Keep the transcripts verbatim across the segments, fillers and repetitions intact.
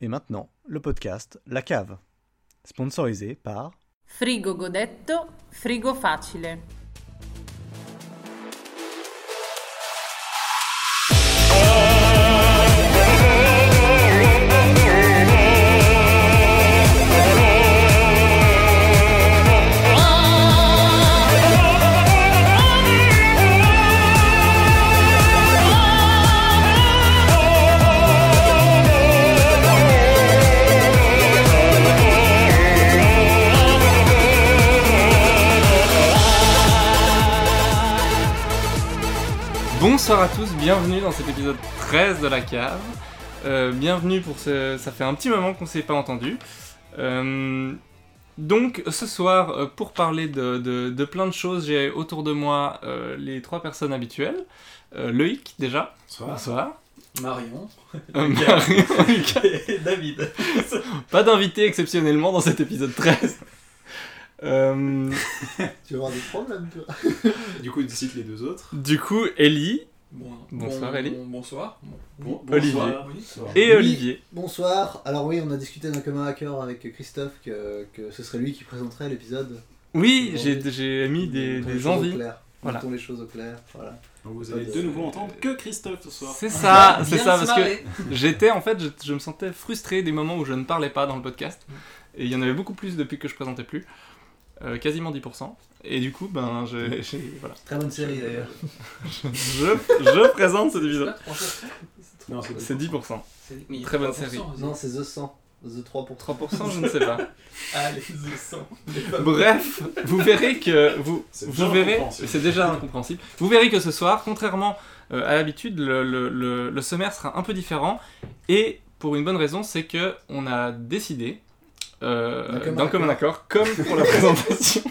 Et maintenant, le podcast La Cave, sponsorisé par Frigo Godetto, frigo facile. Bonsoir à tous, bienvenue dans cet épisode treize de La Cave. Euh, bienvenue pour ce... Ça fait un petit moment qu'on ne s'est pas entendu. Euh, donc ce soir, pour parler de, de, de plein de choses, j'ai autour de moi euh, les trois personnes habituelles. Euh, Loïc, déjà. Bonsoir. Bonsoir. Marion. Euh, Marion. Et David. Pas d'invité exceptionnellement dans cet épisode treize. Euh, tu vas avoir des problèmes, toi. Du coup, il cite les deux autres. du coup, Ellie. Bon, Bonsoir, bon, Ellie. bon, bonsoir. Bon, Bon, Olivier. bonsoir. oui. Et Oui. Olivier. Bonsoir. Alors oui, on a discuté d'un commun accord avec Christophe que, que ce serait lui qui présenterait l'épisode. Oui, Bon, j'ai, oui. j'ai mis des, Mettons les des choses au envies. clair. Voilà. Mettons les choses au clair. Voilà. Donc vous allez de nouveau entendre que Christophe ce soir. C'est ça, c'est Bien ça, se parce que marrer. j'étais, en fait, je, je me sentais frustré des moments où je ne parlais pas dans le podcast. Et il y en avait beaucoup plus depuis que je présentais plus. Euh, quasiment dix pour cent. Et du coup, ben, j'ai, j'ai- voilà. Très bonne série d'ailleurs. je, je présente cet épisode. Non, c'est C'est dix pour cent. Mais Très bonne trois pour cent, série. vas-y. Non, c'est The cent. The trois pour cent. trois pour cent, je ne sais pas. Allez, je sens. Bref, vous verrez que vous, C'est vous déjà verrez, incompréhensible. c'est déjà incompréhensible. Vous verrez que ce soir, contrairement euh, à l'habitude, le, le, le, le sommaire sera un peu différent. Et pour une bonne raison, c'est que on a décidé, euh, D'un commun d'un commun accord, comme pour la présentation,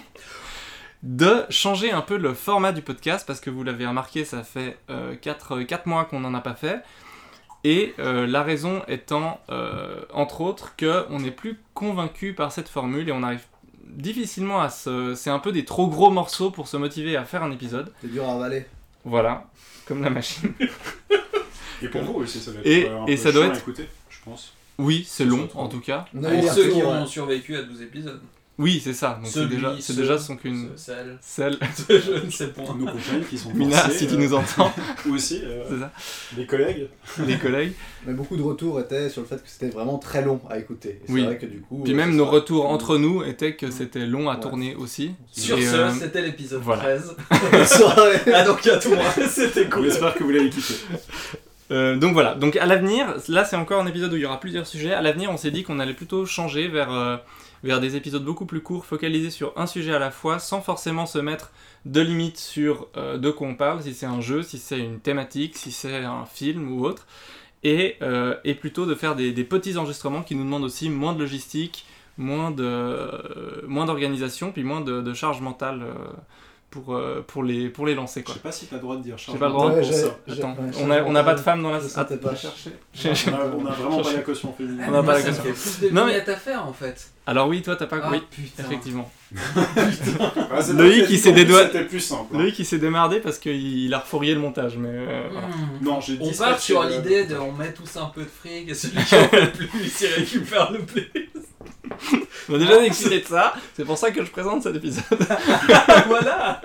de changer un peu le format du podcast, parce que vous l'avez remarqué, ça fait euh, quatre mois qu'on n'en a pas fait. Et euh, la raison étant, euh, entre autres, qu'on n'est plus convaincu par cette formule et on arrive difficilement à se... C'est un peu des trop gros morceaux pour se motiver à faire un épisode. C'est dur à avaler. Voilà, comme la machine. Et pour vous aussi, ça va être Et- euh, un et peu ça doit chiant à être- écouter, je pense. Oui, c'est long en tout cas. On a eu Pour des ceux qui retours, ont ouais. survécu à douze épisodes. Oui, c'est ça. Donc c'est Celui, déjà, c'est ce, déjà sans qu'une... ce, celle, Celle... je ne sais point. Nos compagnes qui sont Mina, forcées, si tu euh, nous entends, ou aussi euh, c'est ça. des collègues. Les collègues. Mais beaucoup de retours étaient sur le fait que c'était vraiment très long à écouter. Et c'est Oui. vrai que du coup. Puis euh, même ce nos sera- retours entre nous étaient que c'était long à Ouais. tourner aussi. Sur Et, ce, euh, c'était l'épisode voilà. treize. Bonne soirée. Ah donc à tout moi, c'était On cool. espère que vous l'avez kiffé. Euh, donc voilà, donc à l'avenir, là c'est encore un épisode où il y aura plusieurs sujets. À l'avenir, on s'est dit qu'on allait plutôt changer vers, euh, vers des épisodes beaucoup plus courts, focalisés sur un sujet à la fois, sans forcément se mettre de limites sur euh, de quoi on parle, si c'est un jeu, si c'est une thématique, si c'est un film ou autre. Et, euh, et plutôt de faire des, des petits enregistrements qui nous demandent aussi moins de logistique, moins, de, euh, moins d'organisation, puis moins de, de charge mentale euh, pour, euh, pour, les, pour les lancer, Je quoi. sais pas si t'as le droit de dire J'ai pas le droit pour Ouais, ça. j'ai- Attends, ouais, on a, on a pas de je- femme dans la je sentais pas. chercher. On a, on a vraiment pas la caution féminine. On a pas la Ça me question. fait plus de Non, mais- vignettes à faire en fait. Alors oui, toi t'as pas... Ah oui, putain. effectivement. Ah, c'est Loïc, vrai que il s'est dit dédouané- C'était plus simple. hein. Loïc il s'est démerdé parce qu'il il a refourrié le montage, mais... euh, voilà. Hmm. Non, j'ai On dit part sur l'idée de on met tous un peu de fric et celui qui en fait le plus il récupère le plus. On a déjà décidé de ça, c'est pour ça que je présente cet épisode. Voilà.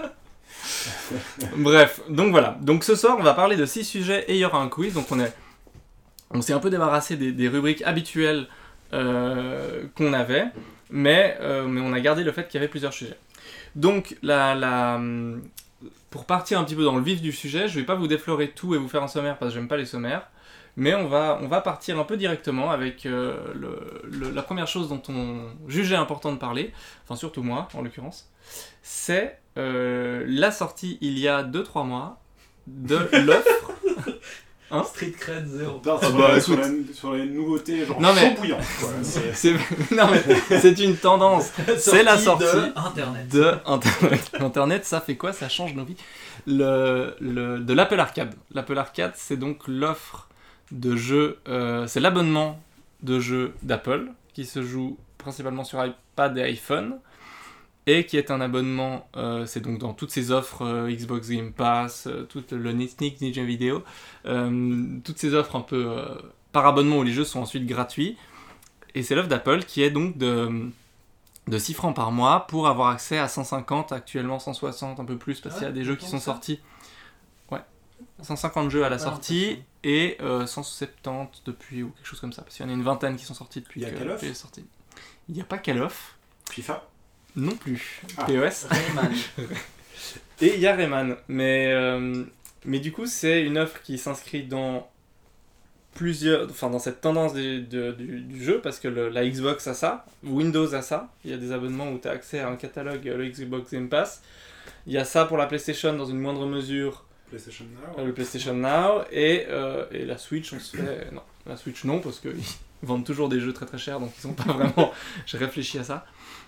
Bref, donc voilà. Donc ce soir on va parler de six sujets et il y aura un quiz, donc on est... On s'est un peu débarrassé des, des rubriques habituelles euh, qu'on avait, mais, euh, mais on a gardé le fait qu'il y avait plusieurs sujets. Donc, la, la, pour partir un petit peu dans le vif du sujet, je vais pas vous déflorer tout et vous faire un sommaire parce que j'aime pas les sommaires, mais on va, on va partir un peu directement avec euh, le, le- la première chose dont on jugeait important de parler, enfin surtout moi en l'occurrence, c'est euh, la sortie il y a deux trois mois de l'offre. Hein Street cred zéro. Putain, Ah sur, bah, la- sur, écoute. la- sur les nouveautés, genre Non, mais- chaud bouillant. quoi. C'est- C'est, non mais c'est une tendance. C'est la sortie de Internet. de Internet. Internet, ça fait quoi? Ça change nos vies. Le, le, de l'Apple Arcade. L'Apple Arcade, c'est donc l'offre de jeux, euh, c'est l'abonnement de jeux d'Apple qui se joue principalement sur iPad et iPhone et qui est un abonnement, euh, c'est donc dans toutes ces offres euh, Xbox Game Pass, euh, tout le Netflix, Ninja Video, euh, toutes ces offres un peu euh, par abonnement où les jeux sont ensuite gratuits. et c'est l'offre d'Apple qui est donc de, de six francs par mois pour avoir accès à cent cinquante, actuellement cent soixante, un peu plus, parce Ah qu'il y a ouais, des jeux qui autant sont que ça. sortis. Ouais, cent cinquante jeux à la Pas sortie et euh, cent soixante-dix depuis, ou quelque chose comme ça, parce qu'il y en a une vingtaine qui sont sortis depuis Il y a que Call of il est sorti. Il n'y a pas Call of, FIFA. non plus, Ah. P O S. Rayman. Et il y a Rayman, mais, euh, mais du coup c'est une offre qui s'inscrit dans plusieurs, enfin dans cette tendance du, de- du, du jeu, parce que le- la Xbox a ça, Windows a ça, il y a des abonnements où tu as accès à un catalogue, euh, le Xbox Game Pass, il y a ça pour la PlayStation dans une moindre mesure, PlayStation euh, Now. le PlayStation Now, et, euh, et la Switch on se fait, non, la Switch non, parce qu'ils vendent toujours des jeux très très chers, donc ils sont pas vraiment, j'ai réfléchi à ça.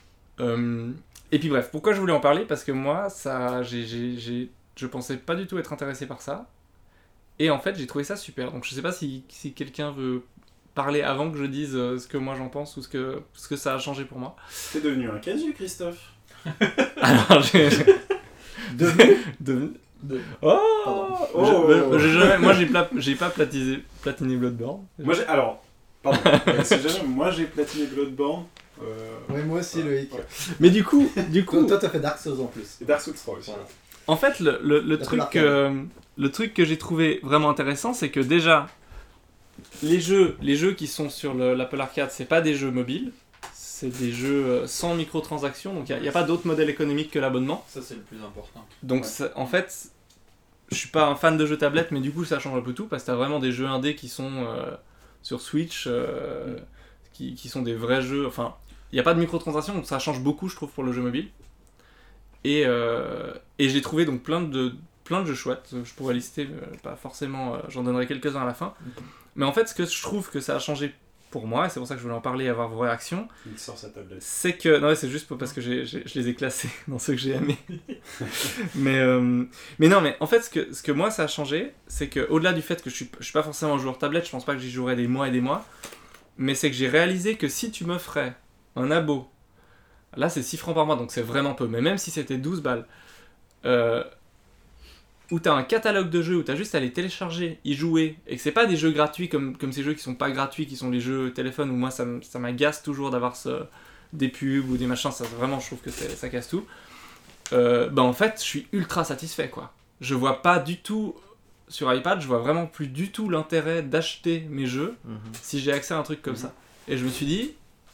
Euh, et puis bref, pourquoi je voulais en parler? Parce que moi, ça, j'ai, j'ai, j'ai, je pensais pas du tout être intéressé par ça. Et en fait, j'ai trouvé ça super. Donc je sais pas si, si quelqu'un veut parler avant que je dise euh, ce que moi j'en pense ou ce que, ce que ça a changé pour moi. T'es devenu un casu, Christophe. Alors, j'ai... j'ai- Devenu de- De- Oh, Pardon. Je- Oh. j'ai jamais- Moi, j'ai, pla- j'ai pas platisé, platiné Bloodborne. Moi j'ai. Alors, pardon. Euh, si jamais, moi j'ai platiné Bloodborne. Euh... Ouais, moi aussi, Loïc. Ouais. Mais du coup, du coup, Toi, toi, t'as fait Dark Souls en plus. Et Dark Souls trois aussi. Voilà. en fait, le, le, le La truc, Polarcade. euh, le truc que j'ai trouvé vraiment intéressant, c'est que déjà, les jeux, les jeux qui sont sur le- l'Apple Arcade, c'est pas des jeux mobiles, c'est des jeux euh, sans microtransactions, donc il n'y a, pas d'autre modèle économique que l'abonnement. Ça, c'est le plus important. Donc Ouais. ça- en fait, je suis pas un fan de jeux tablette, mais du coup ça change un peu tout, parce que t'as vraiment des jeux indés qui sont euh, sur Switch, euh, Mm. qui, qui sont des vrais jeux, enfin, il n'y a pas de microtransactions, donc ça change beaucoup je trouve pour le jeu mobile. Et, euh, et j'ai trouvé donc plein de, plein de jeux chouettes, je pourrais lister, euh, pas forcément, euh, j'en donnerai quelques-uns à la fin. Mais en fait ce que je trouve que ça a changé pour moi, et c'est pour ça que je voulais en parler et avoir vos réactions, Il sort sa tablette. c'est que... Non, ouais, c'est juste parce que j'ai, j'ai- je les ai classés dans ceux que j'ai aimés. mais, euh, mais non, mais en fait, ce que, ce que moi, ça a changé, c'est que au delà du fait que je suis, je suis pas forcément un joueur tablette, je pense pas que j'y jouerais des mois et des mois, mais c'est que j'ai réalisé que si tu m'offrais un abo, là c'est six francs par mois, donc c'est vraiment peu, mais même si c'était douze balles, euh, où t'as un catalogue de jeux, où t'as juste à les télécharger, y jouer, et que c'est pas des jeux gratuits comme, comme ces jeux qui sont pas gratuits, qui sont les jeux téléphone, où moi ça, m- ça m'agace toujours d'avoir ce, des pubs ou des machins, ça vraiment je trouve que c'est- ça casse tout. Euh, bah en fait je suis ultra satisfait quoi. Je vois pas du tout, sur iPad, je vois vraiment plus du tout l'intérêt d'acheter mes jeux si j'ai accès à un truc comme Mhm. ça. Et je me suis dit,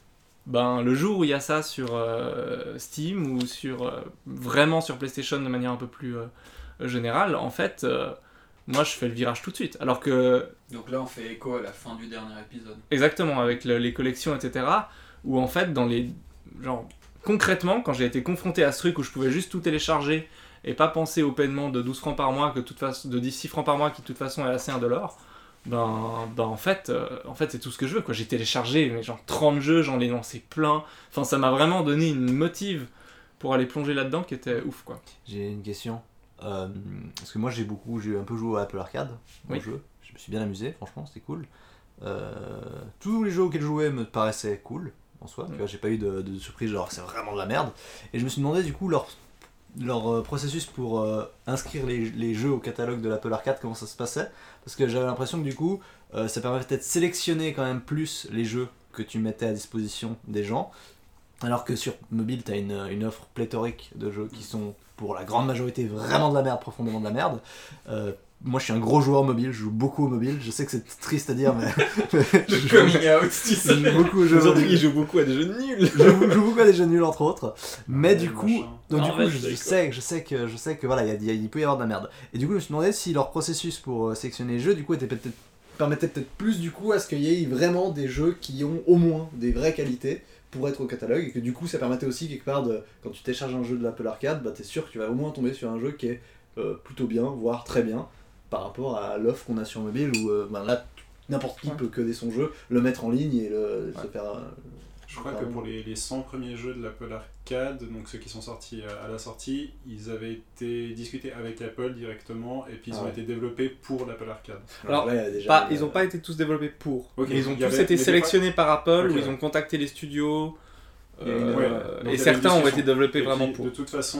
ben le jour où il y a ça sur euh, Steam ou sur euh, vraiment sur PlayStation de manière un peu plus euh, générale, en fait, euh, moi je fais le virage tout de suite. Alors que Donc là, on fait écho à la fin du dernier épisode. exactement avec le- les collections, et cetera. Où en fait dans les genre concrètement quand j'ai été confronté à ce truc où je pouvais juste tout télécharger et pas penser au paiement de douze francs par mois que de toute façon de six francs par mois qui de toute façon est assez indolore. Ben, ben en fait, euh, en fait c'est tout ce que je veux quoi. J'ai téléchargé mais genre trente jeux, j'en ai lancé plein. Enfin ça m'a vraiment donné une motive pour aller plonger là-dedans qui était ouf quoi. J'ai une question. Euh, parce que moi j'ai beaucoup, j'ai un peu joué à Apple Arcade, au Oui. jeu. Je me suis bien amusé, franchement, c'était cool. Euh, tous les jeux auxquels je jouais me paraissaient cool en soi. Tu vois, j'ai pas eu de, de surprise, genre c'est vraiment de la merde. Et je me suis demandé du coup leur, leur euh, processus pour euh, inscrire les, les jeux au catalogue de l'Apple Arcade, comment ça se passait. Parce que j'avais l'impression que du coup, euh, ça permettait de sélectionner quand même plus les jeux que tu mettais à disposition des gens. Alors que sur mobile, t'as une, une offre pléthorique de jeux qui sont pour la grande majorité vraiment de la merde, profondément de la merde. Euh, moi je suis un gros joueur mobile, je joue beaucoup au mobile, je sais que c'est triste à dire mais je joue, Coming out, tu sais. je joue beaucoup aux jeux mobiles. joue beaucoup à des jeux nuls. Je joue, je joue beaucoup à des jeux nuls entre autres, mais Ouais, du coup, machin. donc du Non, coup ouais, je, je je sais, je sais que je sais que voilà, il y a- il y a- il peut y avoir de la merde. Et du coup je me suis demandé si leur processus pour euh, sélectionner les jeux du coup était peut-être Permettait peut-être plus du coup à ce qu'il y ait vraiment des jeux qui ont au moins des vraies qualités pour être au catalogue et que du coup ça permettait aussi quelque part de quand tu télécharges un jeu de l'Apple Arcade, bah t'es sûr que tu vas au moins tomber sur un jeu qui est euh, plutôt bien, voire très bien par rapport à l'offre qu'on a sur mobile où euh, ben là n'importe qui Ouais. peut coder son jeu, le mettre en ligne et le, se Ouais. faire. euh, Je crois que pour les, les cent premiers jeux de l'Apple Arcade, donc ceux qui sont sortis à, à la sortie, ils avaient été discutés avec Apple directement et puis ils Ah ont ouais. été développés pour l'Apple Arcade. Alors, là, il y a déjà, Pas, euh, ils n'ont pas été tous développés pour. Ok, Mais ils ont il y tous avait- été mais des sélectionnés par Apple, Ok, où ils ouais. ont contacté les studios. Il y a une- euh, Ouais, donc et il y avait certains une ont été discussion. développés Et vraiment puis, pour. De toute façon,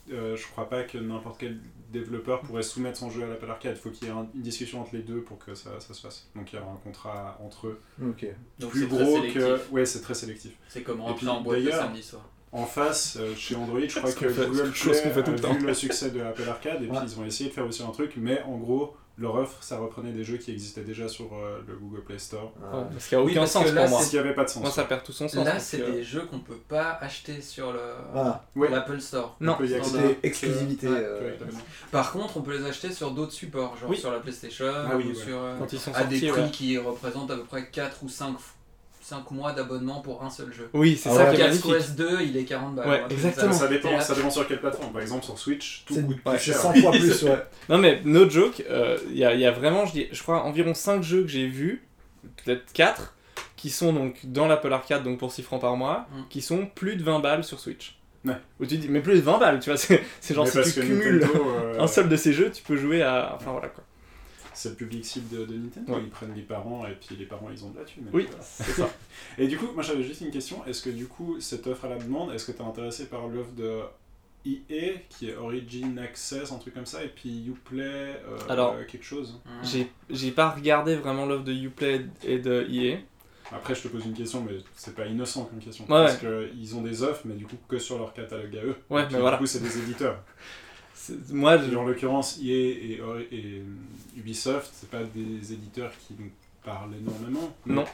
euh, je crois pas que n'importe quel développeur pourrait soumettre son jeu à l'Apple Arcade. Il faut qu'il y ait un- une discussion entre les deux pour que ça, ça se fasse. Donc il y a un contrat entre eux. Ok. Donc plus c'est très gros sélectif. que. Ouais, c'est très sélectif. C'est comme Et rentrer puis, en boîte le d'ailleurs, samedi soir. En face, euh, chez Android, je crois Ce que qu'on fait- Google chose Play qu'on fait tout le a temps. vu le succès de Apple Arcade et Ouais. puis ils ont essayé de faire aussi un truc, mais en gros, leur offre, ça reprenait des jeux qui existaient déjà sur euh, le Google Play Store. Ah. Ouais, parce qu'il n'y a Oui, aucun parce sens que là, pour moi. Ce qui avait pas de sens. Moi, ça perd tout son sens. Là, donc, c'est euh, des jeux qu'on peut pas acheter sur le Voilà. Ouais. l'Apple Store. Non. On peut y Standard. accéder. C'était exclusivité. Ouais. euh, Que- Par contre, on peut les acheter sur d'autres supports, genre Oui. sur la PlayStation Ah oui, ou ouais. sur euh, Quand ils sont à des sortis, prix ouais. qui représentent à peu près quatre ou cinq mois d'abonnement pour un seul jeu. Oui, c'est Ah ça ouais. qui est Cats magnifique. Quest deux, il est quarante balles. Ouais, un truc exactement. comme Ça dépend, Et ça dépend sur quelle plateforme. Par exemple, sur Switch, tout C'est coûte plus c'est cher. cent fois plus, ouais. Non mais no joke, il y, a, y a vraiment, je, dis- je crois, environ cinq jeux que j'ai vus, peut-être quatre, qui sont donc dans l'Apple Arcade, donc pour six francs par mois, Mm. qui sont plus de vingt balles sur Switch. Ouais. Où tu dis, mais plus de vingt balles, tu vois, c'est c'est genre Mais si parce tu que cumules Nintendo, euh, un seul de ces jeux, tu peux jouer à... Enfin voilà quoi. c'est le public cible de, de Nintendo. Ouais. Ils prennent les parents et puis les parents ils ont de la thune. Oui, Et puis, voilà. c'est ça. Et du coup, moi j'avais juste une question. Est-ce que du coup, cette offre à la demande, est-ce que tu es intéressé par l'offre de E A qui est Origin Access, un truc comme ça, et puis Uplay, euh, Alors, euh, quelque chose ça. J'ai j'ai pas regardé vraiment l'offre de Uplay et de E A. Après, je te pose une question, mais c'est pas innocent comme question. Ouais, parce qu'ils ont des offres, mais du coup que sur leur catalogue à eux. Ouais, Et mais puis, voilà. Du coup, c'est des éditeurs. C'est- Moi, je... Et en l'occurrence, E A et, Ori- et Ubisoft, c'est pas des éditeurs qui nous parlent énormément. mais- Non.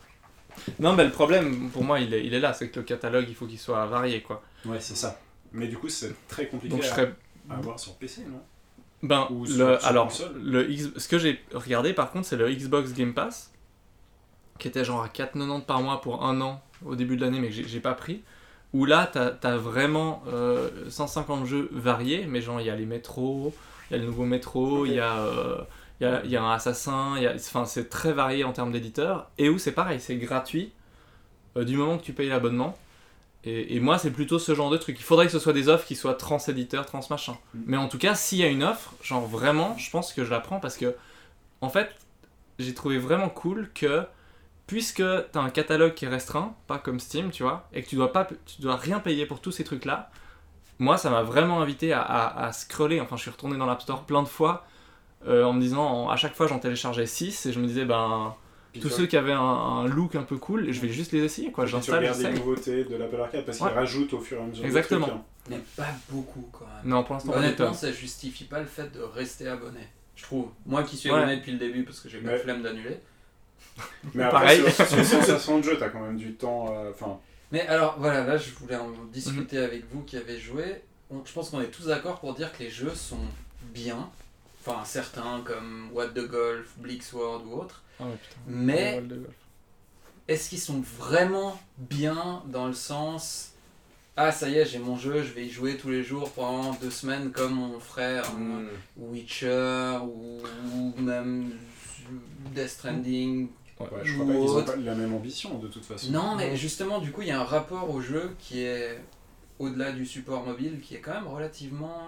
Non, mais le problème, pour moi, il est, il est là, c'est que le catalogue, il faut qu'il soit varié, quoi. Ouais, c'est ça. Mais du coup, c'est très compliqué Donc je à, serais... à avoir sur P C, non Ben, Ou le, sur- sur alors, console. le X, ce que j'ai regardé par contre, c'est le Xbox Game Pass, qui était genre à quatre euros quatre-vingt-dix par mois pour un an au début de l'année, mais que j'ai, j'ai pas pris. Où là, t'as, t'as vraiment euh, cent cinquante jeux variés, mais genre, il y a les métros, il y a le nouveau métro, il Ok. y a... euh, il y a, il y a un assassin, il y a, enfin, c'est très varié en termes d'éditeurs, et où c'est pareil, c'est gratuit, euh, du moment que tu payes l'abonnement. Et, et moi, c'est plutôt ce genre de truc. Il faudrait que ce soit des offres qui soient trans-éditeurs, trans-machin. Mm. Mais en tout cas, s'il y a une offre, genre vraiment, je pense que je la prends parce que, en fait, j'ai trouvé vraiment cool que, puisque t'as un catalogue qui est restreint, pas comme Steam, tu vois, et que tu dois, pas, tu dois rien payer pour tous ces trucs-là, moi, ça m'a vraiment invité à, à, à scroller. Enfin, je suis retourné dans l'App Store plein de fois euh, en me disant, en- à chaque fois, j'en téléchargeais six et je me disais, ben. Puis Tous tu- ceux qui avaient un, un look un peu cool, je vais juste les essayer quoi. puis tu J'installe, regardes les j'essaye. nouveautés de l'Apple Arcade parce qu'ils Ouais. rajoutent au fur et à mesure. des Exactement. trucs, hein. Mais pas beaucoup quand même. Non, pour l'instant, pas des Honnêtement, tonnes. ça justifie pas le fait de rester abonné. Je trouve. Moi qui suis Ouais. abonné depuis le début parce que j'ai eu la Ouais. flemme d'annuler. Mais après, Pareil. sur, sur cent soixante jeux, t'as quand même du temps. euh, Enfin, Mais alors voilà, là je voulais en discuter avec vous qui avez joué. On- je pense qu'on est tous d'accord pour dire que les jeux sont bien. Enfin certains comme What the Golf, Blitzword ou autres. Ah ouais, putain. Mais World of Golf. est-ce qu'ils sont vraiment bien dans le sens ah ça y est j'ai mon jeu, je vais y jouer tous les jours pendant deux semaines comme on ferait un Mm. Witcher ou, ou même Death Stranding. ouais, Ou je crois pas qu'ils ont autre. pas la même ambition de toute façon. Non mais justement du coup il y a un rapport au jeu qui est au-delà du support mobile qui est quand même relativement...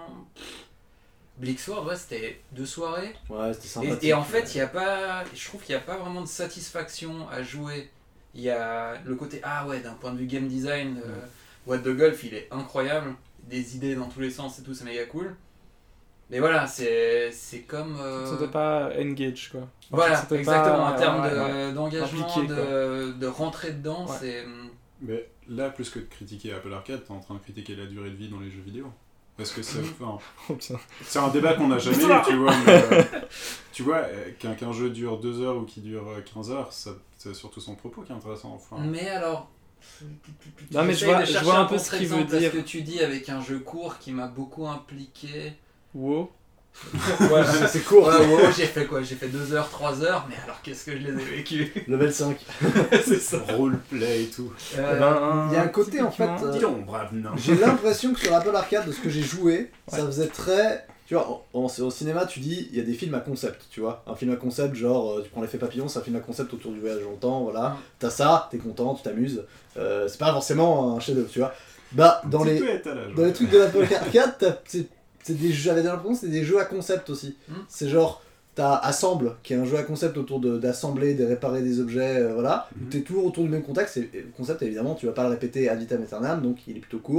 Blitzword ouais c'était deux soirées. Ouais, c'était Et, sympathique. et en fait, il y a pas, je trouve qu'il n'y a pas vraiment de satisfaction à jouer. Il y a le côté, ah ouais, d'un point de vue game design, euh, What the Golf, il est incroyable. Des idées dans tous les sens et tout, c'est méga cool. Mais voilà, c'est c'est comme... euh, C'était pas engage quoi. Enfin, Voilà, c'était exactement, pas- en termes ouais, de- ouais. d'engagement, Impliqué, de, de rentrer dedans, Ouais. c'est... Mais là, plus que de critiquer Apple Arcade, t'es en train de critiquer la durée de vie dans les jeux vidéo. Parce que c'est enfin, Oh, putain. c'est un débat qu'on n'a jamais eu, tu vois. Mais, euh, tu vois, euh, qu'un qu'un jeu dure deux heures ou qu'il dure euh, quinze heures, ça, c'est surtout son propos qui est intéressant. Enfin, Mais alors... Non, mais je j'essaye vois- de je chercher vois un peu ce contre qu'il veut exemple à dire. ce que tu dis avec un jeu court qui m'a beaucoup impliqué. Wow. Ouais, c'est court. Ouais, ouais, j'ai fait quoi? J'ai fait deux heures, trois heures, mais alors qu'est-ce que je les ai vécus? Level cinq. C'est ça. roleplay et tout. Euh, Ben, Il y a un côté en fait. typiquement- euh, Dis donc, brave nain. J'ai l'impression que sur l'Apple Arcade, de ce que j'ai joué, ça faisait très. Tu vois, en- en- au cinéma, tu dis, il y a des films à concept, tu vois. Un film à concept, genre, euh, tu prends l'effet papillon, c'est un film à concept autour du voyage dans le temps, voilà. Mm. T'as ça, t'es content, tu t'amuses. Euh, c'est pas forcément un chef-d'œuvre, tu vois. Bah, dans Un petit les, peu étalage, dans ouais. les trucs de l'Apple Arcade, t'as- c'est c'est des jeux, j'avais l'impression que c'était des jeux à concept aussi. Mm. C'est genre, t'as Assemble, qui est un jeu à concept autour de- d'assembler, de, réparer des objets, euh, voilà. Mhm. T'es toujours autour du même contexte, et, et le concept, évidemment, tu vas pas le répéter ad vitam aeternam, donc il est plutôt court.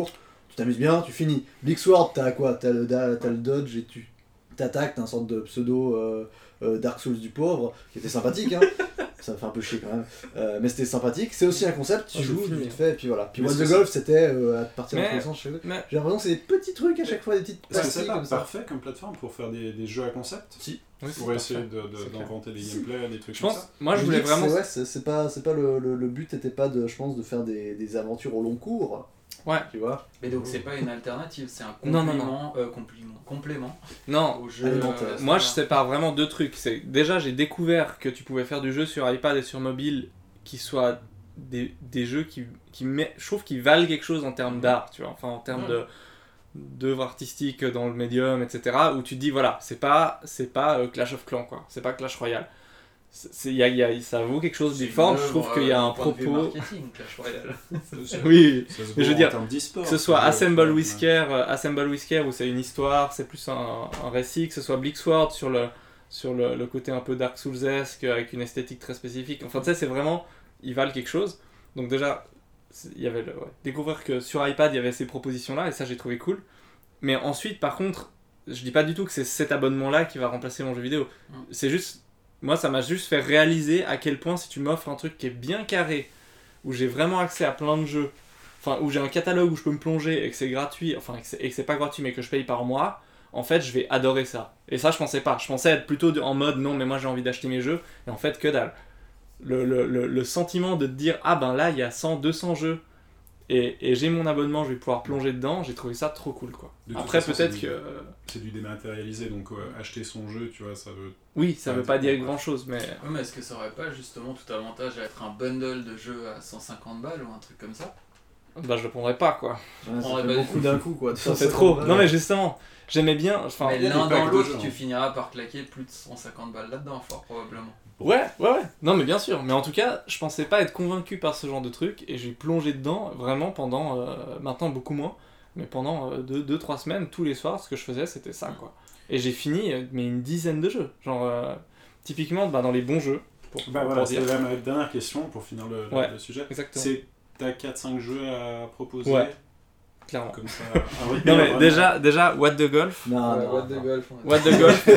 tu t'amuses bien, tu finis. Big Sword, t'as quoi? T'as le, da- t'as le dodge et tu t'attaques, t'as une sorte de pseudo euh, euh, Dark Souls du pauvre, qui était sympathique, hein. Ça me fait un peu chier quand même, euh, mais c'était sympathique. C'est aussi un concept, tu Oh, joues, c'est fini. vite fait, et puis voilà. Puis Mais What est-ce the que Golf, c'était euh, à partir de Mais- tous les sens chez eux. mais- J'ai l'impression que c'est des petits trucs à chaque fois, des petites Est-ce que pastilles c'est pas comme ça. parfait comme plateforme pour faire des, des jeux à concept? Si. Oui, c'est Pour essayer parfait. de, de- C'est clair. d'inventer des Si. gameplays, des trucs Je comme pense, ça. moi je Me voulais dis que vraiment. c'est- ouais, c'est c'est pas, c'est pas le, le, le but n'était pas de, je pense, de faire des, des aventures au long cours. Ouais. Tu vois. Mais donc c'est pas une alternative, c'est un Non, complément, non, euh, complément, complément Non, au jeu. Alimentaire. euh, moi je standard. sépare vraiment deux trucs. C'est déjà j'ai découvert que tu pouvais faire du jeu sur iPad et sur mobile qui soient des, des jeux qui, qui met, je trouve qu'ils valent quelque chose en termes d'art, tu vois, enfin en termes Ouais. de d'œuvres artistiques dans le médium, et cetera. Où tu te dis voilà, c'est pas c'est pas euh, Clash of Clans quoi, c'est pas Clash Royale. C'est, c'est- y a, y a, ça vaut quelque chose de C'est différent. une Je trouve œuvre, qu'il y a euh, un d'un point de vue propos. marketing, Clash Royale. Oui. Ça se Mais je veux voit dire, en termes d'e-sport, Que ce soit ça, Assemble tu vois, Whisker, euh, Assemble Whisker où c'est une histoire, c'est plus un, un récit, que ce soit Bleak Sword sur le sur le, le côté un peu Dark Souls-esque avec une esthétique très spécifique. Enfin tu sais c'est vraiment ils valent quelque chose. Donc déjà c'est- il y avait le, ouais, découvrir que sur iPad il y avait ces propositions là et ça j'ai trouvé cool. Mais ensuite par contre je dis pas du tout que c'est cet abonnement là qui va remplacer mon jeu vidéo. Mm. C'est juste moi ça m'a juste fait réaliser à quel point si tu m'offres un truc qui est bien carré où j'ai vraiment accès à plein de jeux. Enfin, où j'ai un catalogue où je peux me plonger et que c'est gratuit, enfin, et que c'est, et que c'est pas gratuit mais que je paye par mois, en fait, je vais adorer ça. Et ça, je pensais pas. Je pensais être plutôt de- en mode non, mais moi j'ai envie d'acheter mes jeux, et en fait, que dalle. Le, le, le, le sentiment de te dire ah ben là, il y a cent, deux cents jeux, et, et j'ai mon abonnement, je vais pouvoir plonger dedans, j'ai trouvé ça trop cool quoi. De toute Après, façon, peut-être c'est que. du- C'est du dématérialisé, donc euh, acheter son jeu, tu vois, ça veut. Oui, ça Ouais, veut pas c'est dire bon, grand chose, mais. Ouais, mais est-ce que ça aurait pas justement tout avantage à être un bundle de jeux à cent cinquante balles ou un truc comme ça? Bah, je le prendrais pas quoi. Ouais, ça On fait aurait pas beaucoup dit. d'un coup quoi. Ça fait trop. Non, mais justement, j'aimais bien. Enfin, Mais il y a l'un des packs dans de l'autre, jeux, tu hein. finiras par claquer plus de cent cinquante balles là-dedans, fort probablement. Ouais, ouais, ouais. Non, mais bien sûr. Mais en tout cas, je pensais pas être convaincu par ce genre de truc et j'ai plongé dedans vraiment pendant, euh, maintenant beaucoup moins, mais pendant euh, deux, deux, trois semaines, tous les soirs, ce que je faisais, c'était ça, quoi. Et j'ai fini, euh, mais une dizaine de jeux. Genre, euh, typiquement, bah, dans les bons jeux. Pour, Bah pour voilà, dire. c'était ma dernière question pour finir le, le- Ouais. le sujet. Exactement. C'est t'as quatre cinq jeux à proposer Ouais. Clairement. comme ça. un rythme Non, mais vraiment- déjà, déjà, What the Golf. Non, Ouais, non, What non. the Golf. on a- What the Golf.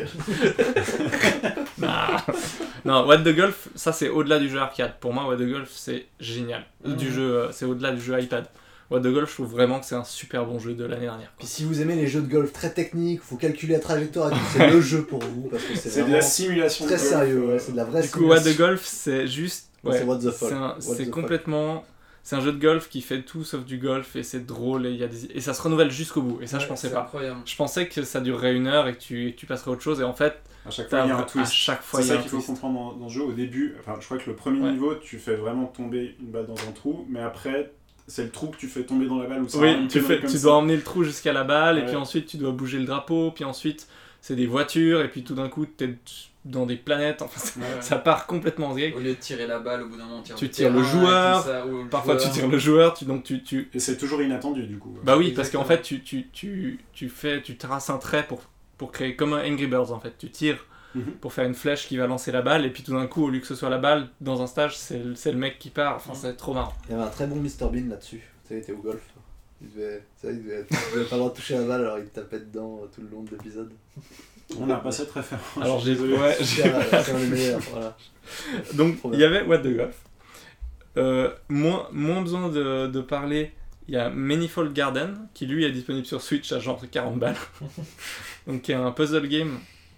Nah. Non, What the Golf, ça c'est au-delà du jeu arcade. Pour moi, What the Golf, c'est génial. Mhm. Du jeu, euh, c'est au-delà du jeu iPad. What the Golf, je trouve vraiment que c'est un super bon jeu de l'année dernière. quoi. Puis si vous aimez les jeux de golf très techniques, faut calculer la trajectoire et tout, c'est le jeu pour vous parce que c'est C'est de vraiment la simulation. très de golf, sérieux, euh, ouais, c'est de la vraie Du coup, What the simulation. Golf, c'est juste. Ouais, Ouais, c'est what the fuck. c'est un- What c'est the fuck. complètement. C'est un jeu de golf qui fait tout sauf du golf et c'est drôle et, il y a des... et ça se renouvelle jusqu'au bout. Et ça, je Ouais, pensais c'est pas. incroyable. Je pensais que ça durerait une heure et que tu, et que tu passerais à autre chose. Et en fait, À chaque fois, t'as il y a un à twist. chaque fois, C'est il y a ça un qu'il faut twist. comprendre dans, dans ce jeu. Au début, enfin, je crois que le premier Ouais. niveau, tu fais vraiment tomber une balle dans un trou, mais après, c'est le trou que tu fais tomber dans la balle ou ça Oui, tu, fais, tu dois emmener le trou jusqu'à la balle, et Ouais. puis ensuite tu dois bouger le drapeau, puis ensuite c'est des voitures, et puis tout d'un coup t'es dans des planètes, enfin c'est- Ouais. ça part complètement en vrille. Au lieu de tirer la balle, au bout d'un moment, on tire Tu le tires le terrain et joueur, tout ça, ou le Parfois tu joueur. tires le joueur, tu, donc tu, tu... Et c'est toujours inattendu du coup. Bah oui, parce qu'en Exactement. fait tu, tu, tu, tu, fais, tu traces un trait pour, pour créer comme un Angry Birds en fait, tu tires Mhm. pour faire une flèche qui va lancer la balle, et puis tout d'un coup au lieu que ce soit la balle, dans un stage c'est le, c'est le mec qui part, enfin Mhm. c'est trop marrant. Il y avait un très bon mister Bean là-dessus. Tu sais, il était au golf. Il devait, tu sais, il devait, il devait pas le droit de toucher la balle alors il tapait dedans euh, tout le long de l'épisode. On n'a pas cette référence. Alors je suis j'ai... désolé. Ouais, C'est un c'est un des meilleurs, voilà. Donc, Trop il bien. y avait What the Golf. Euh, moins, moins besoin de, de parler, il y a Manifold Garden, qui lui est disponible sur Switch à genre quarante balles. Donc, qui est un puzzle game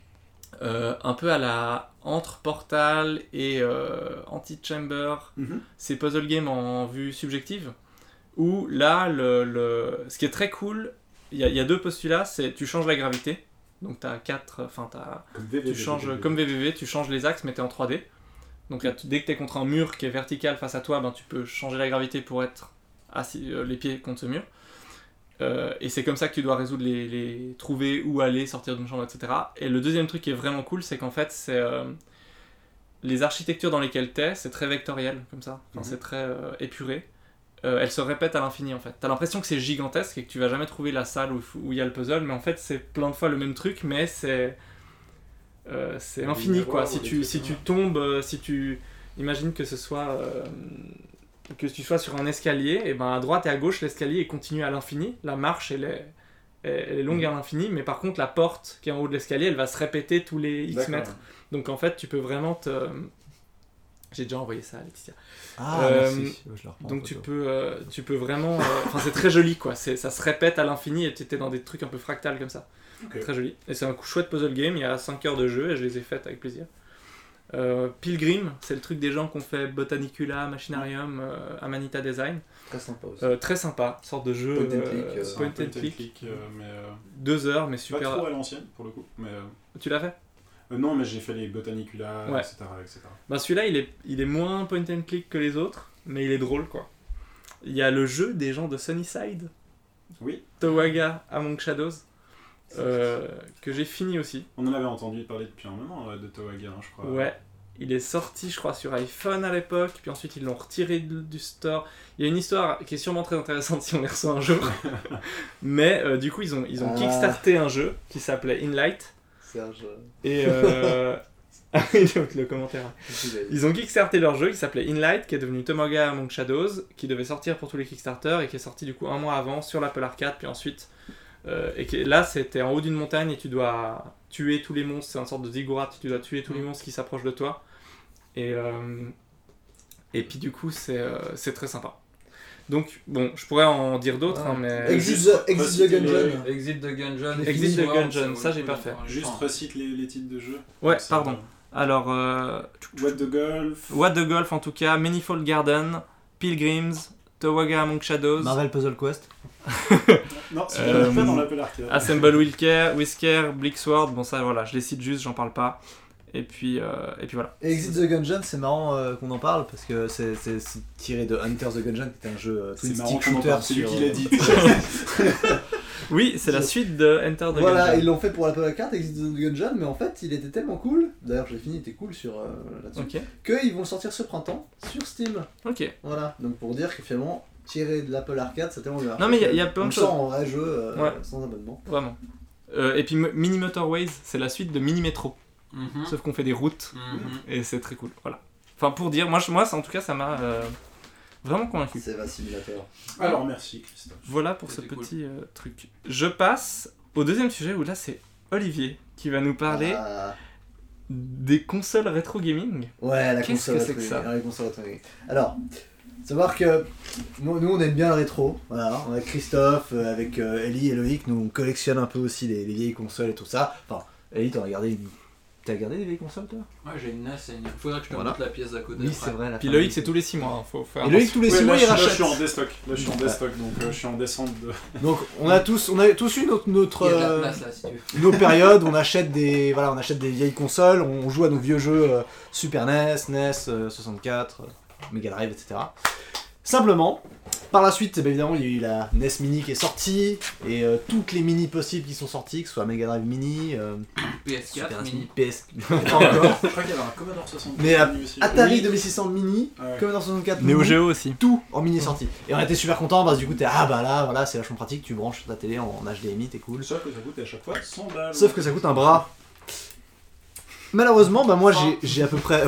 euh, un peu à la entre Portal et euh, Antichamber. Mhm. C'est puzzle game en vue subjective, où là, le, le... ce qui est très cool, il y, a- il y a deux postulats, c'est tu changes la gravité. Donc, tu as quatre, enfin, tu as Comme V V V, tu changes V V V. comme V V V, tu changes les axes mais t'es en trois D. Donc là, tu- dès que t'es contre un mur qui est vertical face à toi, ben, tu peux changer la gravité pour être assis, euh, les pieds contre ce mur. Euh, et c'est comme ça que tu dois résoudre les, les trouver où aller, sortir d'une chambre, et cetera. Et le deuxième truc qui est vraiment cool, c'est qu'en fait, c'est euh, les architectures dans lesquelles t'es, c'est très vectoriel comme ça. Enfin, Mhm. c'est très euh, épuré. Euh, elles se répètent à l'infini en fait. T'as l'impression que c'est gigantesque et que tu vas jamais trouver la salle où où il y a le puzzle, mais en fait c'est plein de fois le même truc, mais c'est euh, c'est Des infini miroirs quoi. Si ou des tu trucs si comme tu ça. tombes, euh, si tu imagines que ce soit euh, que tu sois sur un escalier, et ben à droite et à gauche, l'escalier est continu à l'infini. La marche, elle est, elle est longue à l'infini, mais par contre, la porte qui est en haut de l'escalier, elle va se répéter tous les X D'accord. mètres. Donc en fait, tu peux vraiment te... J'ai déjà envoyé ça à Laetitia. Ah, Euh, merci. Ouais, je la reprends en Donc tu photo. peux, euh, tu peux vraiment... euh, Enfin, c'est très joli, quoi. C'est, ça se répète à l'infini, et tu étais dans des trucs un peu fractales comme ça. Ok. Très joli. Et c'est un coup chouette puzzle game, il y a cinq heures de jeu, et je les ai faites avec plaisir. Euh, Pilgrim, c'est le truc des gens qui ont fait Botanicula, Machinarium, euh, Amanita Design. Très sympa aussi. Euh, très sympa, sorte de jeu Point and euh, click, euh, C'est un point point and click. euh, mais euh, Deux heures, mais pas super. trop à l'ancienne pour le coup. Mais euh, Tu l'as fait? euh, non, mais j'ai fait les Botanicula, Ouais. et cetera, et cetera. Ben celui-là, il est, il est moins point and click que les autres, mais il est drôle quoi. Il y a le jeu des gens de Sunnyside, Oui, Towaga Among Shadows, euh, que j'ai fini aussi. on en avait entendu parler depuis un moment euh, de Towaga, hein, je crois. Ouais, il est sorti je crois sur iPhone à l'époque, puis ensuite ils l'ont retiré de- du store. Il y a une histoire qui est sûrement très intéressante si on les reçoit un jour. Mais euh, du coup ils ont, ils ont Ah. kickstarté un jeu qui s'appelait Inlight. Serge. Et euh... ah oui, donc le commentaire. qu'est-ce que j'ai dit Ils ont kickstarté leur jeu qui s'appelait Inlight, qui est devenu Towaga Among Shadows, qui devait sortir pour tous les Kickstarter et qui est sorti du coup un mois avant sur l'Apple Arcade, puis ensuite. Euh, et qui, là, c'était en haut d'une montagne et tu dois tuer tous les monstres, c'est une sorte de ziggurat, tu dois tuer tous les monstres qui s'approchent de toi. Et, euh, et puis du coup, c'est, euh, c'est très sympa. Donc, bon, je pourrais en dire d'autres, Ah. hein, mais. Exit juste the, Exit the reciter les- Gungeon. Exit the Gungeon. Exit the Sword, Gungeon, vaut ça, le j'ai coup pas de fait. prendre le Juste temps. recite les, les titres de jeu. Ouais, Ça, pardon. Alors, euh, What the Golf. What the Golf en tout cas, Manifold Garden, Pilgrims, Towaga Among Shadows, Marvel Puzzle Quest. Non, c'est Euh, pas dans l'Apple Arcade. Assemble Whisker, Whisker, Blixword, bon ça voilà, je les cite juste, j'en parle pas. Et puis, euh, et puis voilà. Exit the Gungeon, c'est marrant euh, qu'on en parle parce que c'est, c'est, c'est tiré de Hunter the Gungeon qui était un jeu euh, C'est twin marrant stick qu'on en shooter. parle, c'est lui sur, qui l'a euh, dit. Oui, c'est la suite de Enter the Voilà, Gungeon. ils l'ont fait pour l'Apple Arcade, Exit the Gungeon, mais en fait il était tellement cool, d'ailleurs je l'ai fini, il était cool sur euh, là-dessus, Ok, qu'ils vont le sortir ce printemps sur Steam. ok. Voilà, donc pour dire que finalement, tiré de l'Apple Arcade, ça a tellement bien marché Non, mais il y a- que il y a plein on de le choses. sort en vrai jeu euh, Ouais. sans abonnement. Vraiment. Euh, et puis M- Mini Motorways, c'est la suite de Mini Metro, Mhm. sauf qu'on fait des routes Mhm. et c'est très cool. Voilà. Enfin, pour dire, moi, je- moi ça, en tout cas, ça m'a euh, vraiment convaincu. C'est va simulateur. Alors merci Christophe. Voilà pour ce C'était cool. petit euh, truc. Je passe au deuxième sujet où là, c'est Olivier qui va nous parler Ah, des consoles rétro gaming. ouais, la Qu'est-ce console que c'est que rétro ça gaming, la console rétro gaming. Alors, savoir que nous, nous, on aime bien le rétro, voilà, avec Christophe, euh, avec euh, Ellie et Loïc, nous on collectionne un peu aussi les, les vieilles consoles et tout ça. Enfin, Ellie, t'as regardé une... T'as regardé des vieilles consoles toi? Ouais, j'ai une N E S et une... Faudrait que je te Voilà. montre la pièce d'à côté. Oui, après. c'est vrai. La Puis fin Loïc, de- c'est tous les six mois, hein, faut faire Et Loïc, tous les Ouais, six là, mois, je, il là, je rachète. suis en déstock. Là je suis en Ouais. déstock donc euh, je suis en descente de. Donc on a tous, on a tous eu notre, notre Il y a de la euh, place là si tu veux. nos périodes, on achète des, voilà, on achète des vieilles consoles, on joue à nos vieux jeux euh, Super N E S, N E S, euh, soixante-quatre, euh, Mega Drive, et cetera. Simplement, par la suite, eh bien, évidemment, il y a eu la N E S Mini qui est sortie et euh, toutes les mini possibles qui sont sorties, que ce soit Mega Drive Mini, euh, P S Super quatre N E S mini. P S, pas encore, Je crois qu'il y avait un Commodore soixante-quatre. Mais, euh, mini aussi. Atari Oui. deux mille six cents Mini, Ouais. Commodore soixante-quatre Neo Mini, Geo aussi. tout en mini sorti. Et on était super contents parce que du coup t'es ah bah là voilà c'est vachement pratique, tu branches sur ta télé en H D M I, t'es cool. Sauf que ça coûte à chaque fois cent balles. Sauf que ça coûte un bras. Malheureusement, bah moi j'ai, j'ai à peu près.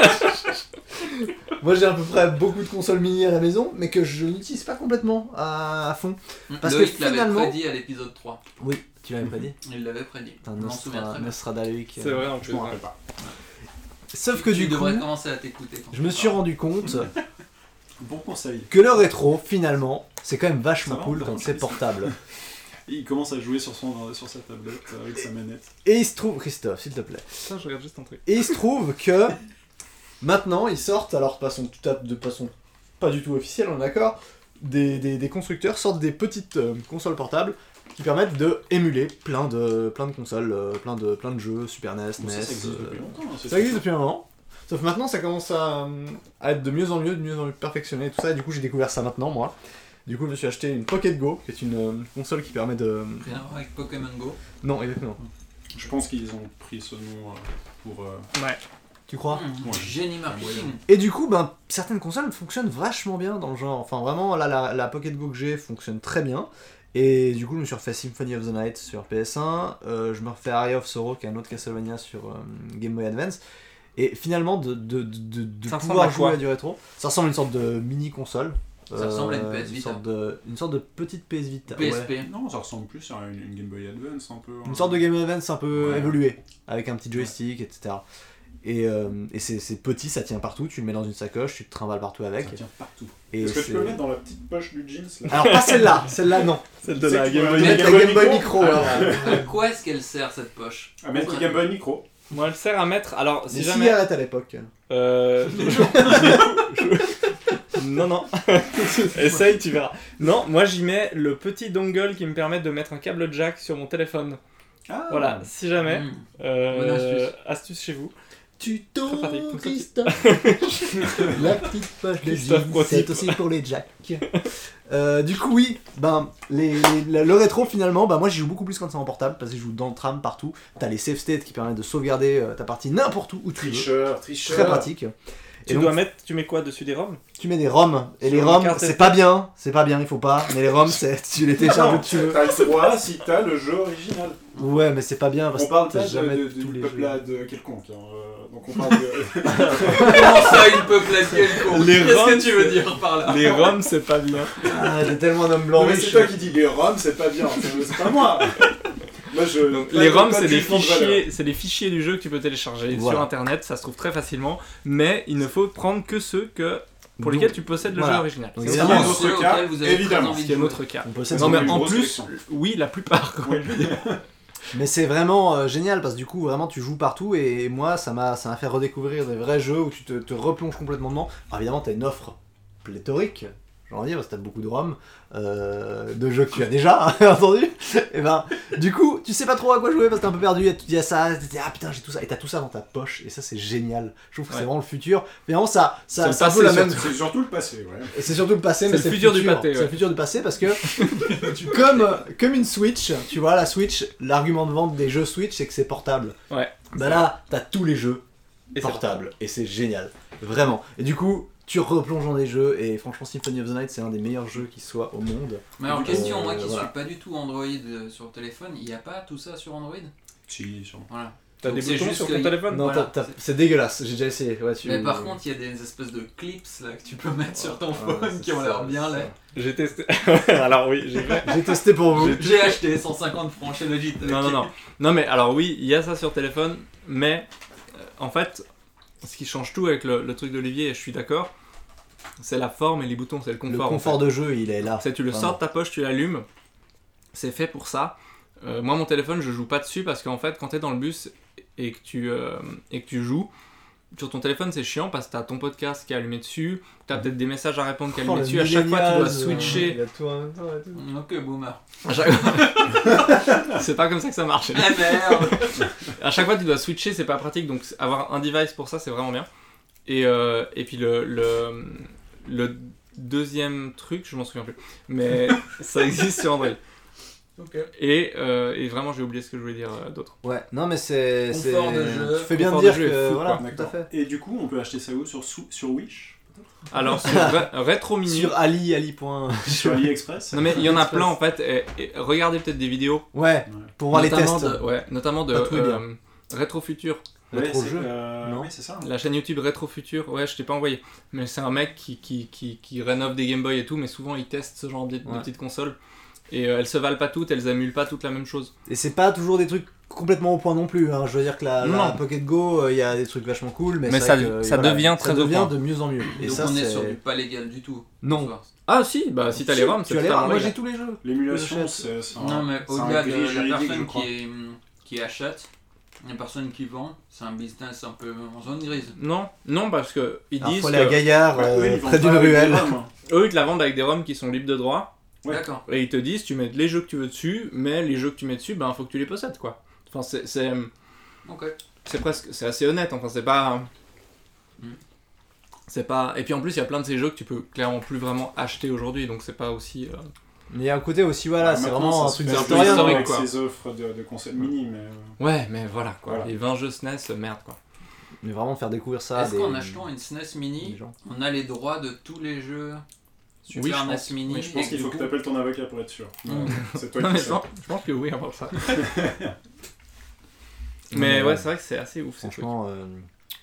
moi j'ai à peu près beaucoup de consoles mini à la maison, mais que je n'utilise pas complètement à, à fond. Parce que Loïc l'avait finalement- prédit à l'épisode trois. Oui, tu l'avais prédit. Il l'avait prédit. Putain, Je m'en souviens Nostra, très bien. Nostradamus. C'est vrai en Je plus. m'en ouais. rappelle pas. Sauf Tu- que tu du coup, devrais commencer à t'écouter. quand je tu me suis parles. rendu compte Bon conseil. que le rétro, finalement, c'est quand même vachement Ça va, cool on quand va c'est commencer. portable. Il commence à jouer sur, son, sur sa tablette euh, avec sa manette. Et il se trouve, Christophe, s'il te plaît. Ça, je regarde juste un truc. Et il se trouve que maintenant ils sortent, alors de façon, tout à, de façon pas du tout officielle, on est d'accord, des, des, des constructeurs sortent des petites euh, consoles portables qui permettent de émuler plein de, plein de consoles, euh, plein, de, plein de jeux, Super N E S, Bon, N ça, E S. ça existe euh, depuis longtemps. hein, c'est ça existe depuis un moment. Sauf maintenant ça commence à, euh, à être de mieux en mieux, de mieux en mieux perfectionné et tout ça, et du coup j'ai découvert ça maintenant moi. Du coup je me suis acheté une Pocket Go, qui est une euh, console qui permet de... Rien à voir avec Pokémon Go. Non, exactement. Je pense qu'ils ont pris ce nom euh, pour. euh, Ouais. Tu crois Mmh, Ouais. Génie marketing. Et du coup, ben, certaines consoles fonctionnent vachement bien dans le genre. Enfin, vraiment, là, la, la Pocket Go que j'ai fonctionne très bien. Et du coup, je me suis refait Symphony of the Night sur P S un. Euh, je me refais Aria of Sorrow, qui est un autre Castlevania sur euh, Game Boy Advance. Et finalement, de, de, de, de Ça ressemble pouvoir à jouer quoi à du rétro, ça ressemble à une sorte de mini console. Ça ressemble à une P S Une Vita. sorte de, une sorte de petite P S Vita. P S ouais. P. Non, ça ressemble plus à une, une Game Boy Advance un peu. Une sorte de Game Boy Advance un peu Ouais. évolué, avec un petit joystick, et cetera. Et, euh, et c'est, c'est petit, ça tient partout, tu le mets dans une sacoche, tu te trimbales partout avec. Ça tient partout. Et Est-ce que c'est- tu peux le mettre dans la petite poche du jeans là Alors pas celle-là, celle-là non. Celle Tu sais que tu peux Tu mettre mets la Game Boy Micro. Alors, ouais. à quoi est-ce qu'elle sert cette poche? À mettre le Game Boy Micro. Moi, elle sert à mettre. Alors, si Des jamais. cigarettes à l'époque. Euh... non, non. Essaye, tu verras. Non, moi j'y mets le petit dongle qui me permet de mettre un câble jack sur mon téléphone. Ah, Voilà, si jamais. Mmh. Euh, Bonne astuce. astuce chez vous. Tuto Très pratique, comme ça, tu- Christophe. La petite poche de Christophe jeans, Protype. c'est aussi pour les jacks. Euh, du coup oui, ben les, les- le rétro finalement, bah moi j'y joue beaucoup plus quand c'est en portable parce que je joue dans le tram partout. T'as les save states qui permettent de sauvegarder euh, ta partie n'importe où où tu veux. Tricheur, tricheur. Très pratique. Tu Et donc, dois mettre, tu mets quoi dessus, des ROM? tu mets des ROM et Sur les une ROM carte c'est S D. pas bien, c'est pas bien, il faut pas. Mais les ROM c'est tu les télécharges où Non, tu veux. t'as le droit si t'as le jeu original. Ouais mais c'est pas bien parce On parle que pas t'as de, jamais de, de, tous du les peuplade quelconque. Hein. euh, Donc on parle de. Comment ça, une peuplade quelconque? Les Qu'est-ce roms, que tu veux c'est- dire par là? Les ROM, c'est pas bien. Ah, j'ai tellement un homme blanc Non, mais riche. c'est toi qui dis les ROM, c'est pas bien. C'est c'est pas moi. Moi je. Donc, pas les de- ROM, pas de c'est des jugement de valeur. fichiers, c'est des fichiers du jeu que tu peux télécharger Voilà. sur internet, ça se trouve très facilement, mais il ne faut prendre que ceux que, pour lesquels tu possèdes le Voilà. jeu original. Donc, C'est évidemment, ça. dans Ceux notre cas, auxquels vous avez très évidemment, envie Ce de qui est un jouer. autre cas. On possède Non, son mais une en grosse plus, collection. oui, la plupart. quoi. Mais c'est vraiment euh, génial parce que du coup vraiment tu joues partout et moi ça m'a ça m'a fait redécouvrir des vrais jeux où tu te, te replonges complètement dedans. Alors évidemment t'as une offre pléthorique, j'ai envie de dire parce que t'as beaucoup de ROM, euh, de jeux que tu as déjà, bien entendu. Et ben du coup tu sais pas trop à quoi jouer parce que t'es un peu perdu et tu te dis à ça, tu te dis ah putain j'ai tout ça et t'as tout ça dans ta poche et ça c'est génial. Je trouve que Ouais. c'est vraiment le futur. Finalement ça C'est ça, le ça passé, vaut la même. C'est surtout le passé, ouais. Et c'est surtout le passé, mais le c'est futur du pâté, C'est ouais. le futur du passé parce que comme, comme une Switch, tu vois, la Switch, l'argument de vente des jeux Switch, c'est que c'est portable. Ouais. Bah là, t'as tous les jeux Et c'est portables et c'est génial, vraiment. Et du coup, tu replonges dans des jeux et franchement, Symphony of the Night, c'est un des meilleurs jeux qui soit au monde. Mais alors, Euh, question, moi qui voilà. suis pas du tout Android euh, sur téléphone, il n'y a pas tout ça sur Android? Si, sûrement. Voilà. T'as Donc des c'est boutons juste sur que ton y- téléphone? Non, Voilà, t'as- t'as- c'est- c'est dégueulasse. J'ai déjà essayé. Ouais, tu... Mais par contre, il y a des espèces de clips là que tu peux mettre sur ton Ouais, phone c'est qui ont ça, l'air bien c'est là. ça. J'ai testé. Alors oui, j'ai fait. J'ai testé pour vous. J'ai acheté cent cinquante francs chez Logitech. Non, non, non. Non, mais alors oui, il y a ça sur téléphone, mais euh, en fait, ce qui change tout avec le, le truc d'Olivier, et je suis d'accord, c'est la forme et les boutons, c'est le Le confort. en confort fait. de jeu, il est là. C'est tu le Vraiment. sors de ta poche, tu l'allumes, c'est fait pour ça. Euh, moi, mon téléphone, je joue pas dessus parce qu'en fait, quand t'es dans le bus et que tu, euh, et que tu joues, sur ton téléphone, c'est chiant parce que t'as ton podcast qui est allumé dessus, t'as peut-être des messages à répondre qui est Oh, allumé le dessus, à chaque fois, tu dois millennials, switcher. Il y a tout en même temps et tout. Mm, Ok, boomer. À chaque- c'est pas comme ça que ça marche. Ah merde. À chaque fois, tu dois switcher, c'est pas pratique, donc avoir un device pour ça, c'est vraiment bien. Et, euh, et puis le, le, le deuxième truc, je m'en souviens plus, mais ça existe sur Android. Et, euh, et vraiment, j'ai oublié ce que je voulais dire euh, d'autre. Ouais, non mais c'est. c'est- Confort de jeu. Tu fais bien de Confort dire de jeu est que. fou, Voilà, quoi. tout à fait. Et du coup, on peut acheter ça où sur, Sou- sur Wish Alors, sur Re- Retro Mini, Sur Ali, Ali. point- Sur AliExpress non mais il y en a Express. plein en fait, et, et regardez peut-être des vidéos, Ouais, pour voir les notamment tests. de, ouais, notamment de Pas tout est bien. euh, Rétro Futur. Ouais, Rétro c'est- jeu. euh, Non. Oui, c'est ça. La chaîne YouTube Rétro Futur, ouais, je t'ai pas envoyé. Mais c'est un mec qui, qui, qui, qui rénove des Game Boy et tout, mais souvent il teste ce genre de, de Ouais. petites consoles. Et euh, elles se valent pas toutes, elles émulent pas toutes la même chose. Et c'est pas toujours des trucs complètement au point non plus. Hein. Je veux dire que la, la Non. Pocket Go, il y a des trucs vachement cool, mais, Mais c'est ça- vrai que, ça voilà, devient très ça au devient point. de mieux en mieux. Et Donc ça, on est c'est sur du pas légal du tout. Non. ce soir. Ah si, bah si t'as les ROM, c'est tu as les totalement ROM. Moi légal. j'ai tous les jeux. L'émulation, Je c'est c'est un- Non mais c'est un au-delà de gris la juridique, je personne crois. qui, est, qui achète, la personne qui vend, c'est un business un peu en zone grise. Non, non parce que ils Alors disent faut aller à que Gaillard, Ouais, euh, eux, ils vendent près d'une pas avec des ruelle. ROM, hein. eux ils te la vendent avec des ROM qui sont libres de droit. Ouais. D'accord. Et ils te disent, tu mets les jeux que tu veux dessus, mais les jeux que tu mets dessus, ben faut que tu les possèdes quoi. Enfin c'est, c'est, Ok. c'est presque, c'est assez honnête, enfin c'est pas... Mm. C'est pas... Et puis en plus il y a plein de ces jeux que tu peux clairement plus vraiment acheter aujourd'hui, donc c'est pas aussi... euh, Mais il y a un côté aussi, voilà, Ouais, c'est maintenant, vraiment un ça truc se fait d'historien, d'historien. historique, avec quoi. ses offres de, de concept mini, mais... euh, Ouais, mais voilà quoi, Voilà. les vingt jeux S N E S, merde quoi. Mais vraiment de faire découvrir ça. à Est-ce des- qu'en achetant une S N E S des Mini, gens. on a les droits de tous les jeux Super Oui, je N E pense. S Mini Oui, Je pense et qu'il du faut que coup- tu appelles ton avocat pour être sûr. Mm. Ouais, C'est toi Non qui mais sais. je pense, je pense que oui avant ça. Mais Mais ouais, ouais. c'est vrai que c'est assez ouf ces trucs. Franchement, euh,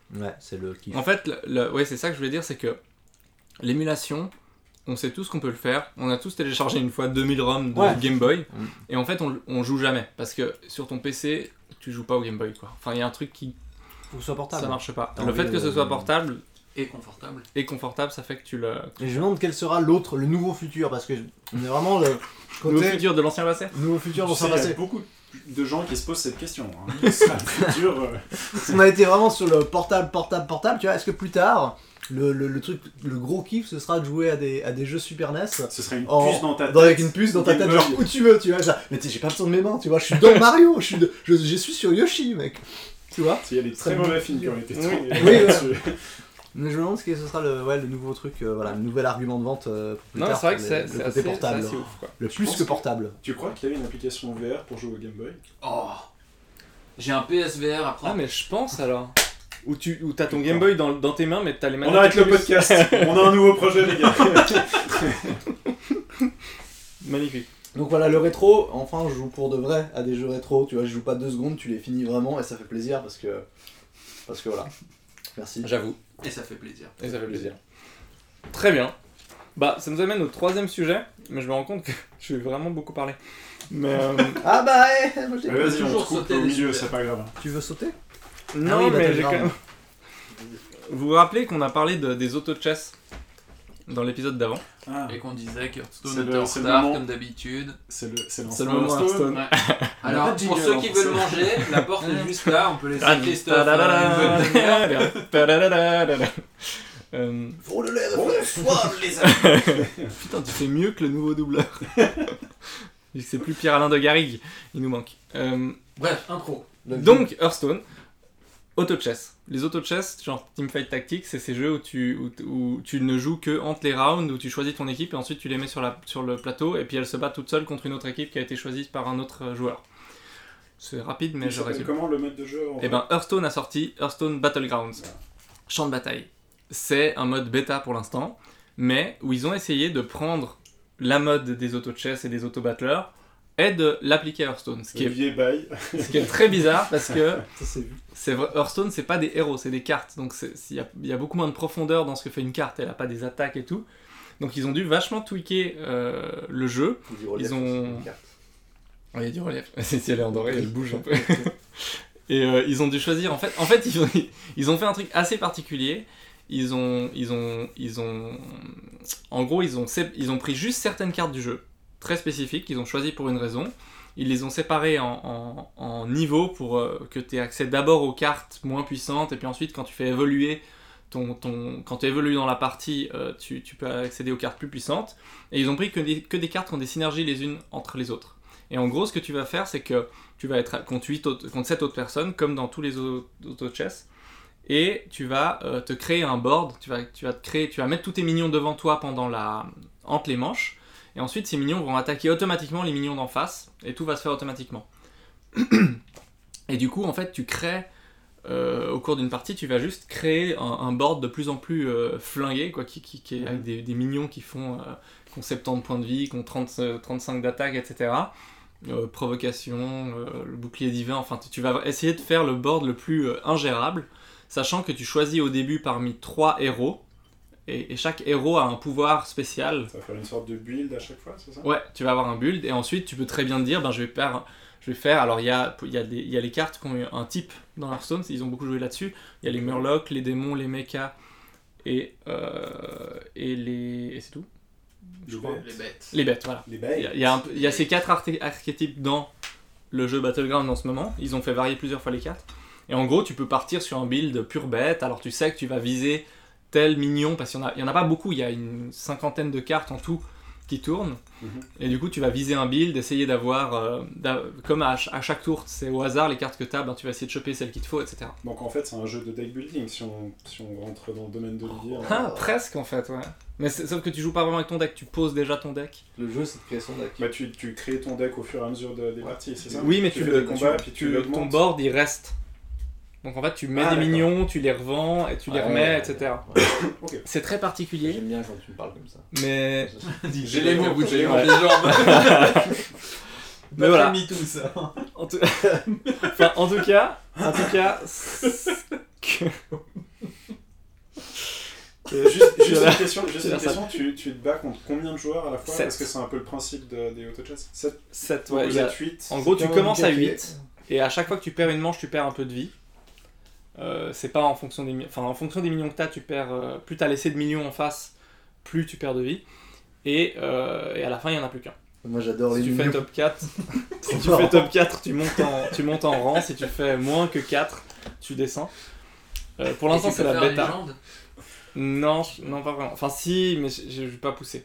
Ouais, c'est le kiff. En fait, le, le- ouais, c'est ça que je voulais dire, c'est que l'émulation, on sait tous qu'on peut le faire. On a tous téléchargé une fois deux mille ROM de Ouais. Game Boy. Mm. Et en fait, on, on joue jamais. Parce que sur ton P C, tu joues pas au Game Boy, quoi. Enfin, il y a un truc qui... Faut que ce soit portable. Ça marche pas. T'as Le envie fait que ce de- soit portable Et confortable. et confortable, ça fait que tu le... Et je me demande quel sera l'autre, le nouveau futur, parce que on est vraiment le Le côté futur de l'ancien passé. nouveau futur Tu dans sais, son il y a passé. beaucoup de gens qui se posent cette question. Hein. Quel sera le futur euh, On a été vraiment sur le portable, portable, portable. Tu vois, est-ce que plus tard, le, le, le truc, le gros kiff, ce sera de jouer à des, à des jeux Super N E S Ce serait une en- puce dans ta tête. dans- avec une puce dans ta Game tête, genre Boy. où tu veux, tu vois. Genre, mais tu sais, j'ai pas besoin de mes mains, tu vois. Je suis dans Mario, je suis, de- je, je suis sur Yoshi, mec. Tu vois. Il y a des très Ça mauvais me- films qui ont été Oui. tournés Oui, ouais. là-dessus. Mais je me demande ce que ce sera le, ouais, le nouveau truc, euh, voilà, le nouvel argument de vente euh, pour plus Non, tard. c'est vrai que le- c'est le c'est côté assez, portable. c'est assez ouf, quoi. Le Je plus pense que que- portable. Tu crois qu'il y avait une application V R pour jouer au Game Boy? Oh. J'ai un P S V R après. Ah, mais je pense alors. Où tu où t'as ton Game Boy dans, dans tes mains, mais t'as les manettes. On arrête le Oculus. podcast. On a un nouveau projet, les gars. Magnifique. Donc voilà, le rétro, enfin je joue pour de vrai à des jeux rétro, tu vois, je joue pas deux secondes, tu les finis vraiment et ça fait plaisir parce que. Parce que voilà. Merci. J'avoue. Et ça fait plaisir. Et ça fait plaisir. Très bien. Bah, ça nous amène au troisième sujet, mais je me rends compte que je vais vraiment beaucoup parler. Mais euh, Ah bah eh, moi, je t'ai- Mais Vas-y, on toujours te coupe sauter au des milieu, sujets. c'est pas grave. Tu veux sauter non, Ah oui, mais j'ai quand Battleground. même. Vous vous rappelez qu'on a parlé de, des auto-chess dans l'épisode d'avant? Ah, Et qu'on disait que C'est Hearthstone le- était en c'est le retard moment. comme d'habitude. c'est le c'est C'est le moment Hearthstone. Ouais. pas Alors, de pour jingle ceux en qui français. veulent manger, la porte est juste là, on peut laisser Ah, Christophe euh, une bonne bière. Euh, Faut le lait, Bonsoir les amis. Putain, tu fais mieux que le nouveau doubleur. C'est plus Pierre-Alain de Garrigue, il nous manque. Euh, Bref, intro. donc, Hearthstone, auto-chess. Les auto-chess, genre Teamfight Tactics, c'est ces jeux où tu, où, où tu ne joues que entre les rounds, où tu choisis ton équipe et ensuite tu les mets sur, la, sur le plateau et puis elles se battent toutes seules contre une autre équipe qui a été choisie par un autre joueur. C'est rapide, mais Il je s'appelle résume. comment le mode de jeu en Eh ben, Hearthstone a sorti Hearthstone Battlegrounds, champ de bataille. C'est un mode bêta pour l'instant, mais où ils ont essayé de prendre la mode des auto-chess et des auto-battlers et de l'appliquer à Hearthstone. Ce qui, est, Olivier Baye. ce qui est très bizarre parce que Ça c'est vu. c'est vrai, Hearthstone, c'est pas des héros, c'est des cartes. Donc c'est- il y, a- il y a beaucoup moins de profondeur dans ce que fait une carte. Elle a pas des attaques et tout. Donc ils ont dû vachement tweaker euh, le jeu. Du relief, Ils ont- c'est une carte. Oh, il y a du relief. Si elle est endorée, elle bouge un peu. Et euh, ils ont dû choisir. En fait, en fait ils, ont, ils ont fait un truc assez particulier. Ils ont, ils ont, ils ont, en gros, ils ont, sé- ils ont pris juste certaines cartes du jeu, très spécifiques, qu'ils ont choisi pour une raison. Ils les ont séparées en, en, en niveaux pour euh, que tu aies accès d'abord aux cartes moins puissantes, et puis ensuite, quand tu fais évoluer ton, ton, quand tu évolues dans la partie, euh, tu, tu peux accéder aux cartes plus puissantes. Et ils ont pris que des, que des cartes qui ont des synergies les unes entre les autres. Et en gros, ce que tu vas faire, c'est que tu vas être contre, huit autres, contre sept autres personnes, comme dans tous les autres auto-chess. Et tu vas euh, te créer un board, tu vas, tu vas te créer, tu vas mettre tous tes minions devant toi pendant la, entre les manches, et ensuite ces minions vont attaquer automatiquement les minions d'en face, et tout va se faire automatiquement. Et du coup, en fait, tu crées, euh, au cours d'une partie, tu vas juste créer un, un board de plus en plus euh, flingué, quoi, qui, qui, qui est avec des, des minions qui font, euh, qui ont soixante-dix points de vie, qui ont trente, euh, trente-cinq d'attaque, et cetera. Euh, provocation, euh, le bouclier divin, enfin, tu, tu vas essayer de faire le board le plus euh, ingérable, sachant que tu choisis au début parmi trois héros, et, et chaque héros a un pouvoir spécial. Ça va faire une sorte de build à chaque fois, c'est ça? Ouais, tu vas avoir un build, et ensuite tu peux très bien te dire, ben je vais faire, je vais faire alors il y a, il y, a des- il y a les cartes qui ont un type dans Hearthstone, ils ont beaucoup joué là-dessus, il y a les Murlocs, les démons, les mechas, et, euh, et les... et c'est tout je Les crois. bêtes. Les bêtes. Les bêtes, voilà. Les Il y Baye. a, il y a un peu- il y a ces quatre arté- archétypes dans le jeu Battleground en ce moment. Ils ont fait varier plusieurs fois les cartes. Et en gros, tu peux partir sur un build pure bête. Alors tu sais que tu vas viser tel mignon, parce qu'il n'y en, a- il y en a pas beaucoup. Il y a une cinquantaine de cartes en tout qui tournent. Mhm. Et du coup, tu vas viser un build, essayer d'avoir... euh, d'a- comme à, ch- à chaque tour, c'est au hasard les cartes que tu as, ben, tu vas essayer de choper celles qu'il te faut, et cetera. Donc en fait, c'est un jeu de deck building si on, si on rentre dans le domaine d'Olivier. hein. Ah, presque en fait, ouais. Mais c'est- sauf que tu joues pas vraiment avec ton deck, tu poses déjà ton deck. Le jeu c'est de créer son deck. Bah, tu, tu crées ton deck au fur et à mesure de- des parties, c'est ça? Oui, mais tu, fais le des combats, tu- puis tu, tu- l'augmentes. ton board il reste. Donc en fait, tu mets Ah, des d'accord. minions, tu les revends et tu les Ouais, remets, ouais, et cetera. ouais. Ok. C'est très particulier, J'aime bien quand tu me parles comme ça. mais J'ai les mots au bout de J'ai les les mots. jambes. mais voilà. Me too, ça. En tout... enfin, en tout cas, en tout cas, ce que- Juste, juste Voilà. une question, juste C'est une ça. question tu, tu te bats contre combien de joueurs à la fois? Sept. Parce que c'est un peu le principe de, des auto-chess. sept, sept, ouais, ouais, il y a- huit. En gros, tu comme un commences à handicapé. huit, et à chaque fois que tu perds une manche, tu perds un peu de vie. Euh, c'est pas en fonction des, mi- enfin, en fonction des millions que t'as, tu perds. euh, plus t'as laissé de millions en face, plus tu perds de vie. Et, euh, et à la fin, il y en a plus qu'un. Moi j'adore les Si tu fais mignons. top quatre, si tu Trop fais marrant. top quatre, tu montes en, tu montes en rang. Si tu fais moins que quatre, tu descends. Euh, pour l'instant, Et tu c'est peux la faire bêta. légende. Non, je- non, pas vraiment. Enfin, si, mais je je vais pas pousser.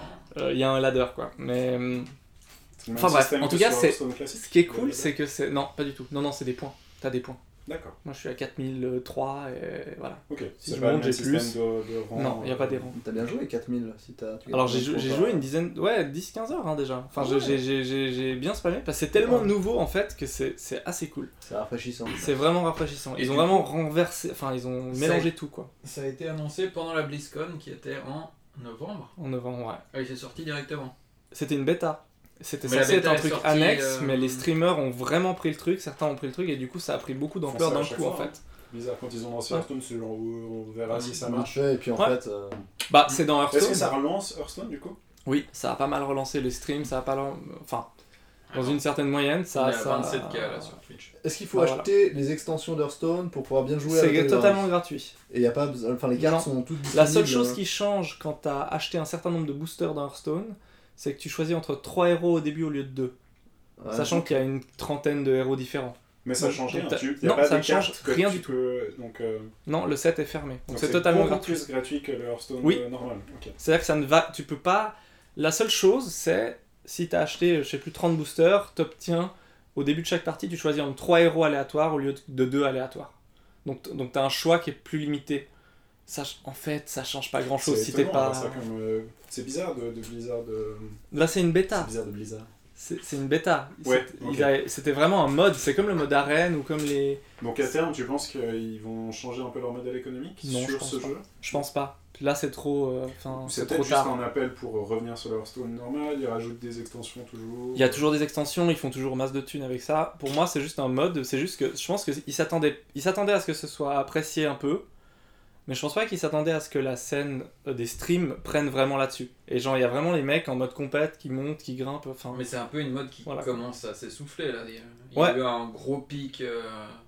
Il y a un ladder, quoi. Mais euh, C'est le même Enfin bref, système en que tout cas, sur c'est- Hearthstone classique, ce qui est le cool, ladder. c'est que c'est. Non, pas du tout. Non, non, c'est des points. T'as des points. D'accord, Moi, je suis à quatre mille trois et voilà. ok. Si C'est je pas le monte, même j'ai système plus. de, de rang, Non, il n'y a euh, pas des rangs. T'as bien joué quatre mille si t'as. tu Alors gagnes j'ai un jou- point j'ai par- joué une dizaine, ouais, dix quinze heures hein, déjà. Enfin, Ah je- ouais. j'ai- j'ai j'ai- j'ai bien spammé parce que c'est tellement Ouais. nouveau en fait que c'est c'est assez cool. C'est rafraîchissant. C'est vraiment rafraîchissant. Et Ils ont du vraiment coup, renversé, enfin ils ont ça- mélangé tout quoi. Ça a été annoncé pendant la BlizzCon qui était en novembre. En novembre, ouais. Ah, il s'est sorti directement. C'était une bêta. C'était Mais la censé être bêta un est truc sortie, annexe, euh, mais les streamers ont vraiment pris le truc, certains ont pris le truc et du coup ça a pris beaucoup Ils font d'ampleur ça à d'un chaque coup en fois, fait. Bizarre, quand ils ont lancé Ouais. Hearthstone, c'est genre euh, on verra si ça Ça marche. marchait et puis en Ouais. fait. euh, Bah c'est dans Est-ce que Hearthstone. ça relance Hearthstone du coup? Oui, ça a pas mal relancé les streams, ça a pas lan- enfin dans une certaine moyenne, On ça est à ça vingt-sept K là sur Twitch. Est-ce qu'il faut Bah, voilà. acheter les extensions d'Hearthstone pour pouvoir bien jouer avec c'est les totalement gratuit. Et y a pas besoin- enfin les cartes Non. sont toutes La seule disponibles, chose euh, qui change quand t'as acheté un certain nombre de boosters dans Hearthstone, c'est que tu choisis entre trois héros au début au lieu de deux. ouais. Sachant qu'il y a une trentaine de héros différents. Mais ça Donc, change donc rien. t'as- Tu, y a non, pas ça des ne change cartes que rien tu du tout. peux- Donc, euh, Non, le set est fermé. Donc donc c'est totalement beaucoup gratuit. plus gratuit que le Hearthstone Oui. euh, normal. Ok. C'est-à-dire que ça ne va. Tu peux pas. La seule chose, c'est si t'as acheté, je sais plus, trente boosters, t'obtiens au début de chaque partie, tu choisis entre trois héros aléatoires au lieu de deux aléatoires. Donc, t- donc t'as un choix qui est plus limité. Ça, ch- en fait, ça change pas grand-chose C'est si t'es étonnant, pas. alors, ça, comme, euh, c'est bizarre de, de Blizzard. De... Là, c'est une C'est bêta. bizarre de Blizzard. C'est c'est une bêta. Ouais, C'est- ok. ils avaient- C'était vraiment un mode. C'est comme le mode arène ou comme les. Donc à terme, tu penses qu'ils vont changer un peu leur modèle économique Non, je sur pense ce pas. jeu? Je pense pas. Là, c'est trop. euh, Enfin, C'est c'est peut-être trop juste tard. un appel pour revenir sur le Hearthstone normal, ils rajoutent des extensions toujours. Il y a toujours des extensions, ils font toujours masse de thunes avec ça. Pour moi, c'est juste un mode. C'est juste que je pense qu'ils s'attendaient, ils s'attendaient à ce que ce soit apprécié un peu, mais je pense pas qu'ils s'attendaient à ce que la scène euh, des streams prenne vraiment là-dessus. Et genre, il y a vraiment les mecs en mode compète qui montent, qui grimpent. Enfin, Mais c'est un peu une mode qui Voilà. commence à s'essouffler là. Il y a, il y Ouais. a eu un gros pic euh,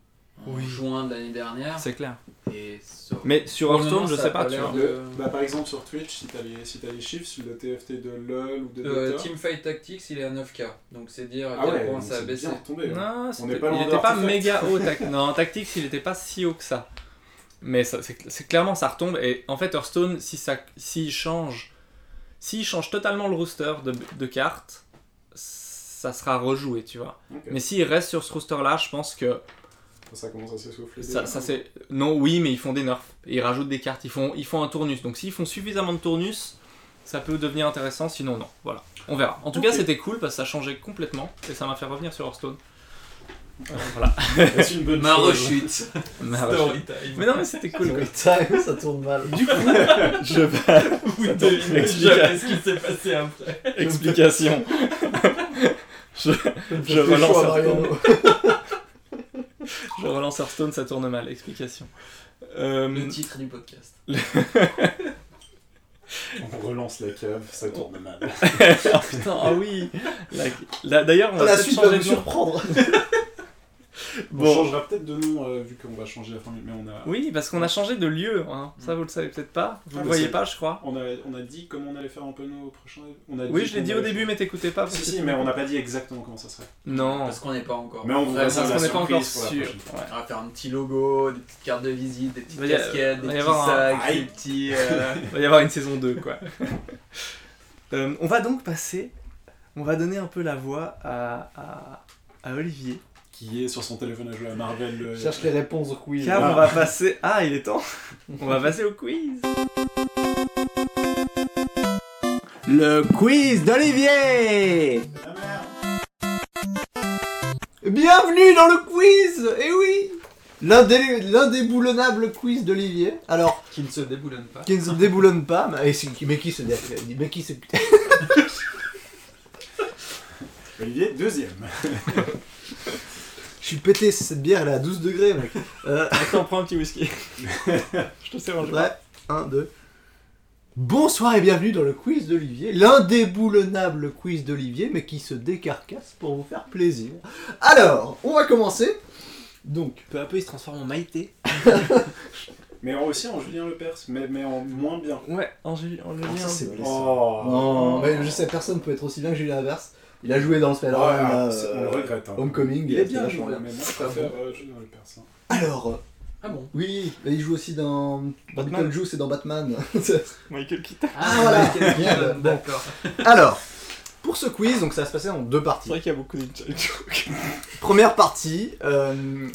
en Oui. juin de l'année dernière. c'est clair. Et ça- Mais sur Pour le Hearthstone, moment, je ça sais a pas. pas Tu l'air vois. de- Le- bah, par exemple sur Twitch, si t'as les, si t'as les chiffres sur le T F T de LoL ou de Euh, Dota. Teamfight Tactics, il est à neuf K. Donc c'est dire à Ah quel ouais, point donc ça a c'est baissé. bien tombé. hein. Non, c'était- n'est pas il loin était pas d'Artifact. méga haut. tac- Non, Tactics, il était pas si haut que ça. Mais ça- c'est c'est clairement, ça retombe. Et en fait, Hearthstone, si ça, s'il change, s'il change totalement le roster de, de cartes, ça sera rejoué, tu vois. Ok. Mais s'il reste sur ce roster-là, je pense que Ça commence à s'essouffler. ça, déjà. ça c'est. Non, oui, mais ils font des nerfs. Et ils rajoutent des cartes. Ils font, ils font un tournus. Donc s'ils font suffisamment de tournus, ça peut devenir intéressant. Sinon, non. Voilà. On verra. En tout Ok. cas, c'était cool parce que ça changeait complètement. Et ça m'a fait revenir sur Hearthstone. Euh, voilà. C'est une bonne Ma chose. rechute. Mais, Story time. mais non, mais c'était cool. Sur quoi. le time, ça tourne mal. Du coup, je vais. Vous Attends, devinez explica- jamais ce qui s'est passé après. Explication. je, je relance Hearthstone. Je relance Hearthstone, ça tourne mal. Explication. Euh, Le titre du podcast. On relance la cave, ça tourne mal. ah putain, ah oui. La- la- D'ailleurs, on va La peut-être suite va changer vous de nom. surprendre. On Bon. changera peut-être de nom euh, vu qu'on va changer la formule, mais on a. Oui, parce qu'on a changé de lieu. Hein. Ça, vous le savez peut-être pas. Vous Ah, le mais voyez c'est- pas, je crois. On a, on a dit comment on allait faire un peu nos prochains. On a Oui, dit je l'ai qu'on dit au allait début, faire- mais t'écoutais pas. parce Si, que si, c'était- mais on n'a pas dit exactement comment ça serait. Non. Parce qu'on n'est pas encore. Mais on vous Ouais, réserve parce la qu'on n'est pas encore surprise pour la sûr. prochaine. Ouais. On va faire un petit logo, des petites cartes de visite, des petites Va y a- casquettes, des va y petits avoir un- sacs, Aïe. des petits. euh, Il va y avoir une saison deux, quoi. Euh, on va donc passer. On va donner un peu la voix à, à, à Olivier. Qui est sur son téléphone à jouer à Marvel. euh, Je cherche les réponses au quiz. Car Ah. on va passer. Ah, il est temps. On va passer au quiz. Le quiz d'Olivier. Ah, merde. Bienvenue dans le quiz. Eh oui. L'indé- L'indéboulonnable quiz d'Olivier. Alors, qui ne se déboulonne pas. qui ne se déboulonne pas, mais, et c'est- mais qui se dé- mais qui se Olivier, deuxième. Je suis pété, cette bière elle est à douze degrés, mec. Euh, Attends, prends un petit whisky. Je te sers un jeu. ouais, un, deux. Bonsoir et bienvenue dans le quiz d'Olivier, l'indéboulonnable quiz d'Olivier, mais qui se décarcasse pour vous faire plaisir. Alors, on va commencer. Donc, Peu à peu, il se transforme en Maïté. Mais aussi en Julien Lepers, mais, mais en moins bien. Ouais, en Julien. En ça, c'est Julien. blessant. Oh. Non, mais je sais, personne peut être aussi bien que Julien Lepers. Il a joué dans le Ouais, Spider-Man, là, c'est- on le euh, regrette. Hein. Homecoming. Il est bien vachement joué. Mais moi, je préfère euh, Julien Lepers. Hein. Alors, Ah bon? oui, mais il joue aussi dans Batman. Beetlejuice et dans Batman. Michael Keaton. Ah, voilà. Bien, Bon. d'accord. Alors, pour ce quiz, donc ça va se passer en deux C'est parties. vrai qu'il y a beaucoup d'inside jokes. Première partie, euh,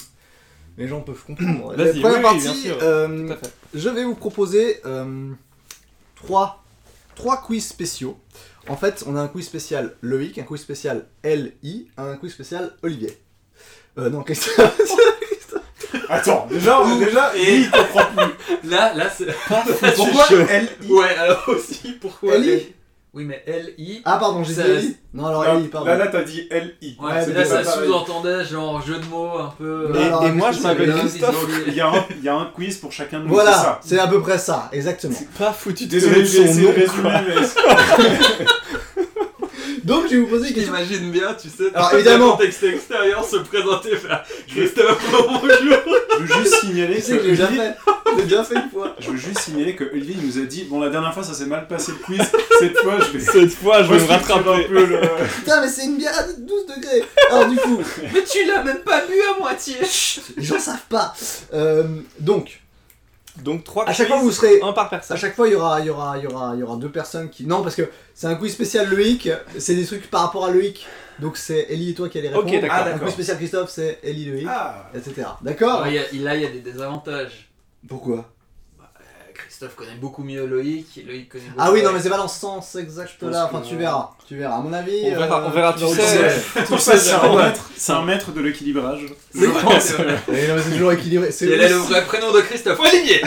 les gens peuvent comprendre. La Vas-y, première oui, oui, bien partie, sûr. euh, Tout à fait. je vais vous proposer euh, trois, trois quiz spéciaux. En fait, on a un quiz spécial Loïc, un quiz spécial L I, un quiz spécial Olivier. Euh, non, Christophe. Attends, déjà, déjà, et il comprend plus. Là, là, c'est. Pourquoi L I Ouais, alors aussi, pourquoi L I? Oui, mais L I. Ah, pardon, j'ai dit Ça- L I. Non, alors Là, L I, pardon. là, là, t'as dit L I. Ouais, Ouais, mais mais là, c'est ça pas pareil. sous-entendait genre jeu de mots un peu. Et- Et, et moi, je m'appelle Là, Christophe. désolé. Il y, a un, il y a un quiz pour chacun de nous, Voilà, c'est ça. c'est à peu près ça, exactement. Pas foutu de Désolé, je vais son essayer nom. de résumer, mais... Donc, je vais vous poser Je une question. t'imagine bien, tu sais, Alors, dans un évidemment. contexte extérieur, se présenter, faire Christophe, bonjour. Je veux juste signaler Tu sais que que j'ai déjà Olivier- fait. J'ai déjà fait une fois. Je veux juste signaler que Olivier nous a dit bon la dernière fois ça s'est mal passé le quiz, cette fois je vais Cette fois, je vais me restructurer rattraper. un peu le... Putain, mais c'est une bière à douze degrés. Alors, du coup, Mais tu l'as même pas bu à moitié. les gens savent pas. Euh, donc, Donc, trois à chaque fois, quiz, vous serez. un par À personne. chaque fois, il y aura, il y aura, il y aura, il y aura deux personnes qui. Non, parce que c'est un quiz spécial Loïc. C'est des trucs par rapport à Loïc. Donc c'est Ellie et toi qui allez répondre. Ok, d'accord. Un d'accord. quiz spécial Christophe, c'est Ellie Loïc, Ah et cetera. D'accord. Ouais, il y a- il- là, il y a des désavantages. Pourquoi? Euh, Christophe connaît beaucoup mieux Loïc, Loïc connaît beaucoup Ah oui, mieux. non, mais c'est pas dans ce sens exact Je pense là. Enfin, que- tu verras. Tu verras. À mon avis. On verra- euh, on verra, tu vas sais. retrouver. Tout ça c'est un maître, c'est un maître de l'équilibrage. C'est vrai, c'est vrai. Eh non, mais c'est toujours équilibré. C'est Quel est le aussi- vrai prénom de Christophe? Olivier.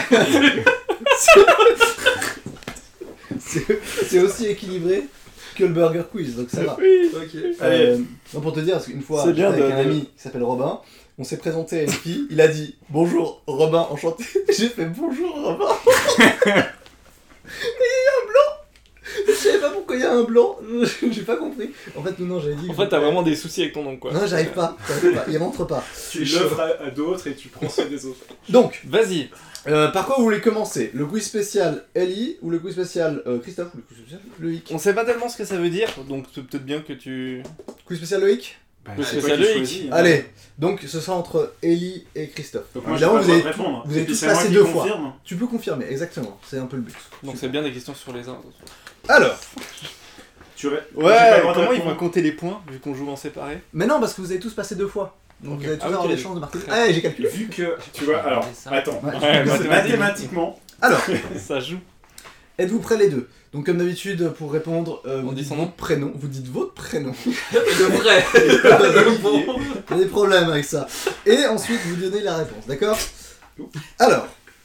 c'est- c'est aussi équilibré que le Burger Quiz, donc ça va. Oui. Ok. Euh, non, pour te dire, parce qu'une fois, C'est j'étais bien avec de- un ami qui s'appelle Robin, on s'est présenté à une fille, il a dit bonjour Robin, enchanté. J'ai fait bonjour Robin. Et il y a un blanc. Je savais pas pourquoi il y a un blanc, j'ai pas compris. En fait, non, non, j'avais dit. En fait, t'as vraiment des soucis avec ton nom, quoi. Non, j'arrive pas, j'arrive pas, il rentre pas. Tu l'offres à, à d'autres et tu prends ceux des autres. Donc, Vas-y. euh, par quoi vous voulez commencer? Le quiz spécial Ellie ou le quiz spécial euh, Christophe ou le quiz spécial Loïc? On sait pas tellement ce que ça veut dire, donc c'est peut-être bien que tu. Quiz spécial Loïc? Bah, Parce c'est que toi ça qui Loïc. choisis, hein. Allez, donc ce sera entre Ellie et Christophe. Donc moi j'ai Évidemment, pas vous le avez, droit de répondre. vous avez Et puis tous c'est moi passé qui deux fois. confirme. Tu peux confirmer, exactement, c'est un peu le but. Donc c'est bien des questions sur les uns. Alors, Tu ré- j'ai pas Ouais, le droit de comment ils vont répondre. compter les points vu qu'on joue en séparé? mais non, parce que vous avez tous passé deux fois. Donc Ok. vous allez tous Ah, ok. avoir des chances de marquer. Très Ah, j'ai calculé. Vu que, tu vois, alors, Ça. attends, Ouais. Ouais, mathématiquement, Alors, Ça joue. êtes-vous prêts les deux? Donc comme d'habitude, pour répondre, euh, On vous dit dites son votre nom prénom. Vous dites votre prénom. Le vrai. Olivier. Il y a des problèmes avec ça. Et ensuite, vous donnez la réponse, d'accord? Alors,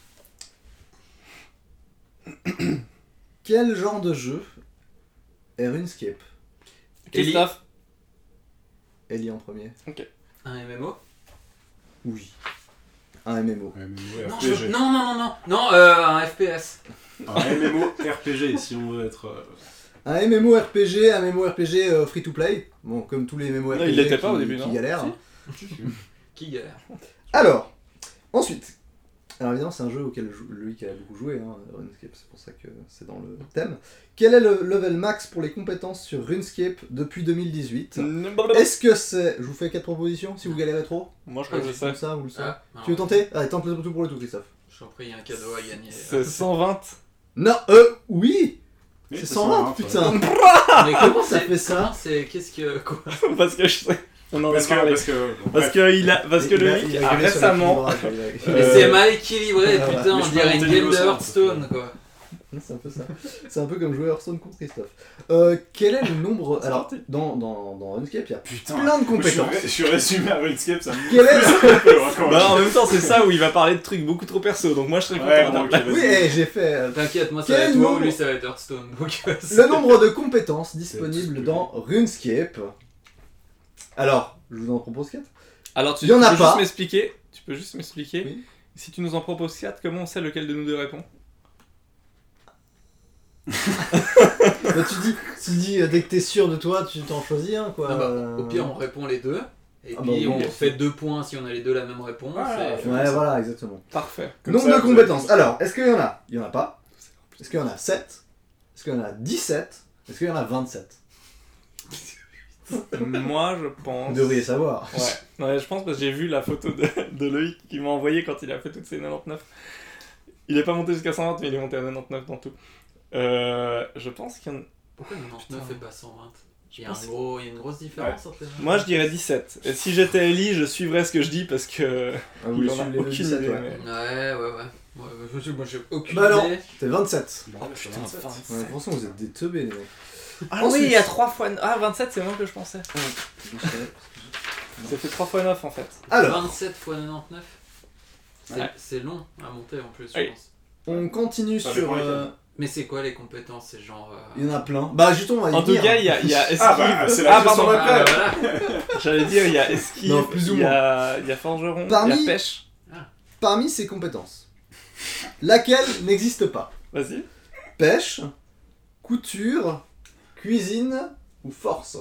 quel genre de jeu est RuneScape? Christophe. Ellie en premier. Un M M O? Oui. Un M M O. un M M O Non, je- R P G. non, non, non, non, non, euh, un F P S. Un M M O R P G si on veut être. euh, Un MMORPG, un MMORPG euh, free to play. Bon, comme tous les MMORPG Non, il l'était qui, pas au début, qui non galèrent. Si. Qui galère? Alors, ensuite. Alors évidemment, c'est un jeu auquel jou- Loïc a beaucoup joué, hein, RuneScape, c'est pour ça que c'est dans le thème. Quel est le level max pour les compétences sur RuneScape depuis deux mille dix-huit? Est-ce que c'est... Je vous fais quatre propositions, si vous galérez trop. Moi je crois que je sais. Comme ça, vous le savez. Ah, non. Tu veux tenter? Allez, tente le tout pour le tout, Christophe. Je t'en prie, il y a un cadeau à gagner. C'est cent vingt. Non, euh, oui. oui, C'est c'est cent vingt, ouais. putain. Mais Comment ça c'est- fait ça? comment c'est. Qu'est-ce que. Quoi? Parce que je sais. On en a Parce que, parlé. parce que, bon, Parce bref. que, il a, parce que Il a- le il Vic a a gueulé sur récemment. l'équilibrage, il a- Mais Euh, c'est mal équilibré, voilà. putain, Mais on je peux dirait une monter game niveau de cent, Hearthstone, parce que- quoi. C'est un peu ça. C'est un peu comme jouer Hearthstone contre Christophe. Euh, quel est le nombre... Alors, dans, dans, dans RuneScape, il y a Putain, plein de je suis, compétences. je suis résumé à RuneScape, ça me Quel est... un peu, hein, quand Bah, en même. même temps, c'est ça où il va parler de trucs beaucoup trop perso, donc moi je serais content. Ouais, à bon, ta ok, place. Oui, vas-y. eh, j'ai fait... euh, T'inquiète, moi ça Quel va être WoW, nombre lui ça va être Hearthstone. Donc, euh, c'est- le nombre de compétences disponibles tout ce que dans RuneScape. Alors, je vous en propose quatre. Alors, tu, Il y en tu a peux pas. juste m'expliquer Tu peux juste m'expliquer Oui. Si tu nous en proposes quatre, comment on sait lequel de nous deux répond Bah, tu dis, tu dis euh, dès que t'es sûr de toi, tu t'en choisis un quoi. Non, bah, Euh, au pire, on répond les deux. Et Ah puis bah oui, on bien fait deux points si on a les deux la même réponse. Ah, et- Ouais, voilà, exactement. Parfait. Comme Nombre ça, de vous compétences. avez- Alors, est-ce qu'il y en a Il y en a pas. Est-ce qu'il y en a sept? Est-ce qu'il y en a dix-sept? Est-ce qu'il y en a vingt-sept? Moi, je pense. Vous devriez savoir. Ouais. Ouais, je pense parce que j'ai vu la photo de, de Loïc qui m'a envoyé quand il a fait toutes ses quatre-vingt-dix-neuf. Il est pas monté jusqu'à cent vingt, mais il est monté à quatre-vingt-dix-neuf dans tout. Euh, je pense qu'il y en a... Pourquoi quatre-vingt-dix-neuf et pas cent vingt? Il y, a un pense- gros, il y a une grosse différence entre les deux. Moi, je dirais dix-sept. Et si j'étais Ellie, je suivrais ce que je dis parce que... Ah, vous il les en a suivez les aucune dix-sept, idée. ouais. mais- Ouais, ouais, ouais. ouais je- je- moi j'ai aucune Bah non. idée. C'est vingt-sept. Bah, c'est Putain, vingt-sept. vingt-sept. Ouais, franchement, vous êtes des teubés, les mecs. Ah Ensuite- oui, il y a trois fois... Ah, vingt-sept, c'est moins que je pensais. Ça fait trois fois neuf en fait. Alors, vingt-sept fois quatre-vingt-dix-neuf. C'est Ouais. c'est long à monter en plus, Oui. je pense. on continue Ça sur. dépend euh, Mais c'est quoi les compétences? C'est genre. euh, Il y en a plein. Bah, justement, on va y En tout venir. cas, il y a, il y a esquive. Ah bah, c'est la Ah, question pardon. d'après. Ah, voilà. J'allais dire, il y a esquive, Non, plus ou il y a, il y a forgeron, Parmi- il y a pêche. Parmi ces compétences, laquelle n'existe pas? Vas-y. Pêche, couture, cuisine ou force?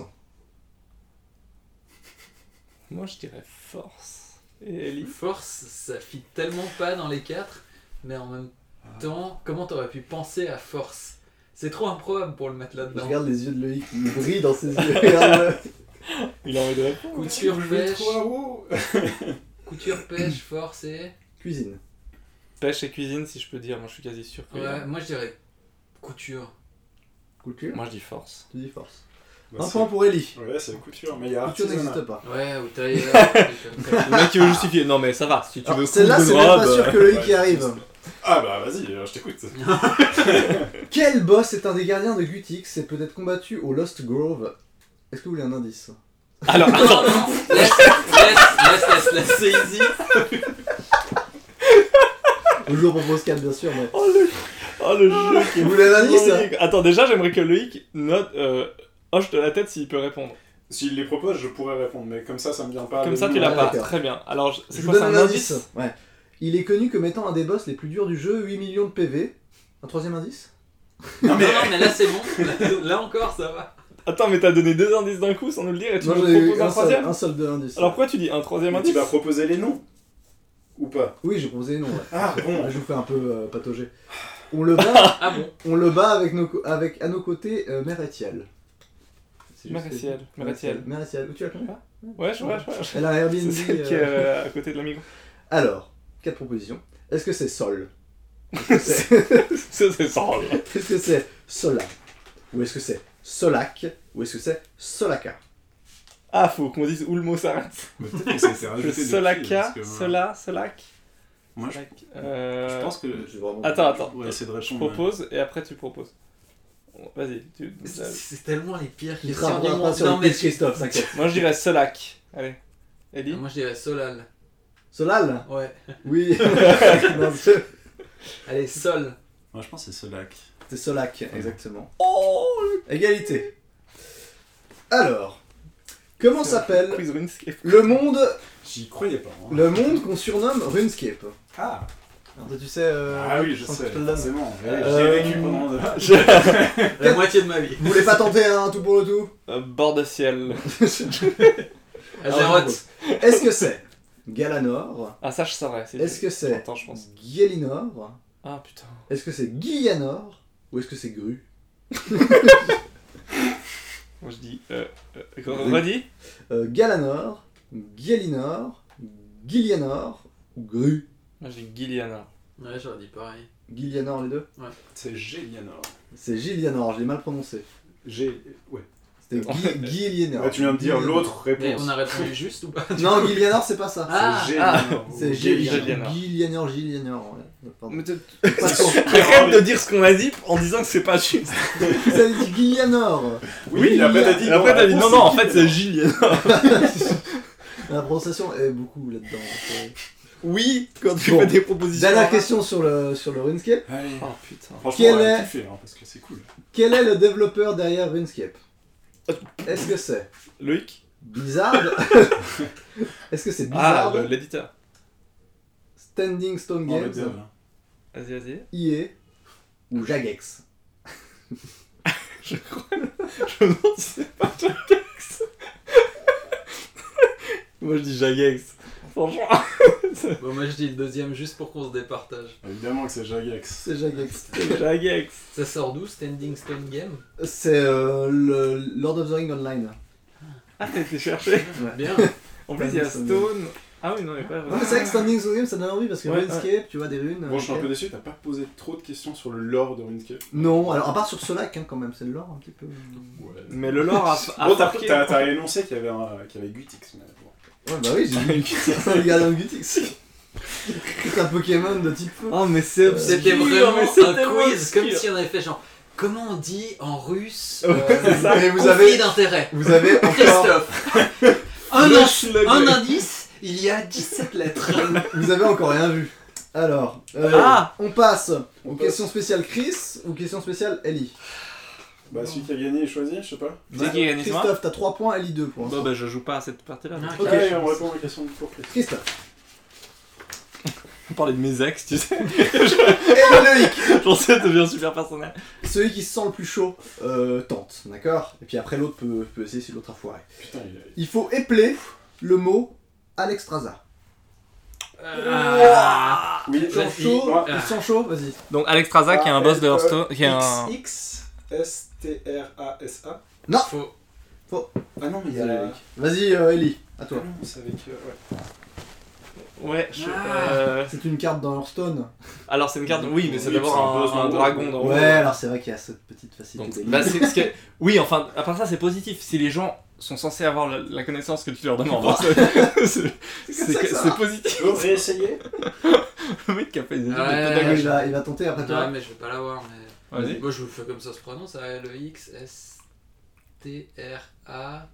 Moi, je dirais force. Et Ellie? Force, ça fit tellement pas dans les quatre, mais en même temps, comment t'aurais pu penser à force? C'est trop improbable pour le mettre Je là-dedans. regarde les yeux de Loïc, il brille dans ses yeux. Regarde-le. Il a envie de répondre. Couture, Je vais pêche, trop à WoW. couture, pêche, force et. Cuisine. Pêche et cuisine, si je peux dire. Moi, je suis quasi sûr que... Ouais, moi je dirais couture. Couture, Moi, je dis force. tu dis force. Bah, Un c'est- point pour Ellie. Ouais, c'est couture, mais il y a Couture artisanat. n'existe pas. Ouais, ou tailleur. des trucs comme ça. Le mec qui veut justifier. Non, mais ça va. Si tu Alors, veux celle-là, coudre c'est une même robe, pas sûr euh, que Loïc y Ouais, arrive. c'est- Ah bah vas-y, euh, je t'écoute. Quel boss est un des gardiens de Gutix et peut être combattu au Lost Grove? Est-ce que vous voulez un indice? Alors, Non, non, non, laisse, laisse, laisse, laisse, laisse, c'est easy. Toujours pour Boss quatre, bien sûr, mais. Oh le, oh, le jeu qui est Vous voulez un indice? magnifique. Attends, déjà, j'aimerais que Loïc note, euh, hoche de la tête s'il peut répondre. S'il les propose, je pourrais répondre, mais comme ça, ça me vient pas. Comme le ça, tu nom. l'as ouais, pas. d'accord. Très bien. Alors, je- Je c'est vous quoi, donne c'est un un indice. indice? Ouais. Il est connu comme étant un des boss les plus durs du jeu, huit millions de P V. Un troisième indice? Non, mais, non, mais là c'est bon. Là, là encore, ça va. Attends, mais t'as donné deux indices d'un coup sans nous le dire et tu Non, nous j'en ai eu proposes un un seul, troisième? un seul de indice. Alors, pourquoi tu dis un troisième Mais indice? tu vas proposer les noms ou pas? Oui, j'ai proposé non. Ouais. Ah bon. Je vous fais un peu euh, patauger. On le bat, Ah bon? on le bat avec, nos, co- avec à nos côtés euh, Mère Etiel. C'est juste- Mère Etiel, Mère Etiel. Mère Etiel. Où tu la connais? Ouais, je vois, je vois. Elle a un C'est Airbnb. celle qui est euh, euh, à côté de l'amigo. Alors, quatre propositions. Est-ce que c'est Sol? Est-ce que c'est Ça, c'est ça. là. est-ce que c'est Sola? Ou est-ce que c'est Solac? Ou est-ce que c'est Solaka? Ah, faut qu'on dise où le mot s'arrête. Mais peut-être que ça a été Le rajouté depuis, Solaka, parce que, moi- Sola, Solac. Moi, je, Euh, je pense que. J'ai vraiment- Attends, attends. Je pourrais essayer de Je répondre. propose et après tu proposes. Bon, Vas-y. Tu... C'est c'est tellement les pires Il te questions du rappellera pas monde. sur Non, le mais quiz, Christophe, t'inquiète. Moi je dirais Solac. Allez. Ah, Ellie? moi je dirais Solal. Solal? Ouais. Oui. Non, c'est Allez, Sol. Moi, je pense que c'est Solac. c'est Solac, exactement. Oh Égalité. Alors, comment s'appelle Quiz RuneScape. le monde, J'y croyais pas. hein. le monde qu'on surnomme RuneScape? Ah, Alors, toi, tu sais. Euh, ah oui, je pense sais. que je te le donne. Forcément. Ouais, Euh, J'ai vécu pendant. de- La moitié de ma vie. Vous voulez pas tenter un tout pour le tout? Euh, bord de ciel. Azeroth. Est-ce que c'est Galanor? Ah, ça je saurais. si Est-ce tu- que c'est Attends, je pense. Gielinor? Ah putain. Est-ce que c'est Guyanor? Ou est-ce que c'est Gru? Moi je dis. Euh, euh, redis? euh, Galanor, Gielinor, Gilianor ou Gru? Moi je dis Giliana. Ouais, j'aurais dit pareil. Gilianor les deux? C'est Gélianor. C'est Gilianor, je l'ai mal prononcé. J'ai. Ouais. C'était Gui- Gilianor. Là, tu viens de dire Gilianor. l'autre Mais réponse. on a répondu juste ou pas? Non, Gilianor c'est pas ça. Ah, C'est Gélianor. C'est Gilianor. Gilianor. Gilianor, Gilianor. Ouais. Pardon. Mais te- Pas trop. Arrête de dire ce qu'on a dit en disant que c'est pas juste. Vous avez dit Gilianor. Oui, après t'as dit. Et après la t'as dit réponse, non, non, en c'est fait c'est Giliana. La prononciation est beaucoup là-dedans. C'est- Oui, quand tu Bon. fais des propositions. Dernière question sur le, sur le RuneScape. Allez. Oh putain. Franchement, Quel on va est- kiffer, hein, parce que c'est cool. Quel est le développeur derrière RuneScape? Est-ce que c'est Loïc? Blizzard? Est-ce que c'est Ah, Blizzard? le- l'éditeur. Standing Stone On va Games? dire, là. Vas-y, vas-y. I A ou Jagex? Je crois. Je me demande si c'est pas Jagex. Moi je dis Jagex. Franchement. Bon, moi je dis le deuxième juste pour qu'on se départage. Évidemment que c'est Jagex. C'est Jagex. Jagex. Ça sort d'où, Standing Stone Game? C'est euh, le Lord of the Rings Online. Ah, t'as été cherché. Ouais. Bien. En plus, il y a Stone. Ah oui, non, mais pas. Non mais c'est vrai que Standing Stone Game ça donne envie parce que Ouais, RuneScape, tu vois des runes. Bon, je suis un ok. peu déçu, t'as pas posé trop de questions sur le lore de RuneScape. Non, alors à part sur Solak hein, quand même, c'est le lore un petit peu. Ouais. Mais le lore a, a Bon, t'as marqué. t'as- t'as énoncé qu'il y avait, un, qu'il y avait Gutix, mais bon. Ouais bah oui, j'ai vu c'est le gars d'un Gutix. C'est un Pokémon de type feu. Oh, mais c'est obscur. C'était vraiment mais c'était un quiz, obscur. comme si on avait fait genre comment on dit en russe Ouais, euh, c'est ça. Et vous conflit avez, d'intérêt. vous avez encore, Christophe. un, Le in- slogan. un indice, il y a dix-sept lettres. vous avez encore rien vu. Alors, euh, Ah. on passe On aux passe. questions spéciales Chris ou questions spéciales Ellie. Bah, celui qui a gagné est choisi, je sais pas. C'est qui a gagné, c'est moi? Christophe, t'as trois points, Ellie deux pour Bon, l'instant. bah, je joue pas à cette partie-là. Ah, Ok. Allez, on répond aux questions pour Chris. Christophe. On parlait de mes ex, tu sais. Et le Loïc. J'en sais, ça devient super personnel. Celui qui se sent le plus chaud euh, tente, d'accord. Et puis après l'autre peut, peut essayer si l'autre a foiré. Putain, il a... Il faut épeler le mot Alexstrasza. Ah. Oui, Tu sens vas-y. chaud, Ah. tu sens chaud, vas-y. Donc, Alexstrasza, qui est un boss de Hearthstone. Qui est un. X S T R A S A. Faux. Ah non, mais il y a... Vas-y euh, Ellie, à Ah toi. non, c'est avec... euh, ouais. Ouais, je. Ah. euh, C'est une carte dans Hearthstone. Alors, c'est une carte. Oui, mais c'est Oui, d'abord c'est un un, boss un en haut. dragon dans Ouais, alors c'est vrai qu'il y a cette petite facilité. Donc, bah, c'est parce que. Oui, enfin, à part ça, c'est positif. Si les gens sont censés avoir la, la connaissance que tu leur demandes, hein, c'est- c'est c'est ça que que- ça c'est va. positif. Tu veux réessayer? Le mec qui a fait des études Ouais. de il, pédagogie. va, il va tenter après Ouais, toi. mais je vais pas l'avoir. Mais... Vas-y. Moi je vous le fais comme ça se prononce, hein, le X S T R A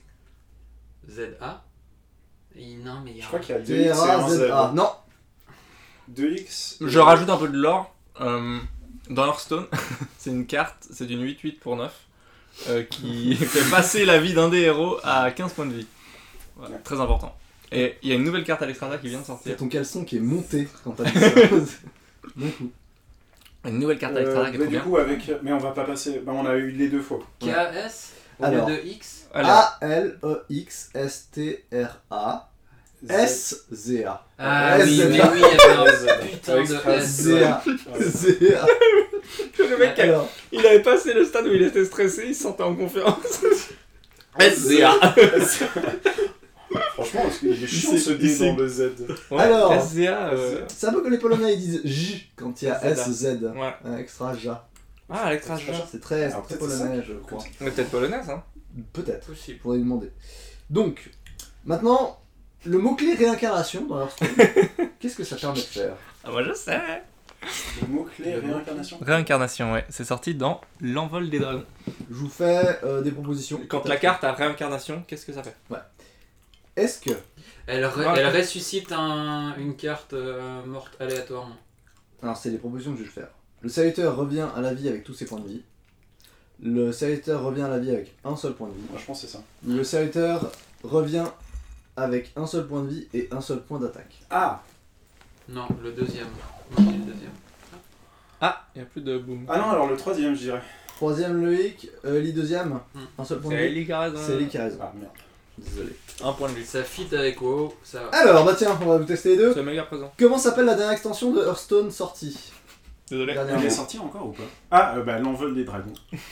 Z A. Et non, mais il y a Je crois qu'il y a deux T X R et A un Z A. Z. Non. deux X. Je rajoute un peu de lore. Euh, dans Hearthstone, c'est une carte, c'est une huit huit pour neuf euh, qui fait passer la vie d'un des héros à quinze points de vie. Voilà, très important. Et il y a une nouvelle carte Alexstrasza qui vient de C'est sortir. ton caleçon qui est monté quand t'as dit ça. Bon coup. Une nouvelle carte Euh, Alexstrasza qui est mais trop du bien. coup, avec... Mais on va pas passer... Bah, on a eu les deux fois. K S au Alors. lieu de X. Alors, A L E X S T R A S Z A. Ah S oui, Z A. mais oui, il y avait un putain Avec de Stras- S. Z A. Z A. le mec, Alors, il avait passé le stade où il était stressé, il se sentait en confiance. S Z A. Franchement, parce qu'il est chiant Il ce s'est- dé il s'est- dans le Z. Ouais, Alors. S Z A. euh, c'est un peu comme les Polonais, ils disent J quand il y a Z A. S Z. Ouais. Un extra Ja. Ah, Alexstrasza. C'est très, Alors, très peut-être c'est polonais, je crois. Mais peut-être polonaise, hein. Peut-être. Possible. Faudrait lui demander. Donc, maintenant, le mot-clé réincarnation dans Hearthstone, qu'est-ce que ça permet de faire? Ah, moi je sais. Le mot-clé réincarnation. Réincarnation, ouais. C'est sorti dans L'Envol des Dragons. Je vous fais euh, des propositions. Quand la carte a réincarnation, qu'est-ce que ça fait? Est-ce que. Elle, re- Ouais. elle ressuscite un- une carte euh, morte aléatoirement. Alors, c'est les propositions que je vais faire. Le serviteur revient à la vie avec tous ses points de vie. Le serviteur revient à la vie avec un seul point de vie. Moi, je pense que c'est ça. Le serviteur revient avec un seul point de vie et un seul point d'attaque. Ah Non, le deuxième. Moi, je dis le deuxième. Ah, il n'y a plus de boom. Ah non, alors le troisième, je dirais. Troisième Loïc, euh, Ellie deuxième, Hmm. un seul point de C'est vie. Ellie qui a raison. C'est Ellie qui a raison. Ah merde. Désolé. Un point de vue. Ça fit avec WoW, ça va. Alors, bah tiens, on va vous tester les deux. C'est méga présent. Comment s'appelle la dernière extension de Hearthstone sortie Désolé. Elle est Dernièrement. sortie encore ou pas? Ah, euh, bah l'envol des dragons.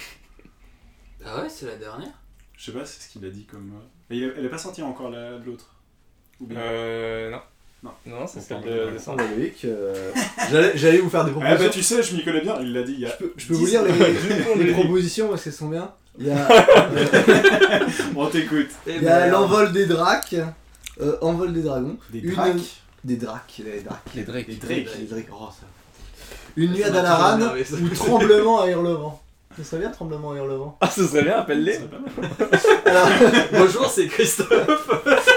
Ah ouais, c'est la dernière. Je sais pas, c'est ce qu'il a dit comme. euh, et il est- elle est pas sortie encore la- l'autre. Ou bien. Euh. Non. Non. Non, c'est Bon, celle pardon. de Ah décembre. bah Loïc, euh, j'allais j'allais vous faire des Ah propositions. bah tu sais, je m'y connais bien, il l'a dit il y a. Je peux, je peux vous lire les, les propositions parce qu'elles sont bien. Il y a, On t'écoute. il y a l'envol des dracs, euh, envol des dragons, Des Une- dracs. des dracs, les dracs. Les Drake. Les Drake. Les dracs, oh, ça. Une nuit à Ça m'a Dalaran toujours énervé, ça. ou tremblement à Hurlevent. Ça serait bien tremblement à Hurlevent. Ah, ce serait bien, appelle-les. C'est pas mal. Alors, Bonjour, c'est Christophe.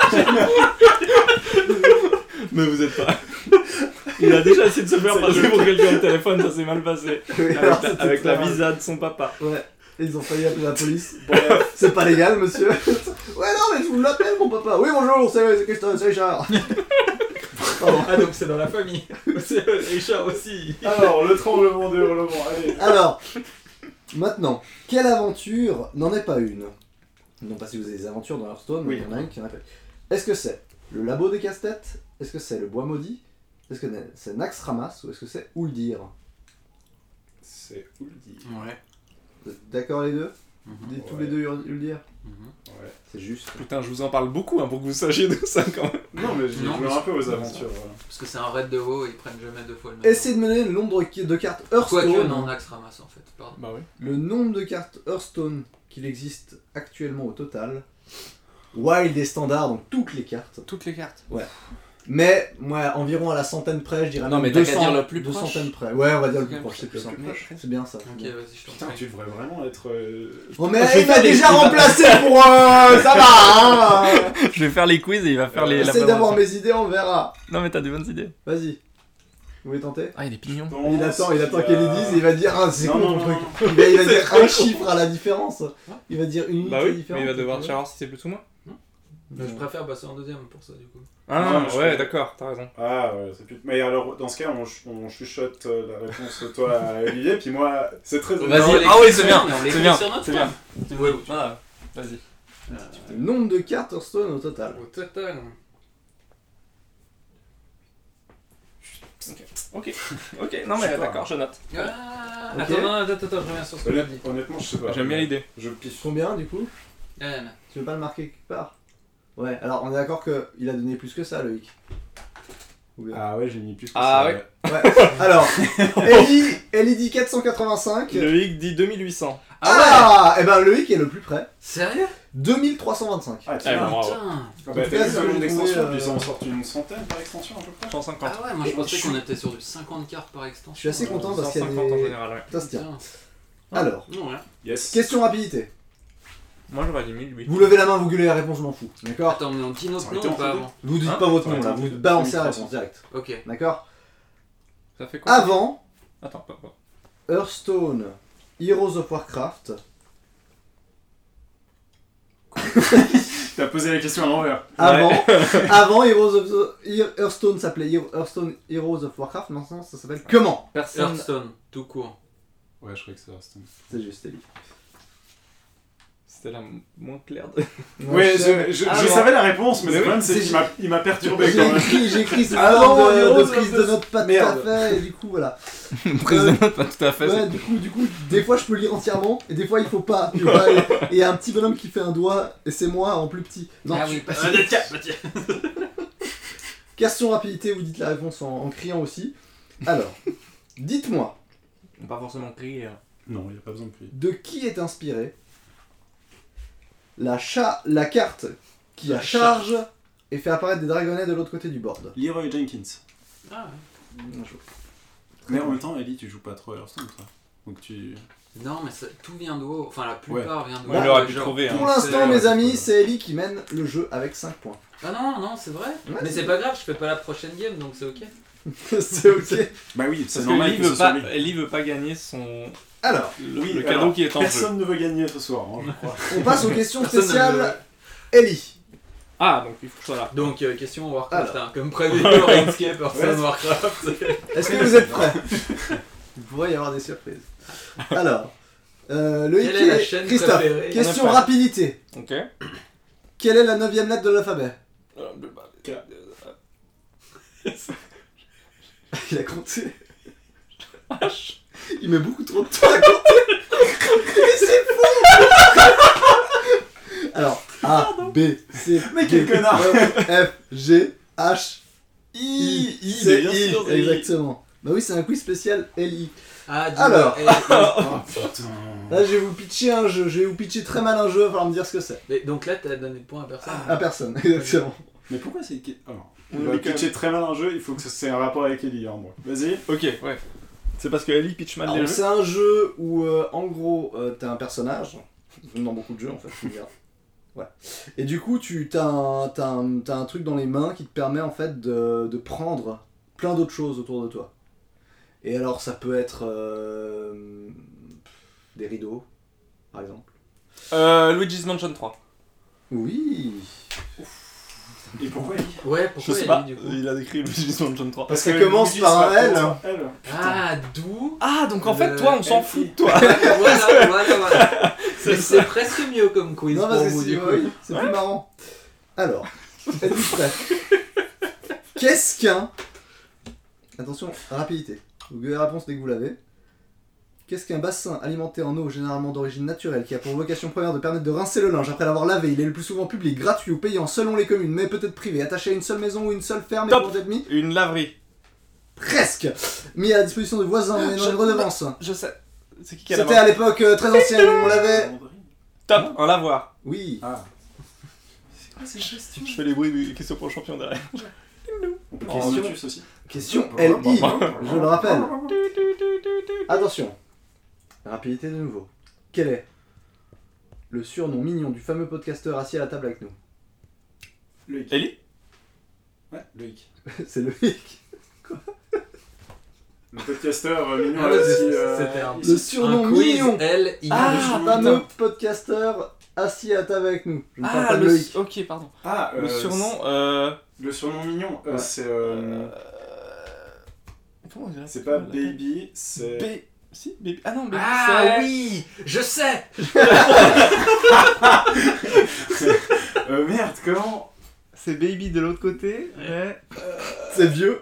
Mais vous êtes pas. Il a déjà essayé de se faire passer pour quelqu'un au téléphone, ça s'est mal passé. oui, Avec alors, la, c'était avec la très grave. visa de son papa. Ouais, ils ont failli appeler la police. Bref, c'est pas légal, monsieur. Ouais, non, mais je vous l'appelle, mon papa. Oui, bonjour, c'est c'est Christophe, c'est Richard. Pardon. Ah donc c'est dans la famille. C'est Richard aussi. Alors, le tremblement de hurlement, allez. Alors, Maintenant, quelle aventure n'en est pas une? Non pas si vous avez des aventures dans Hearthstone, mais Oui. il y en a une qui en a pas une. Est-ce que c'est le labo des casse-têtes? Est-ce que c'est le bois maudit? Est-ce que c'est Naxxramas? Ou est-ce que c'est Uldir? C'est Uldir. Ouais. Vous êtes d'accord les deux? Mhm. Dites tous Ouais. les deux Uldir? Mhm. Ouais. C'est juste. Putain, je vous en parle beaucoup hein, pour que vous sachiez de ça quand même. Non, mais j'ai Non, joué mais un peu aux aventures. Voilà. Parce que c'est un raid de WoW et ils prennent jamais deux fois le même. Essayez de mener le nombre de cartes Hearthstone. Quoique, non, Nax ramasse en fait. Pardon. Bah oui. Le nombre de cartes Hearthstone qu'il existe actuellement au total. Wild et standard, donc toutes les cartes. Toutes les cartes. Mais, moi, environ à la centaine près, je dirais Non, même mais t'as qu'à deux cents, dire le plus deux proche. centaines près. Ouais, on va dire le C'est plus quand proche, c'est même plus le simple. plus proche. C'est bien ça. Ok, c'est bien. vas-y, je t'en Putain, prie. tu devrais vraiment être. euh, Oh, mais Je vais il m'a faire des déjà quiz. remplacé pour... euh, ça va, hein. Je vais faire les quiz et il va faire les. la Essaye d'avoir présentation. mes idées, on verra. Non, mais t'as des bonnes idées. Vas-y. Vous voulez tenter? Ah, il est pignon. pense Il attend, il attend qu'il qu'elle y a- dise et il va dire ah c'est Non, con non, ton non, truc. non. Il va, il va C'est dire trop un con. chiffre à la différence. Il va dire une unité Bah oui, différente. mais il va devoir tu vois. savoir si c'est plus ou moins. Mais je préfère passer en deuxième pour ça, du coup. Ah, Non, je ouais, fais- d'accord, t'as raison. Ah ouais, c'est plus. Mais alors, dans ce cas, on, ch- on chuchote euh, la réponse de toi à Olivier, puis moi, c'est très. Vas-y. Non, on Ah l'écrit- oui, c'est bien, on c'est l'écrit bien, sur notre c'est feuille. bien. Ouais, ou tu- Ah, vas-y. Le nombre de cartes Hearthstone au total. Au total. Ok, ok, non mais Je sais pas. d'accord, je note. Ah, Ok. Attends, non, attends, attends, je reviens sur ce que j'ai dit. Honnête- Honnêtement, je sais pas. J'aime bien l'idée. Je piffe. Combien du coup? Ah, non. Tu veux pas le marquer quelque part? Ouais, alors on est d'accord qu'il a donné plus que ça, Loïc. Ou bien- Ah ouais, j'ai mis plus que Ah ça. ouais. Ouais. Alors, Ellie, Ellie dit quatre cent quatre-vingt-cinq. Loïc dit deux mille huit cents. Ah, et ben Loïc est le plus près. Sérieux? deux mille trois cent vingt-cinq. Ah, Ah, tiens. bon, bravo. Putain. Ah bah, En t'as tout vu cas, le ce que nombre j'ai d'extensions, trouvé, puis ils euh, en sortent une centaine par extension à peu près. cent cinquante. Ah ouais, moi je Et pensais je qu'on suis- était sur du cinquante cartes par extension. Je suis assez content parce qu'il y a cent cinquante en des... général, ouais. Ça se tient. Putain. Alors, Non, ouais. Yes. question rapidité. Moi j'aurais dit mille huit. Vous levez la main, vous gueulez la réponse, je m'en fous. D'accord? Attends, mais on dit notre Ça aurait nom été ou en pas fait avant? Vous dites Hein? pas votre Ça aurait nom là, été vous en fait balancez la mille trois réponse cents. direct. Ok. D'accord? Ça fait quoi Avant Attends, pas, pas. Hearthstone, Heroes of Warcraft, T'as posé la question à l'envers. avant, avant Heroes of the... Hear- Hearthstone s'appelait Hear- Hearthstone Heroes of Warcraft, maintenant ça s'appelle comment? Personne. Hearthstone, tout court. Ouais, je croyais que c'était Hearthstone. C'est juste Ellie. C'était la m- moins claire de. Ouais, je, je, Ah, je bon. savais la réponse, mais Mais le oui, problème c'est c'est- qu'il m'a- il m'a perturbé J'ai quand même. écrit, j'ai écrit sous Ah forme non, de, Heroes de of prise the- de notes pas tout à Merde. fait, et du coup voilà. Prise de notes, pas tout à fait. Ouais, c'est- du coup, du coup, des fois je peux lire entièrement, et des fois il faut pas, tu vois, et et il y a un petit bonhomme qui fait un doigt, et c'est moi en plus petit. Non, Ah je- oui, pas si. Tiens, bah tiens. Question rapidité, vous dites la réponse en, en criant aussi. Alors, dites-moi, Pas forcément crier. Non, il n'y a pas besoin de crier. de qui est inspirée la, cha- la carte qui La a charge et fait apparaître des dragonnets de l'autre côté du board? Leroy Jenkins. Ah ouais. Bien joué. Mais en même temps, Ellie, tu joues pas trop à Hearthstone, toi. Donc tu. Non, mais ça- tout vient de WoW. Enfin, la plupart vient de WoW. Ouais, il aurait pu Genre, trouver, hein. Pour c'est- l'instant, ouais, mes c'est amis, cool. c'est Ellie qui mène le jeu avec cinq points. Ah non, non, c'est vrai. Ouais, mais c'est c'est pas grave, je fais pas la prochaine game, donc c'est ok. C'est ok. Bah oui, c'est Parce normal que que Ellie ce veut soit pas, lui. Ellie veut pas gagner son. Alors, Le, Oui, le cadeau alors, qui est en jeu. Personne ne veut gagner ce soir, hein, je crois. on passe aux questions Personne ne spéciales. veut- Ellie, Ah, donc il faut que je sois là. Donc, euh, question Warcraft, Alors. hein, comme prévu, RuneScape, Hearthstone, Ouais. Warcraft. est-ce que vous êtes prêts? Il pourrait y avoir des surprises. Alors, euh, Loïc Quelle est la et chaîne Christophe, préférée? question On est prêt. rapidité. Ok. Quelle est la neuvième lettre de l'alphabet? Euh, K. Il a compté. Il met beaucoup trop de temps à compter. Mais c'est fou. Alors, A, B, C, Mais quel D, connard. E, F, G, H, I, I, C, mais bien I. sûr, c'est I. Exactement. Bah oui, c'est un quiz spécial L I. Ah, dis Alors. eh, eh, Oh putain. Là, je vais vous pitcher un jeu. Je vais vous pitcher très mal un jeu. Il va falloir me dire ce que c'est. mais donc là, t'as donné le point à personne. À personne, exactement. Mais pourquoi c'est. Alors, On on est va quand même- pitcher très mal un jeu, il faut que ça c'est un rapport avec Ellie, hein, moi. Vas-y. Ok, ouais. C'est parce que Ellie pitch mal les Alors, jeux. c'est un jeu où, euh, en gros, euh, t'es un personnage. Comme dans beaucoup de jeux, en fait. tu me diras. Ouais. Et du coup, tu t'as un, t'as un, t'as un truc dans les mains qui te permet, en fait, de, de prendre plein d'autres choses autour de toi. Et alors, ça peut être euh, des rideaux, par exemple. Euh, Luigi's Mansion trois. Oui. Et pourquoi Ellie? Ouais, Je pourquoi sais Ellie, pas, du coup il a décrit Luigi's Mansion trois. Parce qu'elle commence Luigi par un sera L. sur L. Ah, d'où Ah, donc en fait, Le toi, on s'en L I. fout de toi. Voilà, voilà, voilà. Mais c'est presque mieux comme quiz Non, pour parce que vous, c'est du coup. oui, c'est plus marrant. Alors, êtes-vous prêts? Qu'est-ce qu'un... Attention, rapidité. Vous avez la réponse dès que vous l'avez. Qu'est-ce qu'un bassin alimenté en eau généralement d'origine naturelle qui a pour vocation première de permettre de rincer le linge après l'avoir lavé? Il est le plus souvent public, gratuit ou payant selon les communes, mais peut-être privé, attaché à une seule maison ou une seule ferme et Top. pour être mis Une laverie. presque mis à la disposition de voisins moyennant Je- une redevance. Je sais. C'est qui qui a la C'était main à l'époque euh, très ancienne où on l'avait. Top, un lavoir. Oui. Ah. Je fais les bruits des questions pour le champion derrière. On peut Question. question Lotus aussi. Question L I, je le rappelle. Attention. Rapidité de nouveau. Quel est le surnom mignon du fameux podcasteur assis à la table avec nous? Loïc. Ellie Ouais, Loïc. C'est le hic. Le podcasteur euh, mignon Ah ouais, là, c'est- aussi, euh, c'était un- ici. Le surnom Un quiz mignon L I. Ah, Le le surnom- fameux podcasteur assis à la table avec nous. Je ne parle Ah, pas de le... Loïc. Ok, pardon. Ah, Le euh, surnom, euh... Le surnom mignon, euh, Ouais. c'est. euh, euh, Comment on dirait C'est ça, pas la Baby, c'est. taille? B... Si, Baby... Ah non, Baby, Ah c'est... oui, je sais. Euh, merde, comment? C'est Baby de l'autre côté, mais... C'est vieux.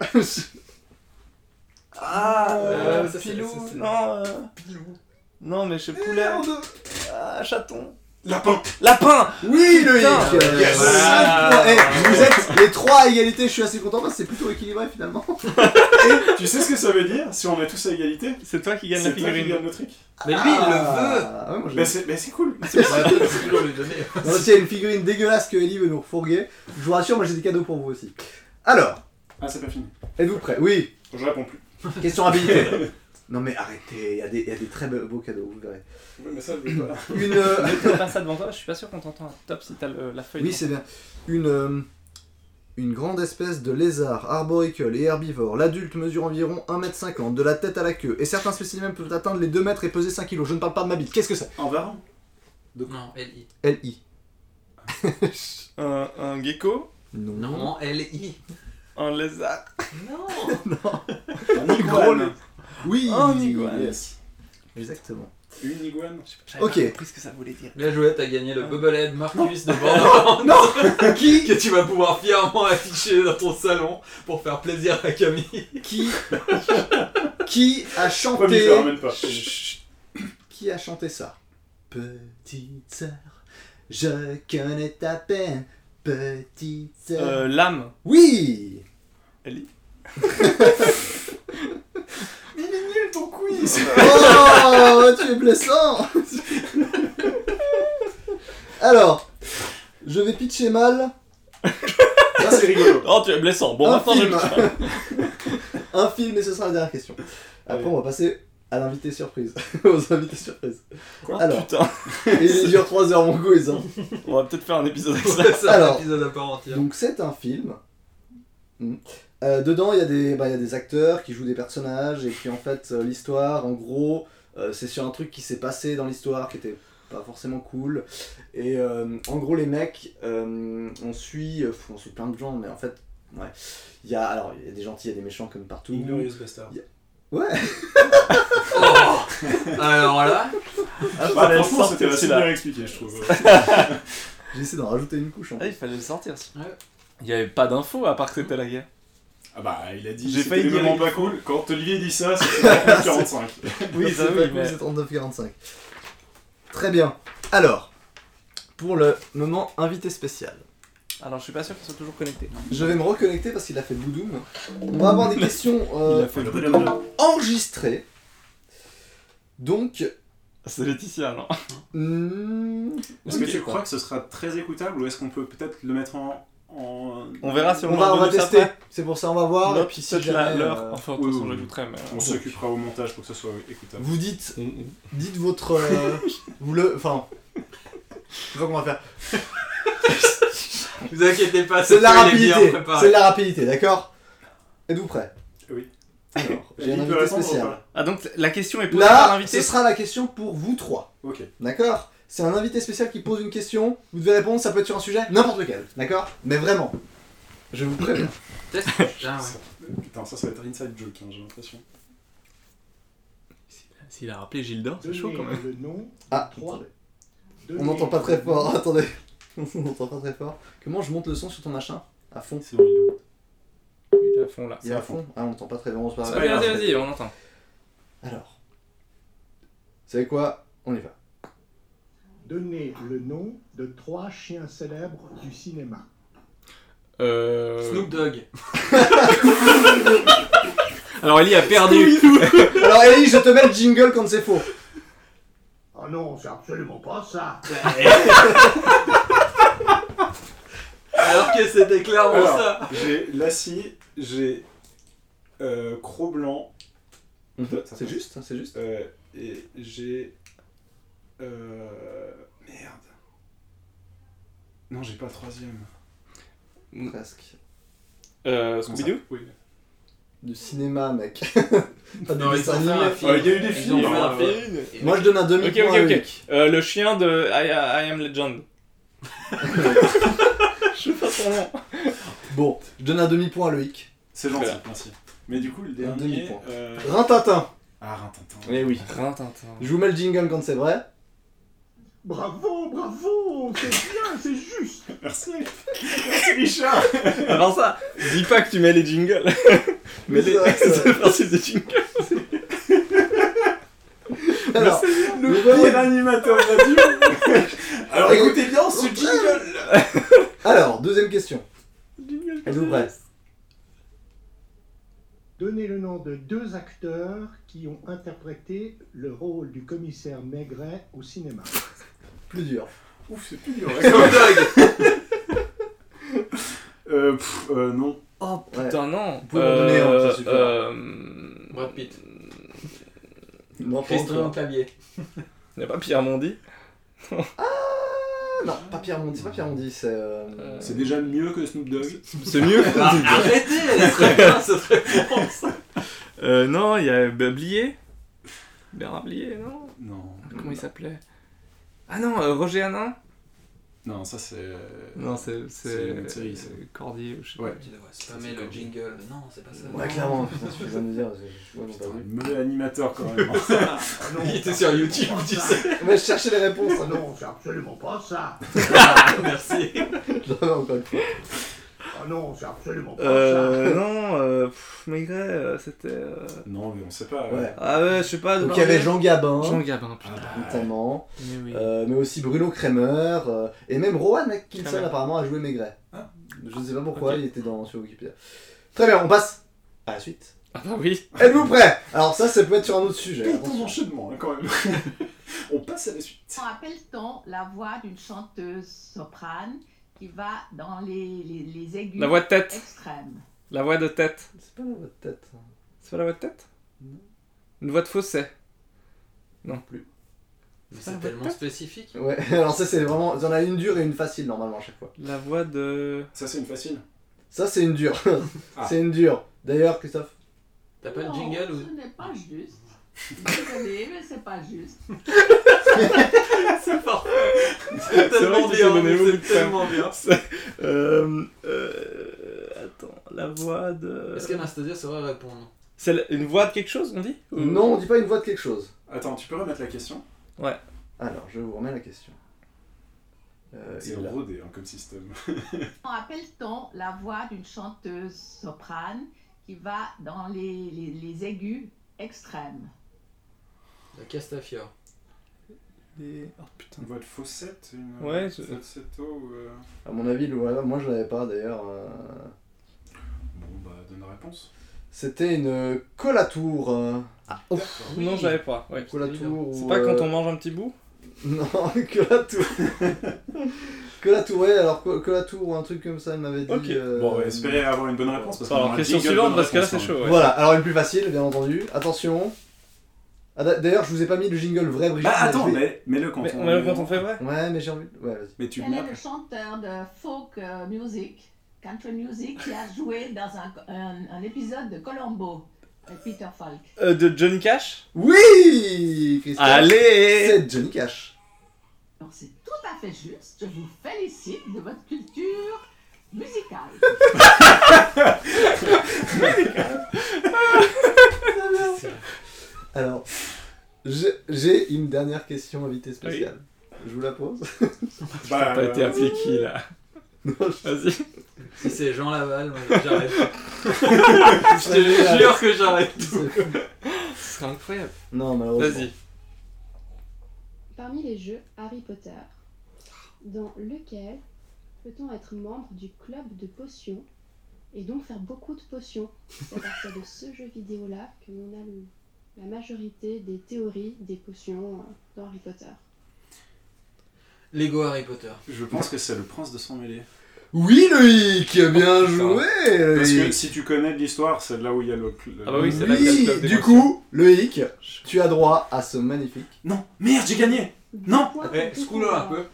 Ah, Euh, euh, ça, c'est- Pilou, ça, c'est- non, euh... Non, mais chez Poulet... Ah, chaton... Lapin. Lapin. Oui, Loïc. Putain. Euh, Yes. cinq Ah. points. Eh, vous êtes les trois à égalité, je suis assez content parce que c'est plutôt équilibré finalement. Et tu sais ce que ça veut dire si on est tous à égalité? C'est toi qui gagne C'est la toi qui figurine. gagne le truc. Mais lui, il le veut. Ah, ouais, moi, je Bah c'est bah, c'est cool. Ouais, peut-être c'est toujours lui donner. Non, s'il y a une figurine dégueulasse que Ellie veut nous refourguer, je vous rassure, moi j'ai des cadeaux pour vous aussi. Alors, Ah, c'est pas fini. êtes-vous prêts? Oui. Je réponds plus. Question rapidité. Non mais arrêtez, il y, a des- il y a des très beaux beaux cadeaux, vous verrez. Ouais, mais ça, je veux pas. Une... euh, Mets pas ça devant toi, je suis pas sûr qu'on t'entend. Top si t'as le- la feuille. Oui, devant. c'est bien. Une, euh, une grande espèce de lézard arboricole et herbivore. L'adulte mesure environ un mètre cinquante, de la tête à la queue, et certains spécimens peuvent atteindre les deux mètres et peser cinq kilos. Je ne parle pas de ma bite. Qu'est-ce que c'est? En varan. Non, L I. L I. Un, un gecko, Non. Non, L I. un lézard. Non. Un iguane. Oui. Un iguane. Yes. Exactement. Une iguane. Ok. J'avais pas compris ce que ça voulait dire. Bien joué, t'as gagné le Bubblehead Marcus de Bordeaux. Non. Qui Que tu vas pouvoir fièrement afficher dans ton salon pour faire plaisir à Camille. Qui Qui a Promis, je le chanté ramène pas. Qui a chanté ça? Petite sœur, je connais ta peine. Petite sœur. Euh, l'âme. Oui. Ellie. Il est nul ton quiz. Oh, tu es blessant. Alors, je vais pitcher mal Ça, c'est rigolo. Oh, tu es blessant. Bon, un maintenant je film. vais. Un film et ce sera la dernière question. Après, Allez. on va passer à l'invité surprise. Aux invités surprises. Quoi Alors. Putain. Et il dure trois heures mon quiz. Hein. On va peut-être faire un épisode avec ça. C'est un Alors. épisode à part entière. Donc c'est un film. Hmm. Euh, dedans il y, a des, bah, il y a des acteurs qui jouent des personnages et puis en fait euh, l'histoire en gros euh, c'est sur un truc qui s'est passé dans l'histoire qui était pas forcément cool et euh, en gros les mecs euh, on suit euh, on suit plein de gens mais en fait ouais il y a alors il y a des gentils il y a des méchants comme partout. Inglorious Bastard. Ouais. Oh. Alors là, Ah, Bah, fallait le franchement, sortir c'était assez celui-là. bien expliqué, je trouve. J'ai essayé d'en rajouter une couche en Ah, fait. il fallait le sortir. Ouais. Il y avait pas d'infos à part que c'était la guerre. Ah bah, il a dit J'ai c'était failli des dire moments il pas faut. cool. Quand Olivier dit ça, c'est trente-neuf quarante-cinq. Oui, ça c'est oui, pas cool, mais- c'est trente-neuf quarante-cinq. Très bien. Alors, pour le moment invité spécial. Alors, je suis pas sûr qu'il soit toujours connecté. Je vais me reconnecter parce qu'il a fait boudoum. On va avoir des questions euh, Il a fait le enregistrées. Donc, C'est Laetitia, non? hmm, Est-ce que ok, tu quoi. crois que ce sera très écoutable ou est-ce qu'on peut peut-être le mettre en. en... On verra si on, on va, on va enregistre tester. après. C'est pour ça on va voir. Non, et puis si peut-être la- jamais, l'heure. euh, Enfin, de oui, toute façon, oui, oui. j'ajouterai, mais. On s'occupera au montage pour que ce soit écoutable. vous dites, dites votre, euh, vous le, enfin, je sais pas comment on va faire. vous inquiétez pas, C'est de la il est bien rapidité. préparé. C'est de la rapidité, d'accord? Êtes-vous prêts? Oui. Alors, j'ai Il un peut invité répondre ou spécial. pas Ah, donc la question est posée par Là, l'invité? ce sera la question pour vous trois. Ok. D'accord? C'est un invité spécial qui pose une question, vous devez répondre, ça peut être sur un sujet, n'importe lequel, d'accord? Mais vraiment, Je vous préviens. Test. Ah, ouais. Putain, ça, ça va être inside joke, hein, j'ai l'impression. S'il a rappelé Gildor, c'est chaud quand même. Le nom, Ah, trois. attendez. On n'entend pas très fort, attendez. On n'entend pas très fort. Comment je monte le son sur ton machin? À fond. C'est horrible. Il est à fond là. Il est à fond. Ah, on n'entend pas très bien, c'est pas C'est grave. pas grave, vas-y, vas-y, on entend. Alors. Vous savez quoi? On y va. Donnez le nom de trois chiens célèbres du cinéma. Euh... Snoop Dogg. Alors Ellie a perdu. Alors, Ellie, je te mets le jingle quand c'est faux. Oh non, c'est absolument pas ça. Alors que c'était clairement Alors, ça. j'ai Lassie, j'ai euh, Cro-Blanc, C'est juste, c'est juste. euh, et j'ai... Euh... Merde. Non, j'ai pas le troisième. Presque. Euh, Comment Scooby-Doo ça Oui. Du cinéma, mec. Pas de Non, ils dessin ont fait animé. un film. Oh, il y a eu des Ils films, ont fait hein, un film. Et Moi, je donne un demi-point Ok, ok, à ok. Loïc. Euh, le chien de I, I Am Legend. Je sais pas son nom. Bon, je donne un demi-point à Loïc. C'est gentil, Voilà. merci. Mais du coup, le dernier... demi-point. Euh... Rintintin. Ah, Rintintin. Eh oui. Rintintin. Je vous mets le jingle quand c'est vrai. Bravo, bravo, c'est bien, c'est juste. Merci. Merci Richard. Avant ça, dis pas que tu mets les jingles. Mais les... C'est vrai, c'est c'est le principe des jingles. Alors, Le le premier- pire animateur radio. Alors écoutez bien ce jingle. Alors, deuxième question. Êtes-vous prêts? Donnez le nom de deux acteurs qui ont interprété le rôle du commissaire Maigret au cinéma. Plus dur. Ouf, c'est plus dur. Snoop Dogg. euh, pff, euh, non. Oh Ouais. putain, non. Vous pouvez m'en donner un, ça suffira. euh... Brad Pitt. Non, pas Christian encore. Clavier. Il n'y a pas Pierre Mondi. Ah, non, pas Pierre Mondi, c'est pas Pierre Mondi, c'est... euh, Euh, C'est déjà mieux que Snoop Dogg. C'est mieux. Ah, arrêtez, elle est très bien cette réponse. euh, non, il y a bah, Blier. Bernard Blier, non. Non. Comment il s'appelait? Ah non, euh, Roger Hanin. Non, ça c'est. Non, c'est c'est c'est une autre série, ça. euh, Cordier ou je sais Ouais. pas. Tu devrais spammer le jingle. Non, c'est pas ça. Ouais, clairement, putain, tu viens de me dire, je je vois, non, Putain, pas vu. mauvais animateur quand même. Ah non, Il était sur YouTube, tu sais. Mais je cherchais les réponses, Oh hein. non, c'est absolument pas ça. Merci. Je l'avais encore une fois. Oh non, c'est absolument pas Euh, non, euh, pff, Maigret, euh, c'était. euh, Non, mais on sait pas. Ouais. Ah ouais, je sais pas. Donc il y avait Jean Gabin, Jean Gabin, putain. Ah bah, notamment, Mais oui. euh, mais aussi Bruno Kremer, euh, et même Rowan Atkinson Kremer. apparemment a joué Maigret. Ah. Je ne sais pas pourquoi, Ok. il était dans, sur Wikipédia. Très bien, on passe à la suite. Ah bah oui. Êtes-vous prêts? Alors ça, ça peut être sur un autre sujet. Quel attention. temps d'enchaînement hein, quand même. On passe à la suite. Comment appelle-t-on la voix d'une chanteuse soprane qui va dans les, les, les aigus La voix de tête. extrêmes? La voix de tête. C'est pas la voix de tête. C'est pas la voix de tête? Non. Une voix de fausset. Non plus. Mais c'est tellement spécifique. Ouais, alors ça c'est vraiment... Il y en a une dure et une facile normalement à chaque fois. La voix de. Ça c'est une facile. Ça c'est une dure. Ah. C'est une dure. D'ailleurs, Christophe, T'as pas le Non, jingle ou. ce n'est pas juste. Désolée, mais c'est pas juste. C'est parfait. vrai C'est tellement que tu t'es bien. donné mais beaucoup C'est de tellement bien. Euh. euh attends, la voix de. Est-ce qu'Anastasia saurait répondre? C'est la- une voix de quelque chose, on dit Ou- non, on dit pas une voix de quelque chose. Attends, tu peux remettre la question? Alors, je vous remets la question. Euh, C'est il est là. rodé hein, comme système. Comment appelle-t-on la voix d'une chanteuse soprane qui va dans les, les, les aigus extrêmes? La Castafiore. Les- Oh putain. Une voix de faussette une... Ouais, je- falsetto ou... euh, À mon avis, le- voilà, moi je l'avais pas d'ailleurs. euh, Bon bah donne la réponse. C'était une collatour. euh, Non, j'avais pas. Ouais. Collatour C'est ou, pas quand euh, on mange un petit bout? Non, collatour. Collatour, ouais, alors co- collatour ou un truc comme ça, il m'avait dit. Ok. euh, Bon, on va espérer avoir une bonne réponse parce qu'on Alors, aura un question jingle suivante, bonne parce que là c'est réponse, hein. chaud. Ouais. Voilà, alors une plus facile, bien entendu. Attention. Ah, d'a- D'ailleurs, je vous ai pas mis le jingle vrai Brigitte. Bah mais attends, je vais- mais mets-le quand Mais, on... mais quand on fait vrai? Ouais, mais j'ai envie. Ouais, vas-y. Mais tu Quel mets est après. le chanteur de folk euh, music, country music, qui a joué dans un, un, un épisode de Columbo avec Peter Falk? Euh, de Johnny Cash? Oui, Christophe. Allez! C'est Johnny Cash. Alors c'est tout à fait juste, je vous félicite de votre culture musicale. Alors, j'ai- j'ai une dernière question invitée spéciale. Je vous la pose. Bah, T'as été euh, appelé qui là? Vas-y. Si c'est Jean Laval, moi, j'arrête. Je te jure que j'arrête tout. Ce serait incroyable. Non, malheureusement. Vas-y. Parmi les jeux Harry Potter, dans lequel peut-on être membre du club de potions et donc faire beaucoup de potions? C'est à partir de ce jeu vidéo-là que l'on a le- la majorité des théories des potions euh, dans Harry Potter. Lego Harry Potter. Je pense que c'est le prince de sang mêlé. Oui, Loïc, bien Oh, joué. Parce que Loïc. si tu connais l'histoire, c'est là où il y a le. le- Ah bah oui, c'est là qu'il y a le Oui, club des du potions. coup, Loïc, tu as droit à ce magnifique. Non, merde, j'ai gagné. Non. Point Eh, pour tout secoue-le un peu.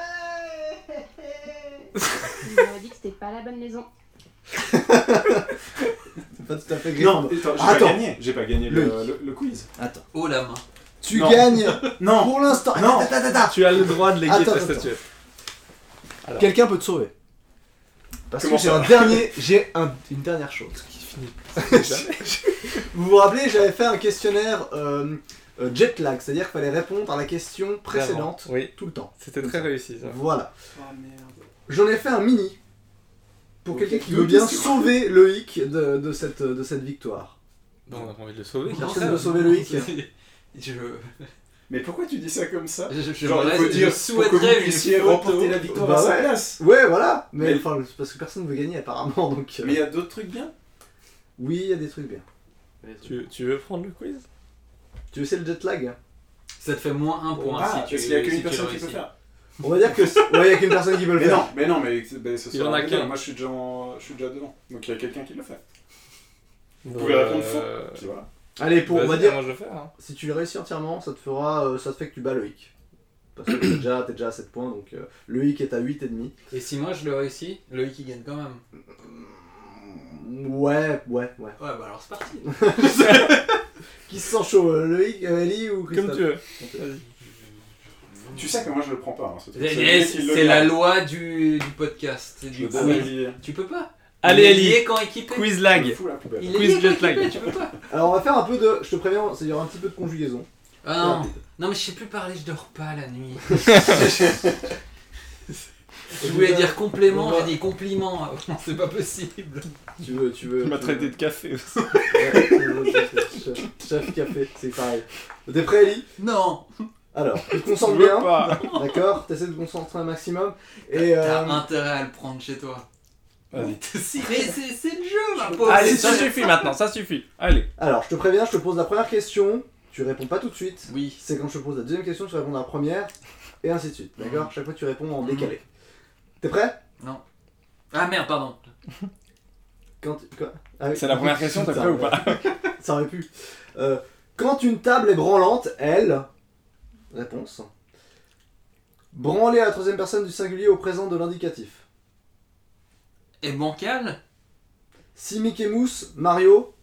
Il m'aurait dit que c'était pas la bonne maison. C'est pas tout à fait Non, Gryffondor. attends, j'ai Attends. pas gagné. J'ai pas gagné le, Loïc. le, le quiz. Attends. Oh la main. Tu Non. gagnes Non. pour l'instant. Non. Attends, attends, attends. Tu as le droit de léguer Attends, ta attends. statuette. Alors. Quelqu'un peut te sauver. Parce Comment que j'ai ça un dernier, j'ai un, une dernière chose qui finit. Vous vous rappelez, j'avais fait un questionnaire euh, euh, jet lag, c'est-à-dire qu'il fallait répondre à la question précédente Oui. tout le temps. C'était très réussi ça. Voilà. Oh merde. J'en ai fait un mini pour Ok. quelqu'un qui Deux veut bien questions. sauver Loïc de, de, cette, de cette victoire. Bon, on a envie de le sauver. Personne veut sauver Loïc. Je, Mais pourquoi tu dis ça comme ça? je, je, Genre, il faut je dire pour que souhaiterais vous une puissiez photo. remporter la victoire Bah à sa ouais. place. Ouais, voilà. Mais, Mais- enfin, c'est parce que personne ne veut gagner apparemment. Donc, euh, Mais il y a d'autres trucs bien. oui, il y a des trucs bien. Tu, tu veux prendre le quiz? Tu veux essayer le jet lag? Ça te fait moins un point Ah, si tu parce qu'il y a si qu'une tu personne qui réussis. peut faire. On va dire que c'est- ouais, il y a qu'une personne qui peut le Mais faire. non, mais non, mais c'est- ben, ce Il sera en a un qu'un. deux. Moi, je suis déjà, en- je suis déjà dedans. Donc il y a quelqu'un qui le fait. Vous pouvez répondre faux. Euh, Puis voilà. Allez, pour on va dire, Moi je le fais. Hein. si tu le réussis entièrement, ça te fera, euh, ça te fait que tu bats Loïc. Parce que t'es déjà, t'es déjà à sept points, donc euh, Loïc est à huit et demi. Et si moi je le réussis, Loïc il gagne quand même. Ouais, ouais, ouais. Ouais, bah alors c'est parti. Qui se sent chaud, euh, Loïc, euh, Ellie ou Christophe? Comme tu veux. Tu sais que moi, je le prends pas. Hein, ce truc. C'est C'est lui qui le c'est la garde. loi du, du podcast. C'est Je du le donne à quiz. Olivier. Tu peux pas. Allez, Il est Ellie. lié quand équipé. Quiz Je le lag. fous à la poubelle. Il est Quiz lié quand jet lag. équipé, tu peux pas. Alors on va faire un peu de, je te préviens, il y aura un petit peu de conjugaison. Ah non. Non mais je sais plus parler, je dors pas la nuit. Je voulais dire complément, On va- j'ai dit compliment. Non, c'est pas possible. Tu veux, tu veux. Tu m'as tu traité veux- de café aussi. Ouais, tu veux- chef- Chef café, c'est pareil. T'es prêt, Ellie? Non. Alors, tu te concentres Je veux bien, pas. d'accord? T'essaies de te concentrer un maximum. Et T'as euh, intérêt à le prendre chez toi. Vas-y. Si, mais c'est c'est le jeu, ma pauvre. Allez, ça suffit maintenant, ça suffit. Allez. alors, je te préviens, je te pose la première question, tu réponds pas tout de suite. Oui. C'est quand je te pose la deuxième question, tu réponds à la première, et ainsi de suite, d'accord? Chaque fois, tu réponds en Mhm. décalé. T'es prêt? Ah merde, pardon. Quand, quand- ah oui. C'est la première question, t'es Putain, prêt ou pas? Ça aurait pu. Euh, quand une table est branlante, elle... Réponse. Branler à la troisième personne du singulier au présent de l'indicatif. Et bancal. Si Mickey Mouse, Mario...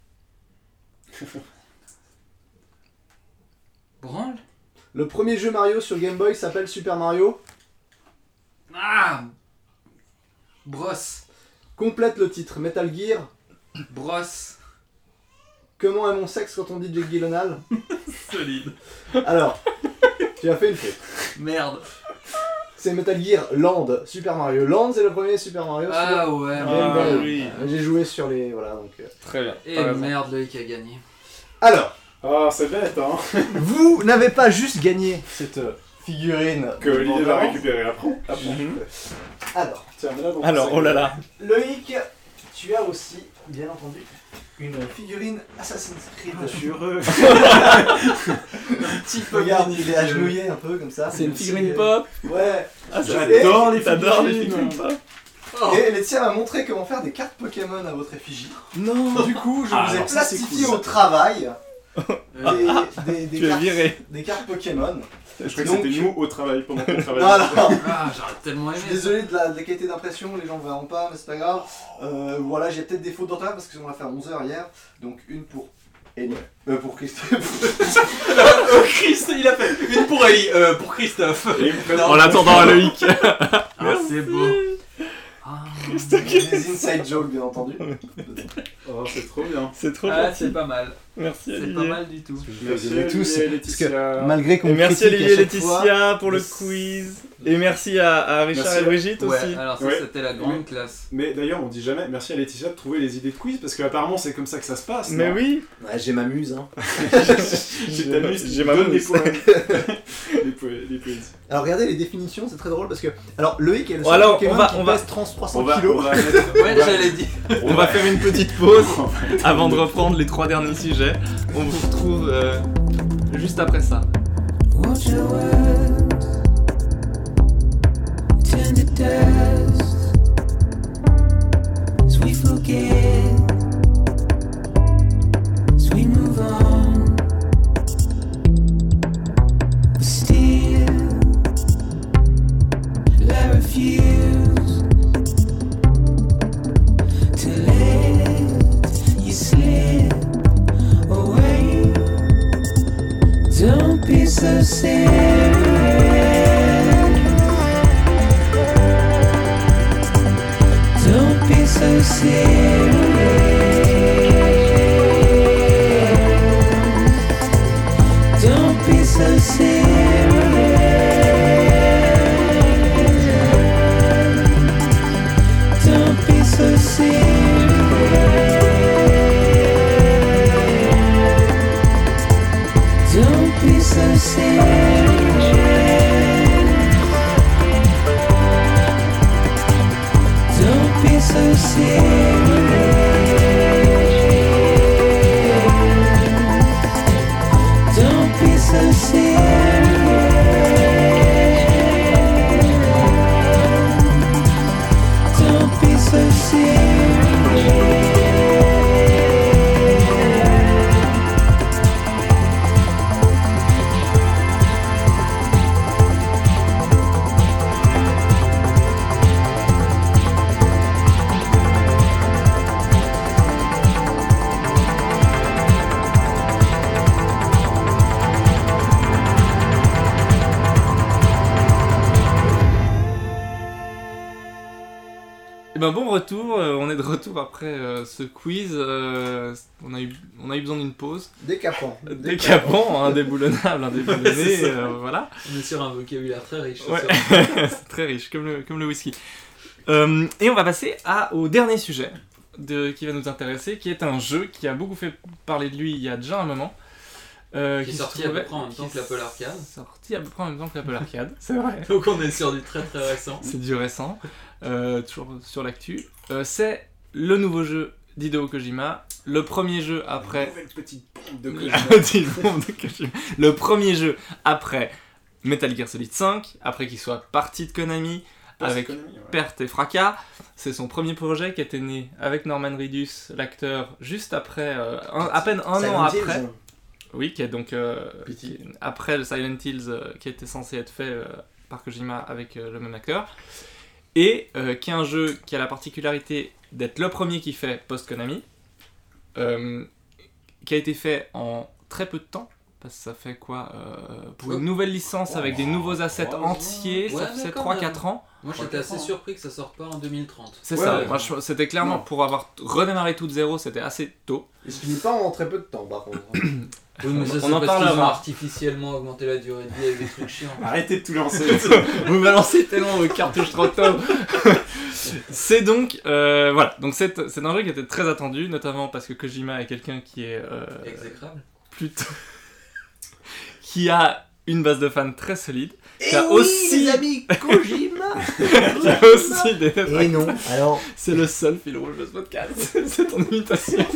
Branle. Le premier jeu Mario sur Game Boy s'appelle Super Mario. Ah. Brosse. Complète le titre. Metal Gear. Brosse. Comment est mon sexe quand on dit Jake Gyllenhaal? Solide. Alors, tu as fait une faute. Merde. C'est Metal Gear Land, Super Mario. Land, c'est le premier Super Mario sur Ah ouais. Game Ah Boy. oui. Euh, J'ai joué sur les... Voilà, donc... euh. Très bien. Et T'as raison. merde, Loïc a gagné. Alors, Ah, c'est bête, hein. vous n'avez pas juste gagné cette euh, figurine... Que Olivier va Borderlands. récupérer après. Après. Mhm. Alors, Tiens, mais là, donc, Alors, c'est- oh là là. Loïc, tu as aussi, bien entendu, une figurine Assassin's Creed. Ah, je suis heureux. Un petit peu, regarde, il est agenouillé un peu comme ça. C'est une Aussi, figurine euh, pop. Ouais. Ah, ça- J'adore les T'adores les figurines. figurines pop. Oh. Et Laetitia m'a montré comment faire des cartes Pokémon à votre effigie. Non. Du coup, je Ah, vous ai alors ça, c'est plastifié cool, au travail Euh, des, des, des Tu es cartes, viré. des cartes Pokémon. Je crois que Donc- c'était nous au travail pendant qu'on Non, travaillait. non, Ah, j'aurais tellement je aimé. suis désolé de la, de la qualité d'impression, les gens ne verront pas, mais c'est pas grave. Euh, voilà, j'ai peut-être des fautes d'orthographe parce qu'on l'a fait à onze heures hier. Donc une pour Ellie. Euh, pour Christophe. Oh, Christ, il a fait une pour Ellie, euh, pour Christophe. Et il me présente En attendant à Loïc. Ah, c'est beau. Ah. Des inside jokes, bien entendu. Oh, c'est trop bien. C'est trop Ah, gentil. c'est pas mal. Merci C'est Olivier. pas mal du tout. Merci Vous aimez tous, Olivier et parce que Laetitia. malgré qu'on Et merci critique Olivier et à chaque Laetitia fois, pour le mais- quiz. Et merci à, à Richard Merci. et Brigitte Ouais, aussi. alors ça Ouais. c'était la grande Mais- classe. Mais d'ailleurs, on dit jamais merci à Laetitia de trouver les idées de quiz parce qu'apparemment c'est comme ça que ça se passe. Mais non oui. Ouais, j'ai ma muse, hein. J'ai ta muse qui J'ai ma donne les mousse. poèmes. les, poè- les poésies. Alors regardez les définitions, c'est très drôle parce que. Alors Loïc est le Bon, seul alors, Pokémon on va- qui on va- pèse trente trois cents On va, on kilos. va mettre- Ouais, on va- j'allais dire. On va faire une petite pause on va mettre- avant de reprendre les trois derniers sujets. On vous retrouve euh, juste après ça. Watch your words turn to dust as we forget, as we move on. But still, I refuse to let you slip away. Don't be so serious. Don't be so serious. Don't be so serious. Don't be so serious. Don't be so serious. Don't be so serious. Don't be so serious. Don't be so serious. Et ben bon retour, euh, on est de retour après euh, ce quiz. euh, on, a eu, on a eu besoin d'une pause. Décapant. Décapant, indéboulonnable, indéboulonné, C'est ça. euh, voilà. On est sur un vocabulaire très riche. ce Ouais. soir. C'est très riche, comme le, comme le whisky. Euh, et on va passer à, au dernier sujet de, qui va nous intéresser, qui est un jeu qui a beaucoup fait parler de lui il y a déjà un moment. euh, Qui est se sorti à peu trouvait- près en même temps qui que l'Apple Arcade. est Sorti à peu près en même temps que l'Apple Arcade, c'est vrai. Donc on est sur du très très récent. C'est du récent, euh, toujours sur l'actu. Euh, c'est le nouveau jeu d'Hideo Kojima, le premier jeu après... Nouvelle petite pompe de La Kojima. petite bombe de Kojima. Le premier jeu après Metal Gear Solid cinq, après qu'il soit parti de Konami, avec Post-Konami, ouais. perte et fracas. C'est son premier projet qui était né avec Norman Reedus, l'acteur, juste après, euh, un- à peine un Silent an Hills, après. hein. Oui, qui est donc euh, Pity. qui est après le Silent Hills euh, qui était censé être fait euh, par Kojima avec euh, le même acteur. Et euh, qui est un jeu qui a la particularité d'être le premier qui fait post-Konami, euh, qui a été fait en très peu de temps, parce que ça fait quoi euh, pour Ouais. une nouvelle licence avec des nouveaux assets trois ans. entiers, Ouais, ça mais fait quand trois même. quatre ans. Moi j'étais assez surpris que ça sorte pas en deux mille trente. C'est Ouais, ça, ouais. moi, je- c'était clairement Non. pour avoir redémarré tout de zéro, c'était assez tôt. Il se finit pas en très peu de temps, par contre. Oui, mais ça, On c'est en parce qu'ils parlera. ont artificiellement augmenté la durée de vie avec des trucs chiants. Arrêtez de tout lancer. Vous balancez tellement vos cartouches trop tôt. C'est donc, euh, voilà, donc c'est, c'est un jeu qui était très attendu, notamment parce que Kojima est quelqu'un qui est euh, Exécrable. plutôt... qui a une base de fans très solide, Et qui a oui, aussi... les amis, Kojima. qui a aussi des... Et non, alors... C'est le seul fil rouge de ce podcast, c'est ton imitation.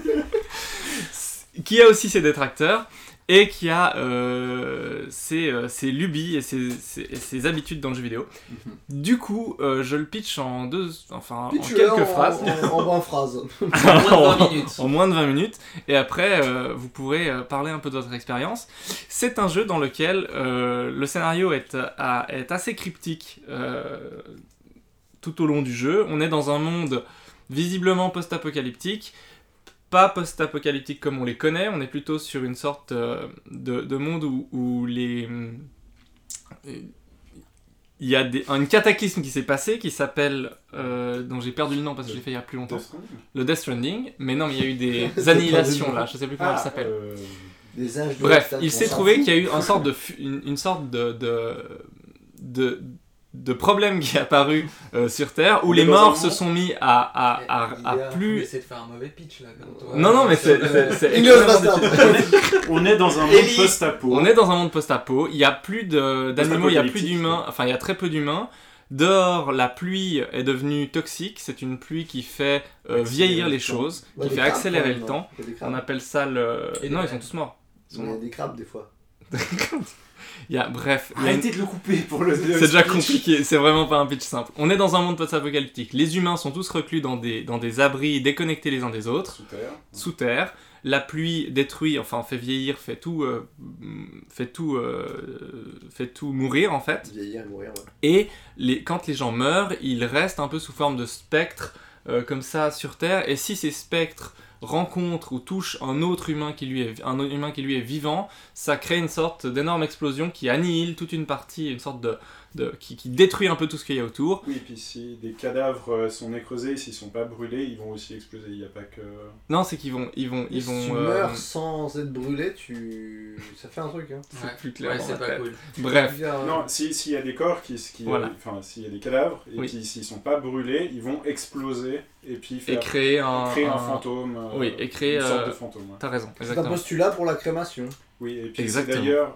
Qui a aussi ses détracteurs et qui a euh, ses, euh, ses lubies et ses, ses- et ses habitudes dans le jeu vidéo. Du coup, euh, je le pitch en deux, enfin Pitch-le en quelques en- phrases, En, en vingt phrases. En moins de vingt minutes. en moins de vingt minutes, et après euh, vous pourrez euh, parler un peu de votre expérience. C'est un jeu dans lequel euh, le scénario est, à- est assez cryptique euh, tout au long du jeu. On est dans un monde visiblement post-apocalyptique, pas post-apocalyptique comme on les connaît, on est plutôt sur une sorte euh, de, de monde où, où les... il y a des, un cataclysme qui s'est passé qui s'appelle, euh, dont j'ai perdu le nom parce que je l'ai fait il y a plus longtemps. Death Stranding. Le Death Stranding, mais non, mais il y a eu des annihilations là, je sais plus comment Ah, elle s'appelle. euh, Des âges de Bref, stade, il on s'est s'en trouvé fout. qu'il y a eu une sorte de, fu- une, une sorte de, de, de, de problème qui est apparu euh, sur Terre où On les est dans morts un se monde- sont mis à, à, à, Il à y a- plus. On essaie de faire un mauvais pitch là, comme toi. Non, non, mais c'est, c'est, c'est Inglourious extrêmement Basterds. difficile. On est dans un monde Ellie, post-apo. On est dans un monde post-apo, il y a plus de, d'animaux, il y a plus Post-apocalyptique, d'humains, enfin il y a très peu d'humains. Dehors, la pluie est devenue toxique, c'est une pluie qui fait euh, Accélérer vieillir le les temps. choses, Ouais, qui des fait crabes, accélérer quand le même, temps. il y a des On crabes. appelle ça le... Et non, des ils sont tous morts. Ils sont Il y a morts. des crabes des fois. Il y a, bref, il y a une- Arrêtez de le couper pour le. c'est déjà compliqué, c'est vraiment pas un pitch simple. On est dans un monde post-apocalyptique, les humains sont tous reclus dans des, dans des abris déconnectés les uns des autres, Sous terre. sous terre. La pluie détruit, enfin fait vieillir, fait tout, euh, fait tout, euh, fait tout mourir en fait. Vieillir et mourir, ouais. Et les, quand les gens meurent, ils restent un peu sous forme de spectres euh, comme ça sur Terre. Et si ces spectres rencontrent ou touchent un autre humain qui lui est, un humain qui lui est vivant, ça crée une sorte d'énorme explosion qui annihile toute une partie, une sorte de, de qui, qui détruit un peu tout ce qu'il y a autour. Oui, et puis si des cadavres euh, sont nécreusés, s'ils sont pas brûlés, ils vont aussi exploser. Il n'y a pas que. Non, c'est qu'ils vont, ils vont, ils Si vont. tu euh, meurs sans être brûlé, tu... ça fait un truc, hein. c'est Ouais. plus clair Ouais, dans c'est ma pas tête. cool. Bref. Bizarre, Non, ouais. si- s'il y a des corps qui. qui Voilà. Enfin, s'il y a des cadavres, et Oui. qui s'ils sont pas brûlés, ils vont exploser et puis faire. Et créer un, créer un, un- fantôme. euh, Oui, et créer, Une sorte euh, de fantôme. ouais. T'as raison, C'est un exactement. postulat pour la crémation. Oui, et puis c'est Exactement. d'ailleurs.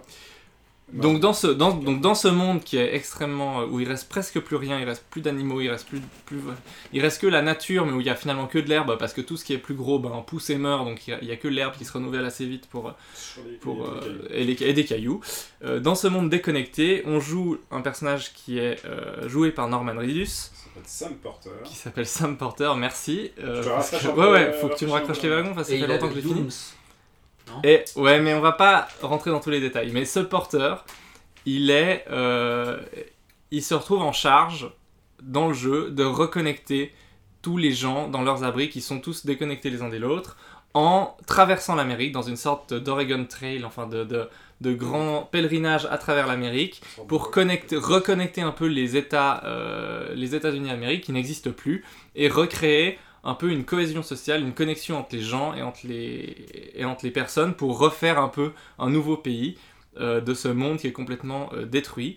Donc dans ce dans, donc dans ce monde qui est extrêmement euh, où il reste presque plus rien, il reste plus d'animaux, il reste plus plus il reste que la nature, mais où il y a finalement que de l'herbe parce que tout ce qui est plus gros ben pousse et meurt, donc il y a, il y a que l'herbe qui se renouvelle assez vite pour Sur les- pour les- euh, les- et, les- et des cailloux. Euh, dans ce monde déconnecté, on joue un personnage qui est euh, joué par Norman Reedus, Ça s'appelle Sam Porter. qui s'appelle Sam Porter. Merci. Euh, Je te parce raccroche que- un peu, ouais ouais, euh, faut que tu me raccroche raccroches un les peu. wagons parce que ça Et fait il a longtemps le que je l'ai fini. Dooms. Non Et ouais, mais on va pas rentrer dans tous les détails. Mais ce porteur, il est, euh, il se retrouve en charge dans le jeu de reconnecter tous les gens dans leurs abris qui sont tous déconnectés les uns des autres en traversant l'Amérique dans une sorte d'Oregon Trail, enfin de, de, de grand pèlerinage à travers l'Amérique pour connecter, reconnecter un peu les États, euh, les États-Unis d'Amérique qui n'existent plus et recréer un peu une cohésion sociale, une connexion entre les gens et entre les, et entre les personnes pour refaire un peu un nouveau pays euh, de ce monde qui est complètement euh, détruit.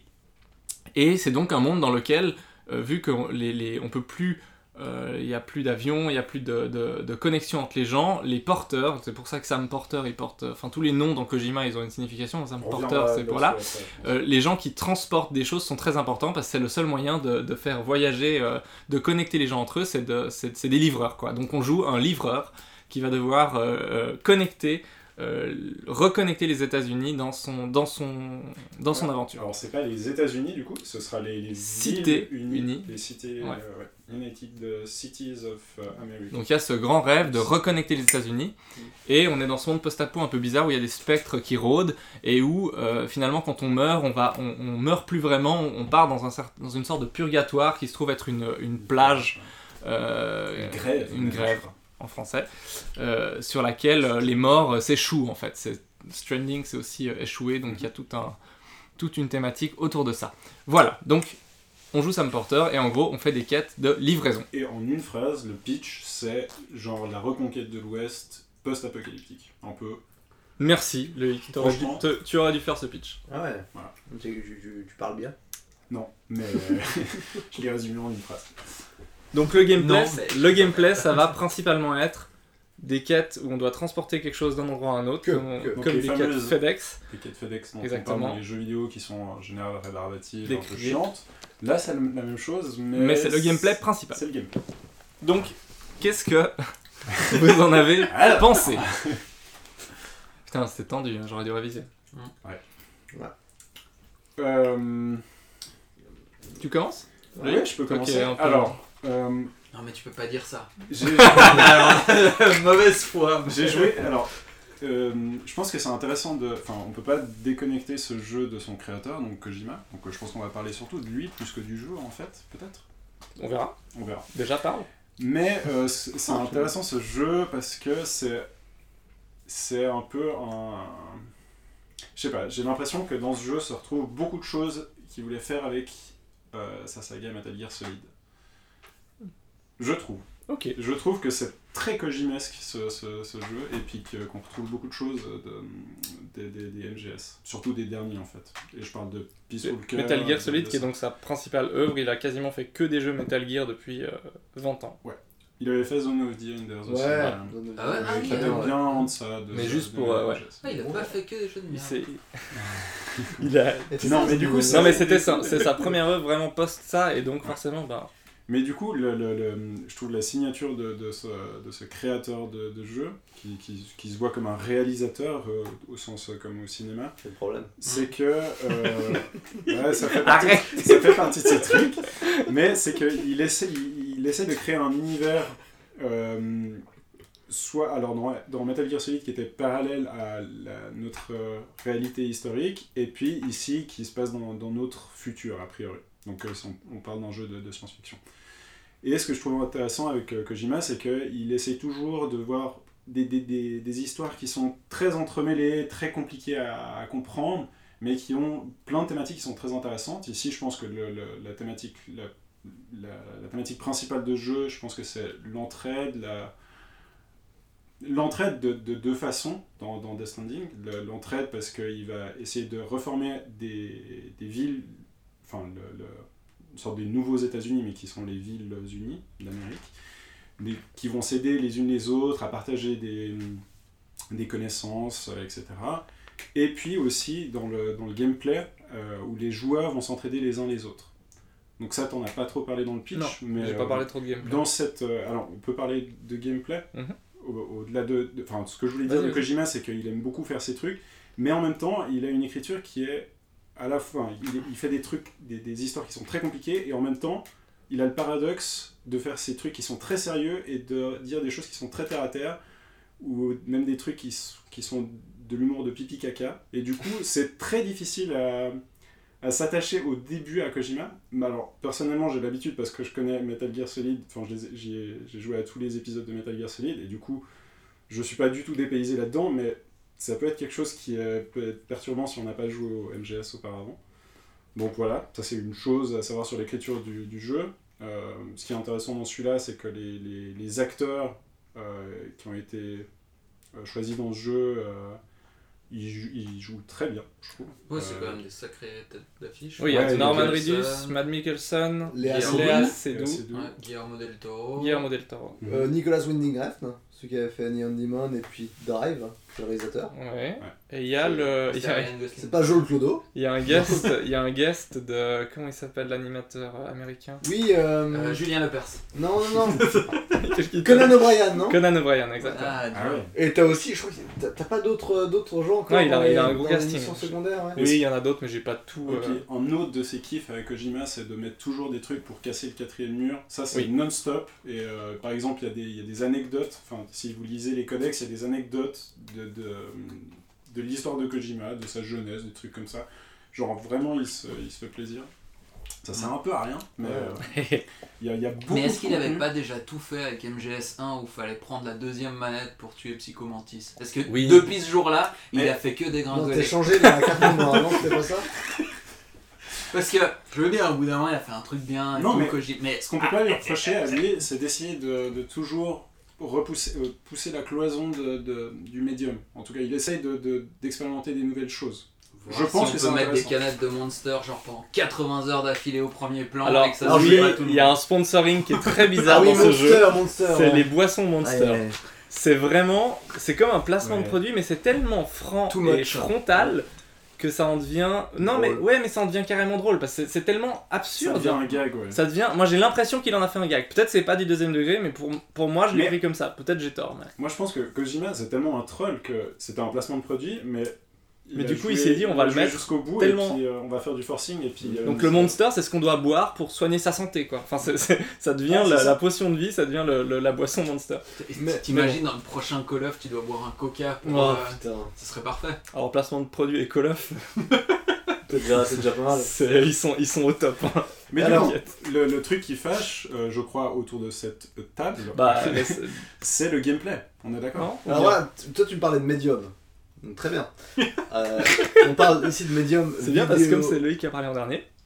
Et c'est donc un monde dans lequel, euh, vu qu'on les, les, on peut plus, il n'y a plus d'avions, il n'y a plus de, de, de connexion entre les gens, les porteurs, c'est pour ça que Sam Porter, il porte, enfin tous les noms dans Kojima, ils ont une signification, Sam On Porter, reviendra c'est pour là-dessus là. après. Euh, les gens qui transportent des choses sont très importants parce que c'est le seul moyen de, de faire voyager, euh, de connecter les gens entre eux, c'est, de, c'est, c'est des livreurs quoi. Donc on joue un livreur qui va devoir euh, euh, connecter, euh, reconnecter les États-Unis dans son, dans son, dans son Ouais. aventure. Alors, c'est pas les États-Unis du coup, ce sera les, les Cités villes unies, unies. les cités, Ouais. euh, ouais. United Cities of euh, America. Donc il y a ce grand rêve de reconnecter les États-Unis et on est dans ce monde post-apo un peu bizarre où il y a des spectres qui rôdent et où euh, finalement quand on meurt, on va, on, on meurt plus vraiment, on part dans, un, cer- dans une sorte de purgatoire qui se trouve être une, une plage, euh, Une grève. une grève en français, euh, sur laquelle euh, les morts euh, s'échouent en fait. C'est, Stranding c'est aussi euh, échoué, donc il y a tout un, toute une thématique autour de ça. Voilà, donc on joue Sam Porter et en gros on fait des quêtes de livraison. Et en une phrase, le pitch, c'est genre la reconquête de l'Ouest post-apocalyptique. Un peu. Merci Loïc, t'aurais dû- Franchement. te- tu aurais dû faire ce pitch. Ah ouais. Voilà. Tu, tu- tu- tu parles bien. Non, mais euh, je l'ai résumé en une phrase. Donc le gameplay, Non, mais- le gameplay ça va principalement être des quêtes où on doit transporter quelque chose d'un endroit à un autre, Que- comme, que- comme Donc les des fameuses- quêtes FedEx. Les quêtes FedEx dont on Exactement. parle dans les jeux vidéo qui sont en général rébarbatives, un peu Décriées. chiantes. Là, c'est la la même chose, mais... Mais c'est le gameplay principal. C'est le gameplay. Donc, qu'est-ce que vous en avez Alors. pensé? Putain, c'était tendu, hein, j'aurais dû réviser. Euh... Tu commences? Oui, je peux Toi qui commencer. es un peu- Alors, euh, Non, mais tu peux pas dire ça. j'ai... Mauvaise foi. J'ai joué, alors, euh, je pense que c'est intéressant de... Enfin, on peut pas déconnecter ce jeu de son créateur, donc Kojima, donc euh, je pense qu'on va parler surtout de lui, plus que du jeu, en fait, peut-être. On verra. On verra. Déjà parle. Mais euh, c'est c'est intéressant ce jeu, parce que c'est... C'est un peu un... Je sais pas, j'ai l'impression que dans ce jeu se retrouvent beaucoup de choses qu'il voulait faire avec euh, sa saga Metal Gear Solid. Je trouve. Ok. Je trouve que c'est très Kojimesque ce, ce, ce jeu, et puis que, qu'on retrouve beaucoup de choses de, de, des, des M G S, surtout des derniers en fait. Et je parle de Peaceful Cœur. Metal Gear de- Solid, de qui est ça. donc sa principale œuvre, il a quasiment fait que des jeux Metal Gear depuis euh, vingt ans. Ouais. Il avait fait Zone of the Enders aussi. Ouais, euh, Zone of the Ah ouais, Enders. ah qui oui, était ouais. bien en deçà de. Mais de- juste de- pour, de- euh, ouais. Ah, il a pas fait que des jeux de Il merde. s'est- il a... Et c'est Non, ça, mais c'est du coup, une- c'est- Non mais c'était ça, c'est sa première œuvre vraiment post ça, et donc forcément, bah... Mais du coup, le, le, le- je trouve la signature de, de, ce, de ce créateur de, de jeu, qui, qui, qui se voit comme un réalisateur, euh, au sens euh, comme au cinéma, C'est le problème. c'est que... euh, ouais, ça, fait partie, ça fait partie de ces trucs, mais c'est qu'il essaie, il, il essaie de créer un univers... Euh, soit alors dans, dans Metal Gear Solid qui était parallèle à la- notre euh, réalité historique, et puis ici qui se passe dans, dans notre futur a priori. Donc euh, on, on parle d'un jeu de, de science-fiction. Et ce que je trouve intéressant avec euh, Kojima, c'est qu'il essaye toujours de voir des, des, des, des histoires qui sont très entremêlées, très compliquées à, à comprendre, mais qui ont plein de thématiques qui sont très intéressantes. Ici, je pense que le, le, la, thématique, la, la, la thématique principale de jeu, je pense que c'est l'entraide, la... L'entraide de, de deux façons dans, dans Death Stranding. Le- L'entraide parce qu'il va essayer de reformer des, des villes, enfin le, le, une sorte des nouveaux États-Unis, mais qui sont les villes unies d'Amérique, mais qui vont s'aider les unes les autres à partager des, des connaissances, euh, et cetera. Et puis aussi dans le, dans le gameplay, euh, où les joueurs vont s'entraider les uns les autres. Donc ça, t'en as pas trop parlé dans le pitch, Non, mais j'ai pas euh, parlé trop de gameplay. dans cette, euh, alors on peut parler de gameplay. Mhm. Au- Au-delà de, de- enfin, ce que je voulais dire Vas-y, de Kojima, c'est qu'il aime beaucoup faire ses trucs, mais en même temps, il a une écriture qui est à la fois, il, il fait des trucs, des, des histoires qui sont très compliquées, et en même temps, il a le paradoxe de faire ces trucs qui sont très sérieux et de dire des choses qui sont très terre à terre, ou même des trucs qui, s- qui sont de l'humour de pipi caca. Et du coup, c'est très difficile à, à s'attacher au début à Kojima. Mais alors, personnellement, j'ai l'habitude parce que je connais Metal Gear Solid, enfin, je les ai- j'y ai- j'ai joué à tous les épisodes de Metal Gear Solid, et du coup, je suis pas du tout dépaysé là-dedans, mais ça peut être quelque chose qui est, peut être perturbant si on n'a pas joué au M G S auparavant. Donc voilà, ça c'est une chose à savoir sur l'écriture du, du jeu. Euh, ce qui est intéressant dans celui-là, c'est que les, les, les acteurs euh, qui ont été euh, choisis dans ce jeu, euh, ils, jou- ils jouent très bien, je trouve. Ouais, c'est Euh, quand même des sacrées têtes d'affiche. Oui, il y a Ouais, Norman Mikkelsen, Reedus, Matt Mikkelsen, Léa Léa Seydoux. Seydoux, Ouais, Guillermo del Toro. Guillermo del Toro. Euh, Nicolas Winding Refn, celui qui avait fait Neon Demon et puis Drive, le réalisateur. Ouais. Et il y a le... il y a- Ryan Gosling. C'est pas Joel Clodo. Il y a un guest, il y a un guest de... Comment il s'appelle l'animateur américain? Oui, euh... Euh, Julien Lepers. non, non, non. Qu'est-ce qu'il Conan O'Brien, non? Conan O'Brien, exactement. Ah, Ah ouais. Et t'as aussi, je crois que t'as- t'as pas d'autres d'autres gens encore Ouais, il a- dans il a les- un gros dans les casting. émissions secondaires, ouais. Oui, il y en a d'autres, mais j'ai pas tout... Et euh, puis, un autre de ses kiffs avec Kojima, c'est de mettre toujours des trucs pour casser le quatrième mur. Ça, c'est Oui. non-stop. Et euh, par exemple, il y, a des- il y a des anecdotes. Enfin, si vous lisez les codex, il y a des anecdotes de, de, de l'histoire de Kojima, de sa jeunesse, des trucs comme ça. Genre, vraiment, il se, il se fait plaisir. Ça sert un peu à rien, mais euh, il y, a, il y a beaucoup Mais est-ce de qu'il avait contenu. pas déjà tout fait avec M G S un où il fallait prendre la deuxième manette pour tuer Psycho Mantis? Parce que Oui. depuis ce jour-là, il Mais- a fait que Non, dégringoler. t'es changé dans la carte mémoire avant, c'était pas ça? Parce que je veux bien, au bout d'un moment, il a fait un truc bien. et Non, tout, mais Koji- mais Ce qu'on peut pas lui reprocher à lui, c'est d'essayer de, de toujours repousser euh, pousser la cloison de, de- du médium. En tout cas, il essaye de, de- d'expérimenter des nouvelles choses. voir Je pense si que on c'est peut mettre des intéressant. canettes de Monster genre pendant quatre-vingts heures d'affilée au premier plan Alors, et que ça alors, se oui, joue pas tout le il y a monde. un sponsoring qui est très bizarre Ah oui, dans ce jeu. Monster, Monster. C'est ouais. les boissons Monster. Ouais, ouais. C'est vraiment, c'est comme un placement Ouais. de produit, mais c'est tellement franc Too et much. frontal que ça en devient. Non mais Drôle. ouais, mais ça en devient carrément drôle parce que c'est- c'est tellement Ça absurde. devient un gag, ouais. Ça devient. Moi j'ai l'impression qu'il en a fait un gag. Peut-être c'est pas du deuxième degré, mais pour, pour moi je l'ai Mais- pris comme ça. Peut-être j'ai tort. Mais, Moi, je pense que Kojima, c'est tellement un troll que c'était un placement de produit, mais... Mais a du coup, joué- il s'est dit, on va a le joué mettre jusqu'au bout, tellement- et puis euh, on va faire du forcing, et puis... euh, Donc ça- le Monster, c'est ce qu'on doit boire pour soigner sa santé, quoi. Enfin, c'est- c'est- ça devient Ah, c'est la, ça. la potion de vie, ça devient le- le- la boisson Monster. Mais- T'imagines dans le prochain Call of, tu dois boire un Coca pour. Oh, euh, Putain, Ce serait parfait. Alors placement de produit et Call of, c'est déjà, c'est déjà pas mal. c'est- ils sont ils sont au top. hein. Mais Alors- du coup, le, le truc qui fâche, euh, je crois, autour de cette euh, table, Bah, laisse- c'est le gameplay. On est d'accord? non Alors voilà, t- toi tu me parlais de médium. Donc, très bien. Euh, on parle ici de médium. C'est bien parce que vidéo. comme c'est Loïc qui a parlé en dernier.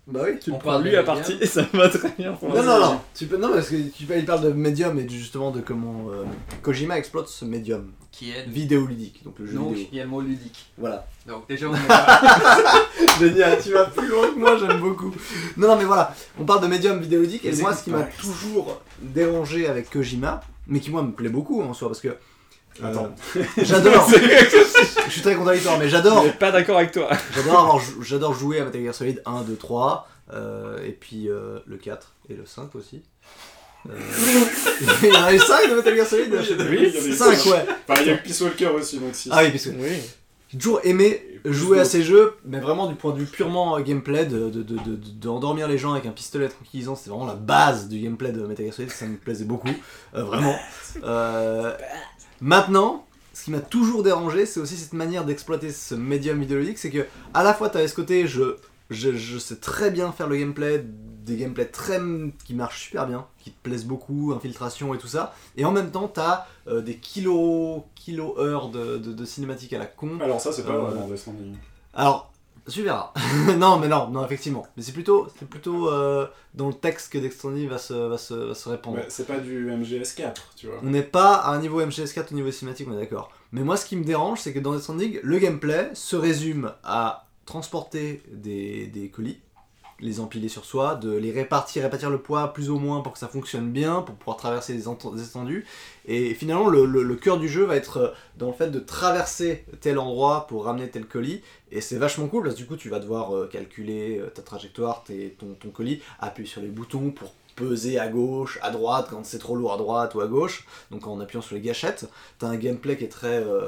Bah oui. Tu On le prends parle lui de à médium. partie et ça me va très bien. pour Non, moi. non, non. Tu peux, non, parce que tu peux, il parle de médium et justement de comment euh, Kojima exploite ce médium Qui est vidéoludique, donc le jeu donc vidéo. il y a le mot ludique. Voilà. Donc déjà on est pas- Génial, tu vas plus loin que moi, j'aime beaucoup. Non, non, mais voilà, on parle de médium vidéoludique et Les moi, écoutes ce qui m'a pas. toujours dérangé avec Kojima, mais qui moi me plaît beaucoup en soi, parce que euh, Attends. j'adore. Je suis très contradictoire, mais j'adore. Je suis pas d'accord avec toi. J'adore avoir, jou- j'adore jouer à Metal Gear Solid un, deux, trois, euh, et puis euh, le quatre et le cinq aussi. Euh, il y en a eu cinq de Metal Gear Solid. Oui, il y en a eu cinq, cinq. ouais. Enfin, il y a eu Peace Walker aussi, donc six. Ah oui, parce que Oui. j'ai toujours aimé Et plus jouer à d'autres. ces jeux, mais vraiment du point de vue purement euh, gameplay, de, de, de, de, de endormir les gens avec un pistolet tranquillisant, c'était vraiment la base du gameplay de Metal Gear Solid, ça me plaisait beaucoup, euh, vraiment. Euh, maintenant, ce qui m'a toujours dérangé, c'est aussi cette manière d'exploiter ce médium vidéoludique, c'est que à la fois tu avais ce côté, je, je, je sais très bien faire le gameplay, des gameplays très qui marchent super bien, qui te plaisent beaucoup, infiltration et tout ça, et en même temps tu as euh, des kilos, kilos heures de, de, de cinématiques à la con. Alors ça, c'est pas Euh, vraiment Death Stranding. Alors, tu verras. non, mais non, non, effectivement. Mais c'est plutôt, c'est plutôt euh, dans le texte que Death Stranding va se, va se, va se répandre. Ouais, c'est pas du M G S quatre, tu vois. On n'est pas à un niveau M G S quatre au niveau cinématique, on est d'accord. Mais moi, ce qui me dérange, c'est que dans Death Stranding, le gameplay se résume à transporter des, des colis, les empiler sur soi, de les répartir, répartir le poids plus ou moins pour que ça fonctionne bien, pour pouvoir traverser des, ent- des étendues. Et finalement, le, le, le cœur du jeu va être euh, dans le fait de traverser tel endroit pour ramener tel colis. Et c'est vachement cool parce que du coup, tu vas devoir euh, calculer euh, ta trajectoire, tes, ton, ton colis, appuyer sur les boutons pour peser à gauche, à droite, quand c'est trop lourd à droite ou à gauche. Donc en appuyant sur les gâchettes, t'as un gameplay qui est très euh,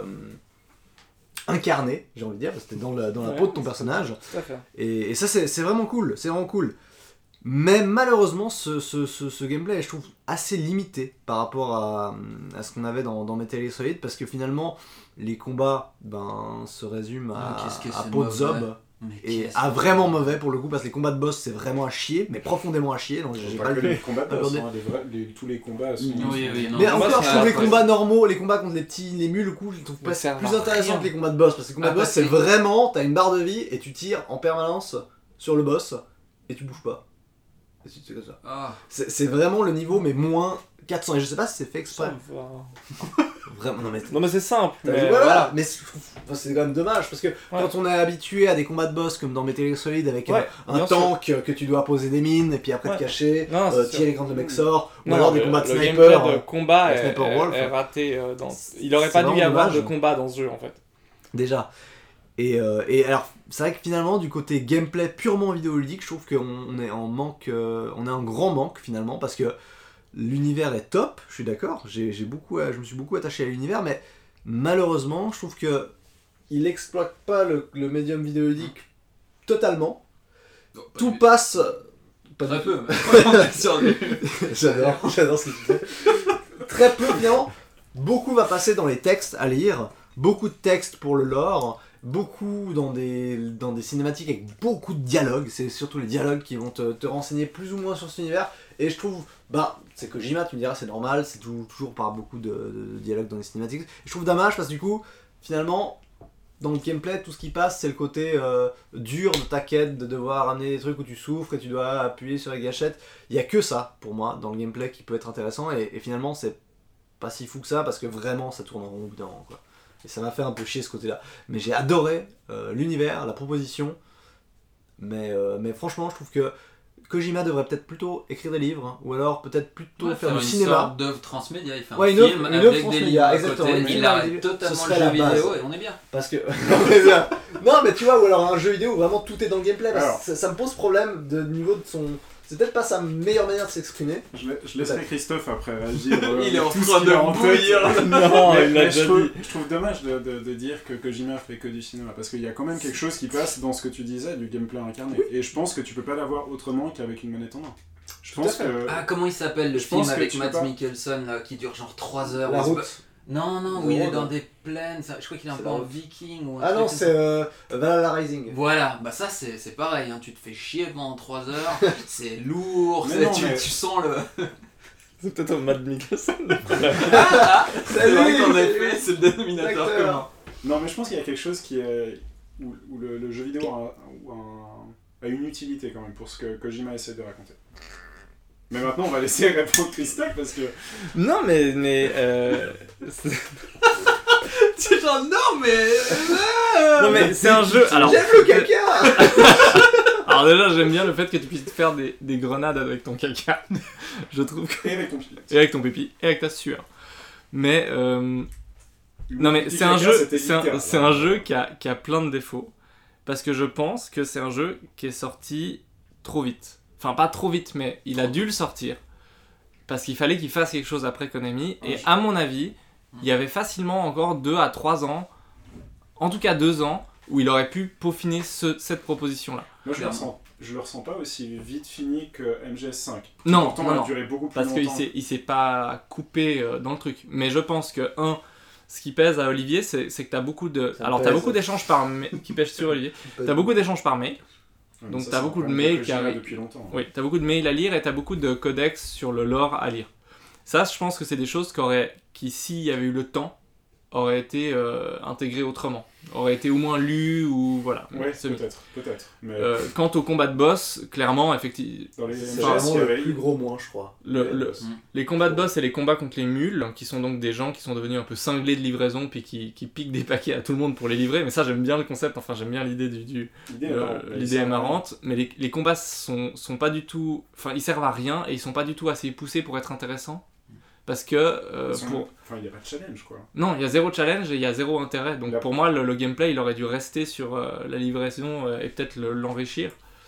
incarné, j'ai envie de dire, parce que t'es dans la, dans la Ouais, peau de ton personnage. Tout à fait. Et, et ça, c'est c'est vraiment cool, c'est vraiment cool. Mais malheureusement, ce, ce, ce, ce gameplay est, je trouve, assez limité par rapport à, à ce qu'on avait dans, dans Metal Gear Solid, parce que finalement, les combats ben, se résument à, Ah, qu'est-ce que à c'est peau de mauvais. zob. Mais Et qu'est-ce à que- vraiment mauvais pour le coup, parce que les combats de boss, c'est vraiment à chier, mais profondément à chier. Donc j'ai Pas pas que le- les combats de boss, accordé. hein, les vrais- les- tous les combats sont... Oui, oui, non. Mais Moi, encore, c'est je trouve les après- combats normaux, les combats contre les petits, les mules, le coup, je trouve Mais pas ça plus sert à intéressant rien. que les combats de boss. Parce que les combats Ah, de boss, parce c'est que- vraiment, t'as une barre de vie et tu tires en permanence sur le boss et tu bouges pas. Et tu- c'est comme ça. Ah. C'est c'est vraiment le niveau, mais moins quatre cents. Et je sais pas si c'est fait exprès. Ça va. Vraiment, non mais. Non mais c'est simple. T'as mais vu, voilà. voilà. Mais c'est enfin, c'est quand même dommage parce que quand on est habitué à des combats de boss comme dans Metal Gear Solid avec un- Ouais, un, bien tank que tu dois poser des mines et puis après Ouais. te cacher, Non, c'est euh, sûr. tirer quand le mec sort, ou Non, alors des le- combats de le sniper. gameplay de euh, combat avec est, Sniper est- Wolf. est raté euh, dans. Il aurait C'est pas dû y vraiment avoir de dommage. combat dans ce jeu en fait. Déjà. Et, euh, et alors, c'est vrai que finalement, du côté gameplay purement vidéoludique, je trouve qu'on on est en manque, euh, on est en grand manque finalement, parce que l'univers est top, je suis d'accord, j'ai j'ai beaucoup, je me suis beaucoup attaché à l'univers, mais malheureusement, je trouve que il exploite pas le, le médium vidéoludique totalement. Non, pas Tout du- passe. Pas Très du peu. tout. mais- On est sur du- J'adore, j'adore ce que tu fais. Très peu, finalement. Beaucoup va passer dans les textes à lire, beaucoup de textes pour le lore, beaucoup dans des, dans des cinématiques avec beaucoup de dialogues. C'est surtout les dialogues qui vont te, te renseigner plus ou moins sur cet univers. Et je trouve, bah, c'est Kojima, tu me diras, c'est normal, c'est tout- toujours par beaucoup de, de dialogues dans les cinématiques. Et je trouve dommage parce que du coup, finalement, dans le gameplay, tout ce qui passe, c'est le côté euh, dur de ta quête, de devoir amener des trucs où tu souffres et tu dois appuyer sur les gâchettes. Il y a que ça, pour moi, dans le gameplay qui peut être intéressant. Et, et finalement, c'est pas si fou que ça parce que vraiment, ça tourne en rond au bout d'un moment, quoi. Et ça m'a fait un peu chier ce côté-là. Mais j'ai adoré euh, l'univers, la proposition. Mais, euh, mais franchement, je trouve que Kojima devrait peut-être plutôt écrire des livres, hein, ou alors peut-être plutôt Ouais, faire, faire du une cinéma. sorte d'œuvre transmédia. Il fait un Ouais, une œuvre- film une avec œuvre des transmédia, livres à exactement, côté. une Il œuvre arrête avec des- totalement ce le serait jeu la base. vidéo et on est bien. Parce que. non, mais tu vois, ou alors un jeu vidéo où vraiment tout est dans le gameplay. Parce Alors. que ça, ça me pose problème de niveau de son. C'est peut-être pas sa meilleure manière de s'exprimer. Je, la- je laisserai Christophe après réagir. euh, Il est en tout ce train qu'il de a en tête. bouillir. Non, Mais- il l'a mais déjà je, trouve, dit. je trouve dommage de, de- de dire que Kojima fait que du cinéma, parce qu'il y a quand même quelque chose qui passe dans ce que tu disais, du gameplay incarné. Et je pense que tu peux pas l'avoir autrement qu'avec une manette en main. Je Tout à pense fait. que... Ah, comment il s'appelle le Je film pense que avec tu Mads peux pas- Mikkelsen là, qui dure genre trois heures La où il se route. bat- Non, non, The où il est Road. dans des plaines. ça- Je crois qu'il est un C'est peu la en route. viking ou un Ah truc non, comme c'est ça. euh, Valhalla Rising. Voilà, bah ça c'est c'est pareil, hein. Tu te fais chier pendant trois heures, c'est lourd, Mais c'est- non, tu, mais- tu sens le. C'est peut-être un Mad Mikkelsen. Ah, c'est lui, vrai qu'en c'est effet, lui. c'est le dénominateur L'acteur. commun. Non, mais je pense qu'il y a quelque chose qui est... où, où le, le jeu vidéo a, ou un, a une utilité quand même pour ce que Kojima essaie de raconter. Mais maintenant, on va laisser répondre Christophe parce que... Non, mais... mais euh... C'est genre, non, mais... non, mais c'est un jeu... Alors... J'aime le caca. Alors déjà, j'aime bien le fait que tu puisses faire des, des grenades avec ton caca. Je trouve que... Et avec ton pipi. Et avec ton pipi. Et avec ta sueur. Mais... Euh... Non, mais c'est un caca, jeu, c'était c'est un, littéral, c'est hein. un jeu qui a, qui a plein de défauts. Parce que je pense que c'est un jeu qui est sorti trop vite. Enfin, pas trop vite, mais il a dû le sortir. Parce qu'il fallait qu'il fasse quelque chose après Konami. Et à mon avis, il y avait facilement encore deux à trois ans, en tout cas deux ans, où il aurait pu peaufiner ce, cette proposition-là. Moi, je le ressens. Je le ressens pas aussi vite fini que M G S cinq. Qui Non, pourtant non, a non. duré beaucoup plus Parce longtemps. qu'il s'est, il s'est pas coupé euh, dans le truc. Mais je pense que, un, ce qui pèse à Olivier, c'est, c'est que t'as beaucoup de... Ça Alors, pèse. t'as beaucoup d'échanges par mail... qui pèsent sur Olivier. T'as beaucoup d'échanges par mail. Ouais, Donc ça, t'as c'est beaucoup un de problème mails que qui j'ai arrivent. depuis longtemps. Oui, t'as beaucoup de mails à lire et t'as beaucoup de codex sur le lore à lire. Ça, je pense que c'est des choses qui, auraient, qui s'il y avait eu le temps, auraient été euh, intégrées autrement. Auraient été au moins lues ou voilà. Ouais, semi. peut-être, peut-être. Mais Euh, quant au combat de boss, clairement, effectivement, dans les C'est Enfin, M G S, vraiment il y le avait- plus gros moins, je crois. le, Ouais, le- boss. les combats de boss et les combats contre les mules, qui sont donc des gens qui sont devenus un peu cinglés de livraison, puis qui, qui piquent des paquets à tout le monde pour les livrer. Mais ça, j'aime bien le concept, enfin, j'aime bien l'idée du... du L'idée est euh, marrante, mais l'idée ça- est marrante, mais les, les combats sont, sont pas du tout... Enfin, ils servent à rien, et ils sont pas du tout assez poussés pour être intéressants. Parce que... euh, Ils sont- pour... Enfin, il n'y a pas de challenge, quoi. Non, il y a zéro challenge et il y a zéro intérêt. Donc La- pour moi, le, le gameplay, il aurait dû rester sur euh, la livraison euh, et peut-être le- l'enrichir.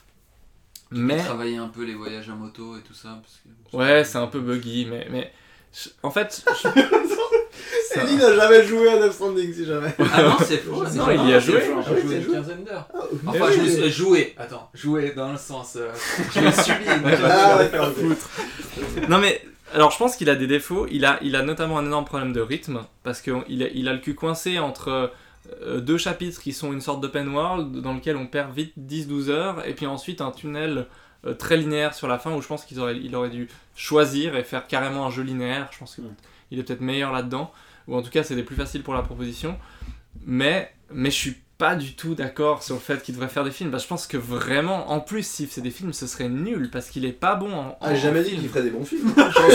Mais... Travailler un peu les voyages à moto et tout ça. Parce que... Ouais, c'est un peu buggy, mais... mais je- en fait... je- c'est un- Ellie n'a jamais joué à Death Stranding, si jamais. Ah non, c'est faux. Non, il y a joué. J'ai Ah oui, joué t'as une joué. quinzaine d'heures. Ah, Enfin, oui, je mais- l'ai joué. Attends, joué dans le sens. euh, je l'ai subi. Ah, d'accord, ok. Non mais... Alors je pense qu'il a des défauts. Il a, il a notamment un énorme problème de rythme. Parce qu'il a, il a le cul coincé entre euh, deux chapitres qui sont une sorte d'open world dans lequel on perd vite dix douze heures. Et puis ensuite un tunnel euh, très linéaire sur la fin où je pense qu'il aurait, il aurait dû choisir et faire carrément un jeu linéaire. Je pense qu'il est peut-être meilleur là-dedans. Ou en tout cas c'était plus facile pour la proposition. Mais, mais je suis pas du tout d'accord sur le fait qu'il devrait faire des films. Bah, je pense que vraiment, en plus, s'il faisait des films, ce serait nul parce qu'il est pas bon en. Ah, en j'ai jamais dit film. qu'il ferait des bons films.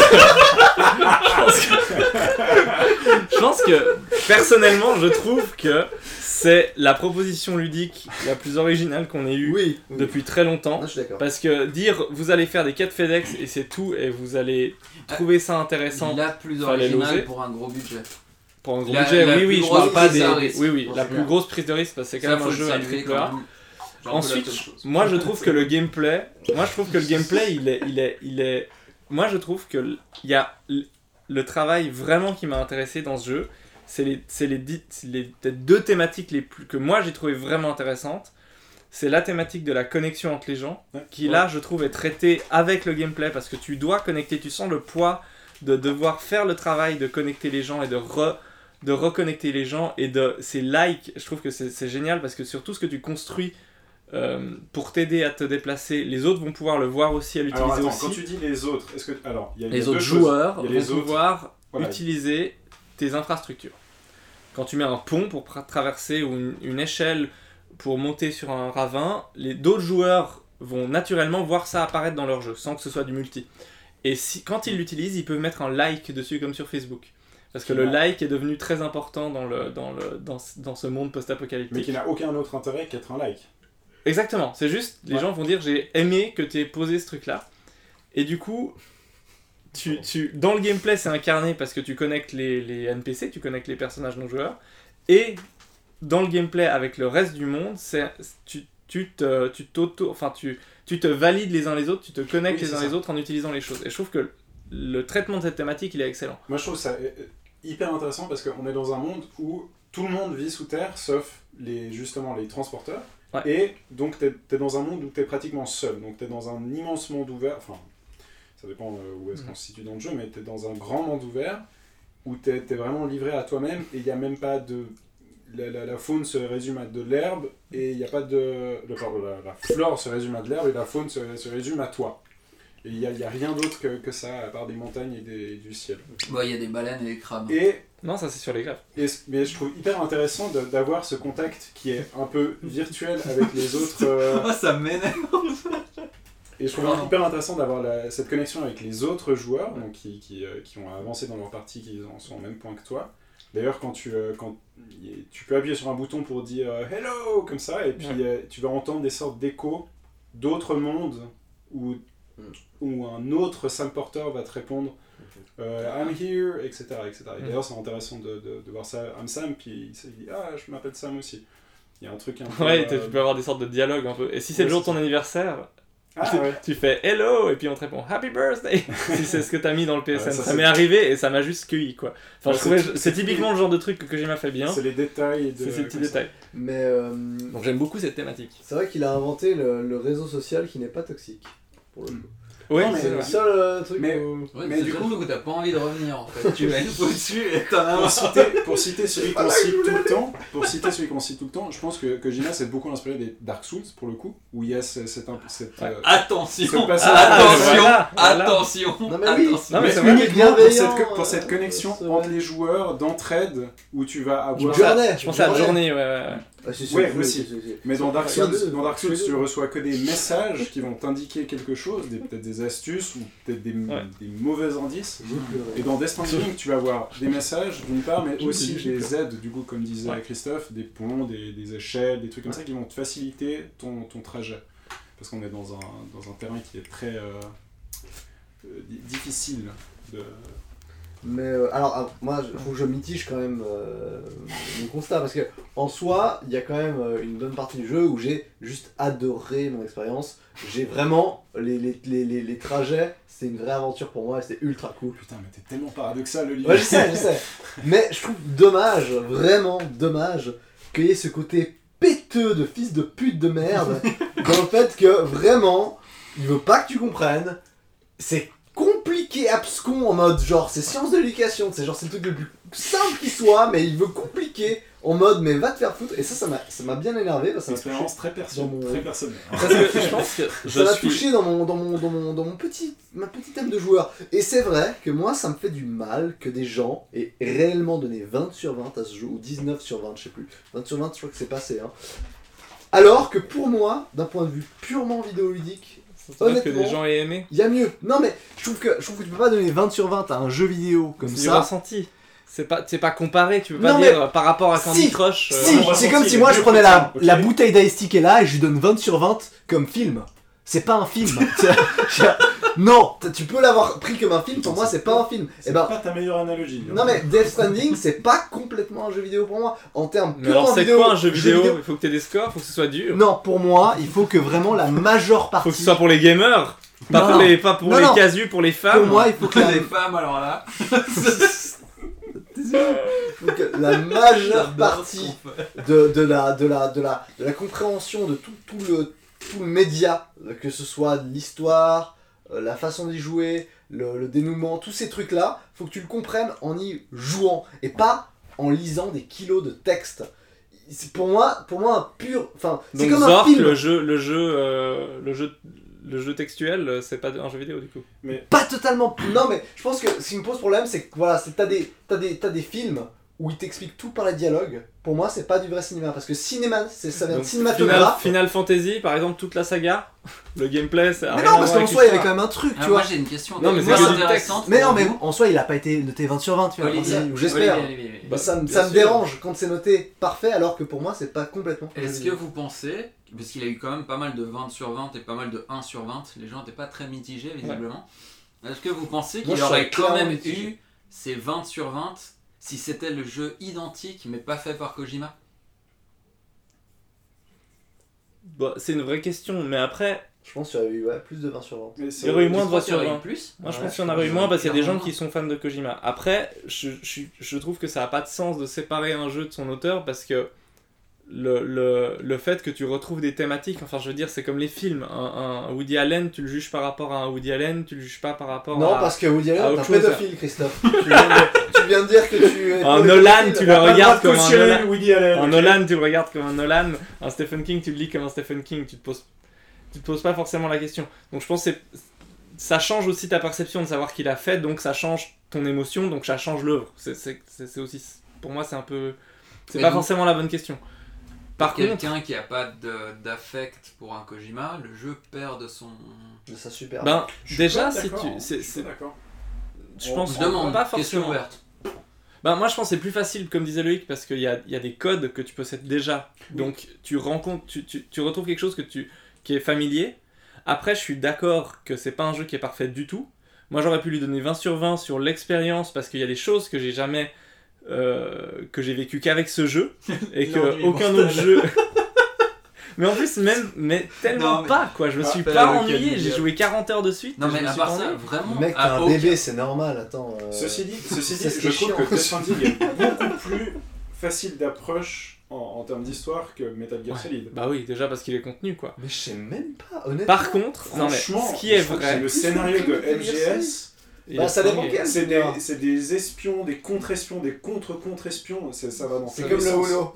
Je pense que, personnellement, je trouve que c'est la proposition ludique la plus originale qu'on ait eue Oui, oui. depuis très longtemps. Ah, je suis d'accord. Parce que dire vous allez faire des quêtes FedEx et c'est tout et vous allez trouver ça intéressant La plus fallait l'oser. originale pour un gros budget. pour un gros La- budget, la oui, plus oui, je grosse parle pas prise des. de risque. Oui, oui, Bon, la c'est plus bien. grosse prise de risque parce que c'est quand Ça, même faut un le jeu à saluer triple quand A. même. Genre, on peut Ensuite, la chose. moi je trouve que le gameplay, moi je trouve que le gameplay, il est, il est, il est, moi je trouve que l- il y a l- le travail vraiment qui m'a intéressé dans ce jeu, c'est les, c'est les, dix- c'est les peut-être deux thématiques les plus que moi j'ai trouvé vraiment intéressantes. C'est la thématique de la connexion entre les gens, Ouais. qui là je trouve est traitée avec le gameplay parce que tu dois connecter, tu sens le poids de devoir faire le travail de connecter les gens et de re, de reconnecter les gens et de ces likes. Je trouve que c'est, c'est génial parce que sur tout ce que tu construis euh, pour t'aider à te déplacer, les autres vont pouvoir le voir aussi, à l'utiliser Alors attends, aussi. quand tu dis les autres, est-ce que alors il y a il y a Les deux autres choses. joueurs Il y a les vont autres- pouvoir voilà. utiliser tes infrastructures. Quand tu mets un pont pour pra- traverser ou une, une échelle pour monter sur un ravin, les d'autres joueurs vont naturellement voir ça apparaître dans leur jeu, sans que ce soit du multi. Et si, quand ils l'utilisent, ils peuvent mettre un like dessus comme sur Facebook. Parce que Qui le n'a- like est devenu très important dans, le, dans, le, dans, ce- dans ce monde Mais post-apocalyptique. qui n'a aucun autre intérêt qu'être un like. Exactement, c'est juste, les Ouais. gens vont dire j'ai aimé que tu aies posé ce truc-là. Et du coup, tu, tu, dans le gameplay, c'est incarné parce que tu connectes les, les N P C, tu connectes les personnages non joueurs. Et dans le gameplay avec le reste du monde, c'est, tu, tu, te, tu, t'auto, enfin, tu, tu te valides les uns les autres, tu te connectes Oui, les c'est uns ça. les autres en utilisant les choses. Et je trouve que le traitement de cette thématique, il est excellent. Moi je trouve ça euh, hyper intéressant parce qu'on est dans un monde où tout le monde vit sous terre sauf les, justement les transporteurs. Ouais. Et donc t'es es dans un monde où t'es pratiquement seul. Donc t'es dans un immense monde ouvert. Enfin, ça dépend euh, où est-ce qu'on se situe dans le jeu, mais t'es dans un grand monde ouvert où t'es es vraiment livré à toi-même et il n'y a même pas de. La, la, la faune se résume à de l'herbe et il n'y a pas de. Le, pardon, la, la flore se résume à de l'herbe et la faune se, se résume à toi. Et il n'y a, y a rien d'autre que, que ça, à part des montagnes et, des, et du ciel. Bah, il y a des baleines et des crabes. Et, Non, ça c'est sur les greffes. et, mais je trouve hyper intéressant de- d'avoir ce contact qui est un peu virtuel avec les autres. euh, Oh, ça m'énerve. Et je trouve Pardon. hyper intéressant d'avoir la- cette connexion avec les autres joueurs donc qui, qui, euh, qui ont avancé dans leur partie, qui en sont au même point que toi. D'ailleurs, quand tu, euh, quand y- tu peux appuyer sur un bouton pour dire euh, hello comme ça, et puis Ouais. euh, tu vas entendre des sortes d'échos d'autres mondes où, où un autre Sam Porter va te répondre euh, I'm here, et cetera et cetera. Et Mm. d'ailleurs, c'est intéressant de, de, de voir ça. I'm Sam, puis il se dit ah, je m'appelle Sam aussi. Il y a un truc un peu. Ouais, euh, tu peux avoir des sortes de dialogues un peu. Et si c'est Ouais, le jour de c'est ton anniversaire, Ah, tu, ouais. tu fais hello et puis on te répond happy birthday si c'est ce que t'as mis dans le P S N. Ouais, ça, ça c'est- m'est arrivé et ça m'a juste cueilli quoi. Enfin, Ouais, je trouvais, c'est- c'est c'est- typiquement le genre de truc que Kojima fait bien. C'est les détails. de- C'est ces petits comme ça. détails. Mais euh, Donc j'aime beaucoup cette thématique. c'est vrai qu'il a inventé le, le réseau social qui n'est pas toxique. Pour le coup. Oui, Non, mais- c'est C'est le vrai. seul euh, truc Mais- où- Ouais, Mais c'est du le coup- truc où t'as pas envie de revenir en fait. Tu vas une fois dessus et t'en as Pour marre. citer, pour citer celui qu'on cite tout le temps, pour citer celui qu'on cite tout le temps, je pense que Kojima s'est beaucoup inspiré des Dark Souls pour le coup, où il y a ce- cette, imp- cette, Ouais. euh, Attention, ce passage. attention, voilà, voilà. attention, Non, mais oui. attention. Non, mais mais c'est vrai. uniquement pour cette, bienveillant, co- pour cette euh, connexion c'est entre vrai. les joueurs, d'entraide, où tu vas Je avoir. pense à- Journée, je pensais à journée. Journey, ouais, ouais, ouais. Ah, si, si, Ouais, si, aussi. si, si, si. Mais dans Dark Regardez, Souls, dans Dark Souls, regardez. tu reçois que des messages qui vont t'indiquer quelque chose, des- peut-être des astuces ou peut-être des, Ouais. des mauvais indices. J'ai pleuré. Et dans Death Stranding, tu vas avoir des messages d'une part, mais Je aussi me suis dit, des aides, du coup, comme disait Ouais. Christophe, des ponts, des, des échelles, des trucs comme ça qui vont te faciliter ton, ton trajet. Parce qu'on est dans un, dans un terrain qui est très euh, euh, di- difficile de. Mais euh, alors, ah, moi, il faut que je mitige quand même euh, mon constat, parce que en soi, il y a quand même euh, une bonne partie du jeu où j'ai juste adoré mon expérience. J'ai vraiment, les, les, les, les, les trajets, c'est une vraie aventure pour moi et c'était ultra cool. Putain, mais t'es tellement paradoxal, Olivier. Ouais, je sais, je sais. Mais je trouve dommage, vraiment dommage, qu'il y ait ce côté péteux de fils de pute de merde dans le fait que vraiment, il veut pas que tu comprennes. C'est compliqué, abscon en mode genre, c'est science de l'éducation, c'est genre, c'est le truc le plus simple qui soit, mais il veut compliquer en mode, mais va te faire foutre. Et ça, ça m'a, ça m'a bien énervé parce que C'est ça une m'a touché. expérience très, perso dans mon- très personnelle. Parce que je pense que je Ça m'a suis. touché dans mon, dans mon, dans mon, dans mon petit, ma petite âme de joueur. Et c'est vrai que moi, ça me fait du mal que des gens aient réellement donné vingt sur vingt à ce jeu, ou dix-neuf sur vingt, je sais plus. vingt sur vingt, je crois que c'est passé. Hein. Alors que pour moi, d'un point de vue purement vidéoludique, Ça veut dire que honnêtement, des gens aient aimé. il y a mieux. Non mais, je trouve que, je trouve que tu peux pas donner vingt sur vingt à un jeu vidéo comme C'est du ça. ressenti. C'est pas, c'est pas comparé, tu peux pas Non, dire mais- euh, par rapport à Candy Si, Crush. euh, Si, on va c'est sortir comme si les moi deux je prenais la, chrétiens, ok. la bouteille d'Ice qui est là et je lui donne vingt sur vingt comme film. C'est pas un film. C'est- non, t- tu peux l'avoir pris comme un film, pour moi c'est pas un film. C'est Et ben, pas ta meilleure analogie. non mais Death Stranding c'est pas complètement un jeu vidéo pour moi. En termes Mais purement alors c'est vidéo, quoi un jeu vidéo Il faut que t'aies des scores, faut que ce soit dur. Non, pour moi, il faut que vraiment la majeure partie. Faut que ce soit pour les gamers. Pas Non, pour non. les, pas pour Non, les non. casus, pour les femmes. Pour moi, il faut que la, Les femmes, alors là. faut que la majeure partie de, de, la, de, la, de, la, de la compréhension de tout, tout, le, tout le média, que ce soit l'histoire, euh, la façon d'y jouer, le, le dénouement, tous ces trucs-là, faut que tu le comprennes en y jouant et pas en lisant des kilos de texte. C'est pour moi, pour moi un pur, enfin, c'est Donc comme un Zork, film. le jeu, le jeu, euh, le jeu, le jeu textuel, euh, c'est pas un jeu vidéo du coup. Pas totalement. Non, mais je pense que ce qui me pose problème, c'est que voilà, c'est t'as des, t'as des, t'as des films où ils t'expliquent tout par les dialogues. Pour moi, c'est pas du vrai cinéma parce que cinéma, c'est ça vient de Donc, cinématographe. Final, Final Fantasy, par exemple, toute la saga, le gameplay, c'est. Mais non, parce qu'en soi, il y avait quand même un truc, tu Ah, vois. moi j'ai une question. Non, mais Moi, c'est que c'est du intéressant. Mais non, mais en soi, il a pas été noté vingt sur vingt, tu vois. Olivier, Ou j'espère. Olivier, Olivier, Olivier. Bah, ça me, Bien ça me sûr. dérange quand c'est noté parfait, alors que pour moi, c'est pas complètement. Est-ce que vous pensez, parce qu'il a eu quand même pas mal de vingt sur vingt et pas mal de un sur vingt, les gens n'étaient pas très mitigés visiblement, est-ce que vous pensez Moi, qu'il je aurait serais quand clairement même mitigé. eu ces vingt sur vingt si c'était le jeu identique mais pas fait par Kojima? Bah, c'est une vraie question, mais après, Je pense qu'il y aurait eu ouais, plus de vingt sur vingt. Mais c'est- il y aurait eu moins Tu de crois voix qu'il y sur aurait eu vingt. plus? Moi, je Ouais, pense qu'il y en je aurait eu pense moins parce qu'il y a des gens clairement qui sont fans de Kojima. Après, je, je, je trouve que ça n'a pas de sens de séparer un jeu de son auteur parce que le, le, le fait que tu retrouves des thématiques, enfin, je veux dire, c'est comme les films. Un, un Woody Allen, tu le juges par rapport à un Woody Allen, tu le juges pas par rapport Non, à. parce que Woody à Allen est autre un chose. pédophile, Christophe. tu, viens de, tu viens de dire que tu es. Un pour les Nolan, pédophiles. tu le T'as pas le droit regardes de comme un cautionner Nolan. Woody Allen. Un ok. Nolan, tu le regardes comme un Nolan. Un Stephen King, tu le lis comme un Stephen King. Tu te poses, tu te poses pas forcément la question. Donc je pense que c'est, ça change aussi ta perception de savoir qu'il a fait, donc ça change ton émotion, donc ça change l'œuvre. C'est, c'est, c'est, c'est aussi, pour moi, c'est un peu, c'est Mais pas donc, forcément la bonne question. Par Pour contre, quelqu'un qui a pas de- d'affect pour un Kojima, le jeu perd de son. De sa super. ben Je suis déjà pas si d'accord, tu, hein, c'est, je suis c'est, pas d'accord. je On- pense Je demande, pas question forcément. ouverte. Ben, moi je pense que c'est plus facile comme disait Loïc parce qu'il y a, il y a des codes que tu possèdes déjà, donc tu rencontres, tu, tu, tu retrouves quelque chose que tu, qui est familier. Après je suis d'accord que c'est pas un jeu qui est parfait du tout. Moi j'aurais pu lui donner vingt sur vingt sur l'expérience parce qu'il y a des choses que j'ai jamais euh, que j'ai vécu qu'avec ce jeu et que L'ennui aucun mortel. autre jeu. Mais en plus même mais tellement Non, mais- pas quoi, je me Ah, suis fais pas la ennuyé, locale, j'ai gars. joué quarante heures de suite. Non je mais me à suis part pas ça, ennuyé. vraiment. Mec, à t'as un aucun- bébé, c'est normal, attends. euh, Ceci dit, ceci c'est dit ce qui je est trouve chiant. que Death Stranding est beaucoup plus facile d'approche en, en termes d'histoire que Metal Gear Ouais. Solid. Bah oui, déjà parce qu'il est contenu quoi. Mais je sais même pas, honnêtement. Par contre, non mais Franchement, ce qui est je trouve que vrai, le scénario de M G S, il Bah, est ça dépend flingué. quel. c'est bien. des, c'est des espions, des contre-espions, des contre-contre-espions, c'est- ça va dans C'est tous comme les le sens. holo.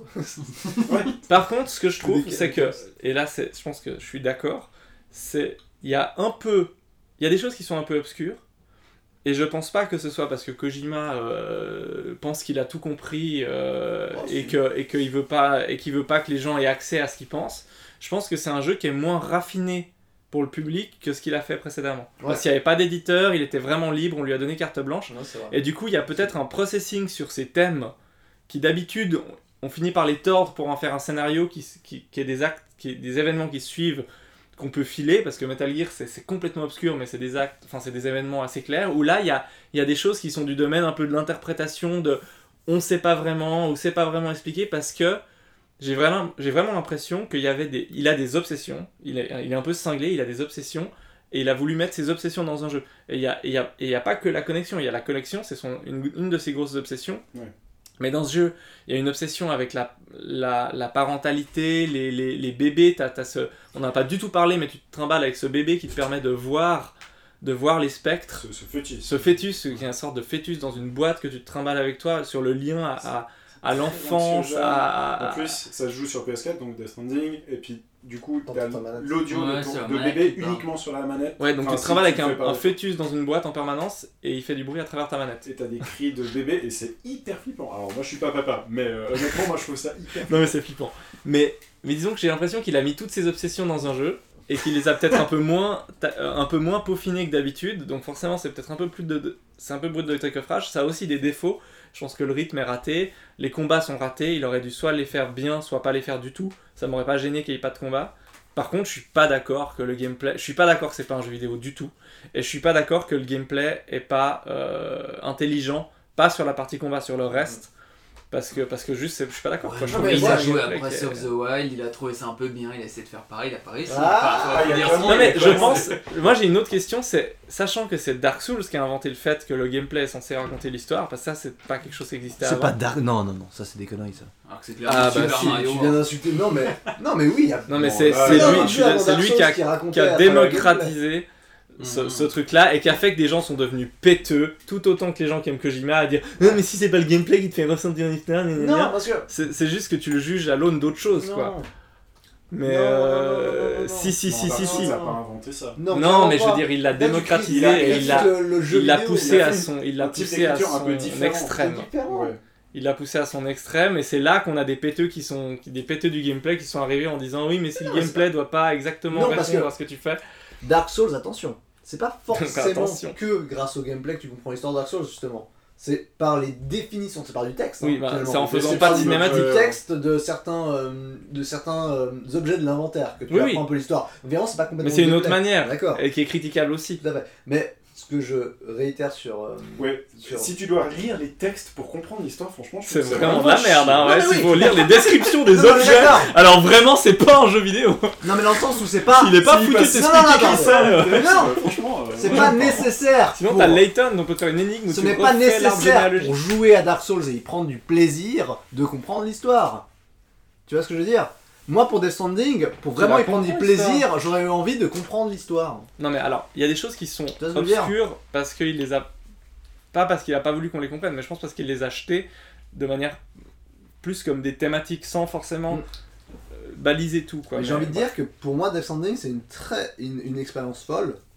Par contre, ce que je trouve, Des c'est que, et là, c'est, je pense que je suis d'accord, c'est, il y a un peu, il y a des choses qui sont un peu obscures, et je pense pas que ce soit parce que Kojima euh, pense qu'il a tout compris euh, Oh, et si. que et qu'il veut pas et qu'il veut pas que les gens aient accès à ce qu'il pense. Je pense que c'est un jeu qui est moins raffiné pour le public que ce qu'il a fait précédemment. Ouais. Parce qu'il n'y avait pas d'éditeur, il était vraiment libre, on lui a donné carte blanche. Non, c'est vrai. Et du coup, il y a peut-être un processing sur ces thèmes qui d'habitude, on finit par les tordre pour en faire un scénario qui, qui, qui est des actes, qui est des événements qui se suivent, qu'on peut filer, parce que Metal Gear c'est, c'est complètement obscur, mais c'est des actes, enfin c'est des événements assez clairs, où là il y a, il y a des choses qui sont du domaine un peu de l'interprétation, de on sait pas vraiment, ou c'est pas vraiment expliqué, parce que j'ai vraiment, j'ai vraiment l'impression qu'il y avait des, il a des obsessions, il est, il est un peu cinglé, il a des obsessions, et il a voulu mettre ses obsessions dans un jeu. Et il y a, et il y a, et il y a pas que la connexion, il y a la connexion, c'est son, une, une de ses grosses obsessions. Ouais. Mais dans ce jeu, il y a une obsession avec la, la, la parentalité, les, les, les bébés. T'as, t'as ce, on n'a pas du tout parlé, mais tu te trimbales avec ce bébé qui te permet de voir, de voir les spectres. Ce, ce fœtus. Ce fœtus, qui est une sorte de fœtus dans une boîte que tu te trimbales avec toi, sur le lien à, à, à l'enfance, Anxiogène. à, à- En plus, ça se joue sur P S quatre, donc Death Stranding, et puis du coup, Dans t'as ta manette. l'audio Ouais, de, c'est ton- la de manette bébé qui parle. uniquement sur la manette. Ouais, donc Enfin, tu te si trimbales avec le un, fais pas un avec- fœtus dans une boîte en permanence, et il fait du bruit à travers ta manette. Et t'as des cris de bébé, et c'est hyper flippant. Alors moi je suis pas papa, mais euh, honnêtement moi je trouve ça hyper Non mais c'est flippant. Mais, mais disons que j'ai l'impression qu'il a mis toutes ses obsessions dans un jeu et qu'il les a peut-être un peu moins ta- euh, un peu moins peaufinées que d'habitude. Donc forcément c'est peut-être un peu plus de, de- c'est un peu brut de décoffrage. Ça a aussi des défauts. Je pense que le rythme est raté, les combats sont ratés. Il aurait dû soit les faire bien, soit pas les faire du tout. Ça m'aurait pas gêné qu'il y ait pas de combat. Par contre, je suis pas d'accord que le gameplay, je suis pas d'accord que c'est pas un jeu vidéo du tout, et je suis pas d'accord que le gameplay est pas euh, intelligent, pas sur la partie combat, sur le reste. Parce que, parce que juste, c'est- je suis pas d'accord. quoi. Je Non, trouve mais que il c'est a un joué à gameplay Breath qui est- of the Wild, il a trouvé ça un peu bien, il a essayé de faire pareil, il a pas réussi. Ah, Enfin, faut il y a dire vraiment- ça. Non mais je Ouais, pense, moi j'ai une autre question, c'est sachant que c'est Dark Souls qui a inventé le fait que le gameplay est censé raconter l'histoire, parce que ça c'est pas quelque chose qui existait C'est avant. pas Dark. Non, non, non, ça c'est des conneries ça. Alors que c'est clairement Ah, bah, Super si, Mario. Tu viens d'insulter. Non, mais. Non, mais oui, il y a. Non mais Bon, c'est là, c'est là, lui, là, je suis là- c'est lui qui a, qui a démocratisé ce, Mhm. ce truc-là et qui a fait que des gens sont devenus péteux, tout autant que les gens qui aiment Kojima, à dire non mais si c'est pas le gameplay qui te fait ressentir une histoire, gna, gna, Non, gna. parce que. c'est c'est juste que tu le juges à l'aune d'autres choses quoi. Non. Mais Non, non, non, euh, non, non, non. si si Non, si Dark si Souls si. a pas inventé ça. Non, Non clairement mais je veux pas. dire il l'a Là, tu démocratisé critiques- et tu il l'a critiques le- le jeu il l'a vidéo, poussé il a à fait son il l'a un type poussé à d'écriture un peu son différent. extrême. différent. Ouais. Il l'a poussé à son extrême et c'est là qu'on a des péteux qui sont qui- des péteux du gameplay qui sont arrivés en disant oui mais si le Non, gameplay doit pas exactement Non, parce répondre que- à ce que tu fais. Dark Souls, attention, c'est pas forcément Attention. que grâce au gameplay que tu comprends l'histoire de Dark Souls, justement. C'est par les définitions, c'est par du texte. Oui, hein, bah, finalement. c'est en Mais faisant c'est pas pas de du cinématique. Euh, du texte de certains, euh, de certains euh, objets de l'inventaire que tu Oui, apprends oui. un peu l'histoire. Évidemment, c'est pas complètement. Mais c'est du une autre gameplay. manière D'accord. et qui est critiquable aussi. Tout à fait. Mais ce que je réitère sur. euh, Ouais. sur- Si tu dois lire les textes pour comprendre l'histoire, franchement, je C'est trouve que vraiment de la merde, hein, Non, ouais, mais s'il oui. faut lire les descriptions des Non, mais objets. d'accord. Alors vraiment, c'est pas un jeu vidéo. Non, mais dans le sens où c'est pas. Il est pas s'il foutu de passe- t'expliquer non, non, qui non, c'est. euh. Mais non. Franchement, euh, C'est ouais, pas non. nécessaire. Sinon, pour- t'as Layton, on peut faire une énigme où Ce tu n'est pas refais l'arbre nécessaire généalogique. pour jouer à Dark Souls et y prendre du plaisir de comprendre l'histoire. Tu vois ce que je veux dire? Moi, pour Death Stranding, pour Tu vraiment la y prendre du comprends, plaisir, j'aurais eu envie de comprendre l'histoire. Non mais alors, il y a des choses qui sont vois ce que je veux dire obscures parce qu'il les a... Pas parce qu'il a pas voulu qu'on les comprenne, mais je pense parce qu'il les a achetées de manière plus comme des thématiques sans forcément Mm. euh, baliser tout quoi. Mais j'ai Mais envie de voilà. dire que pour moi, Death Stranding, c'est une, très, une, une expérience folle.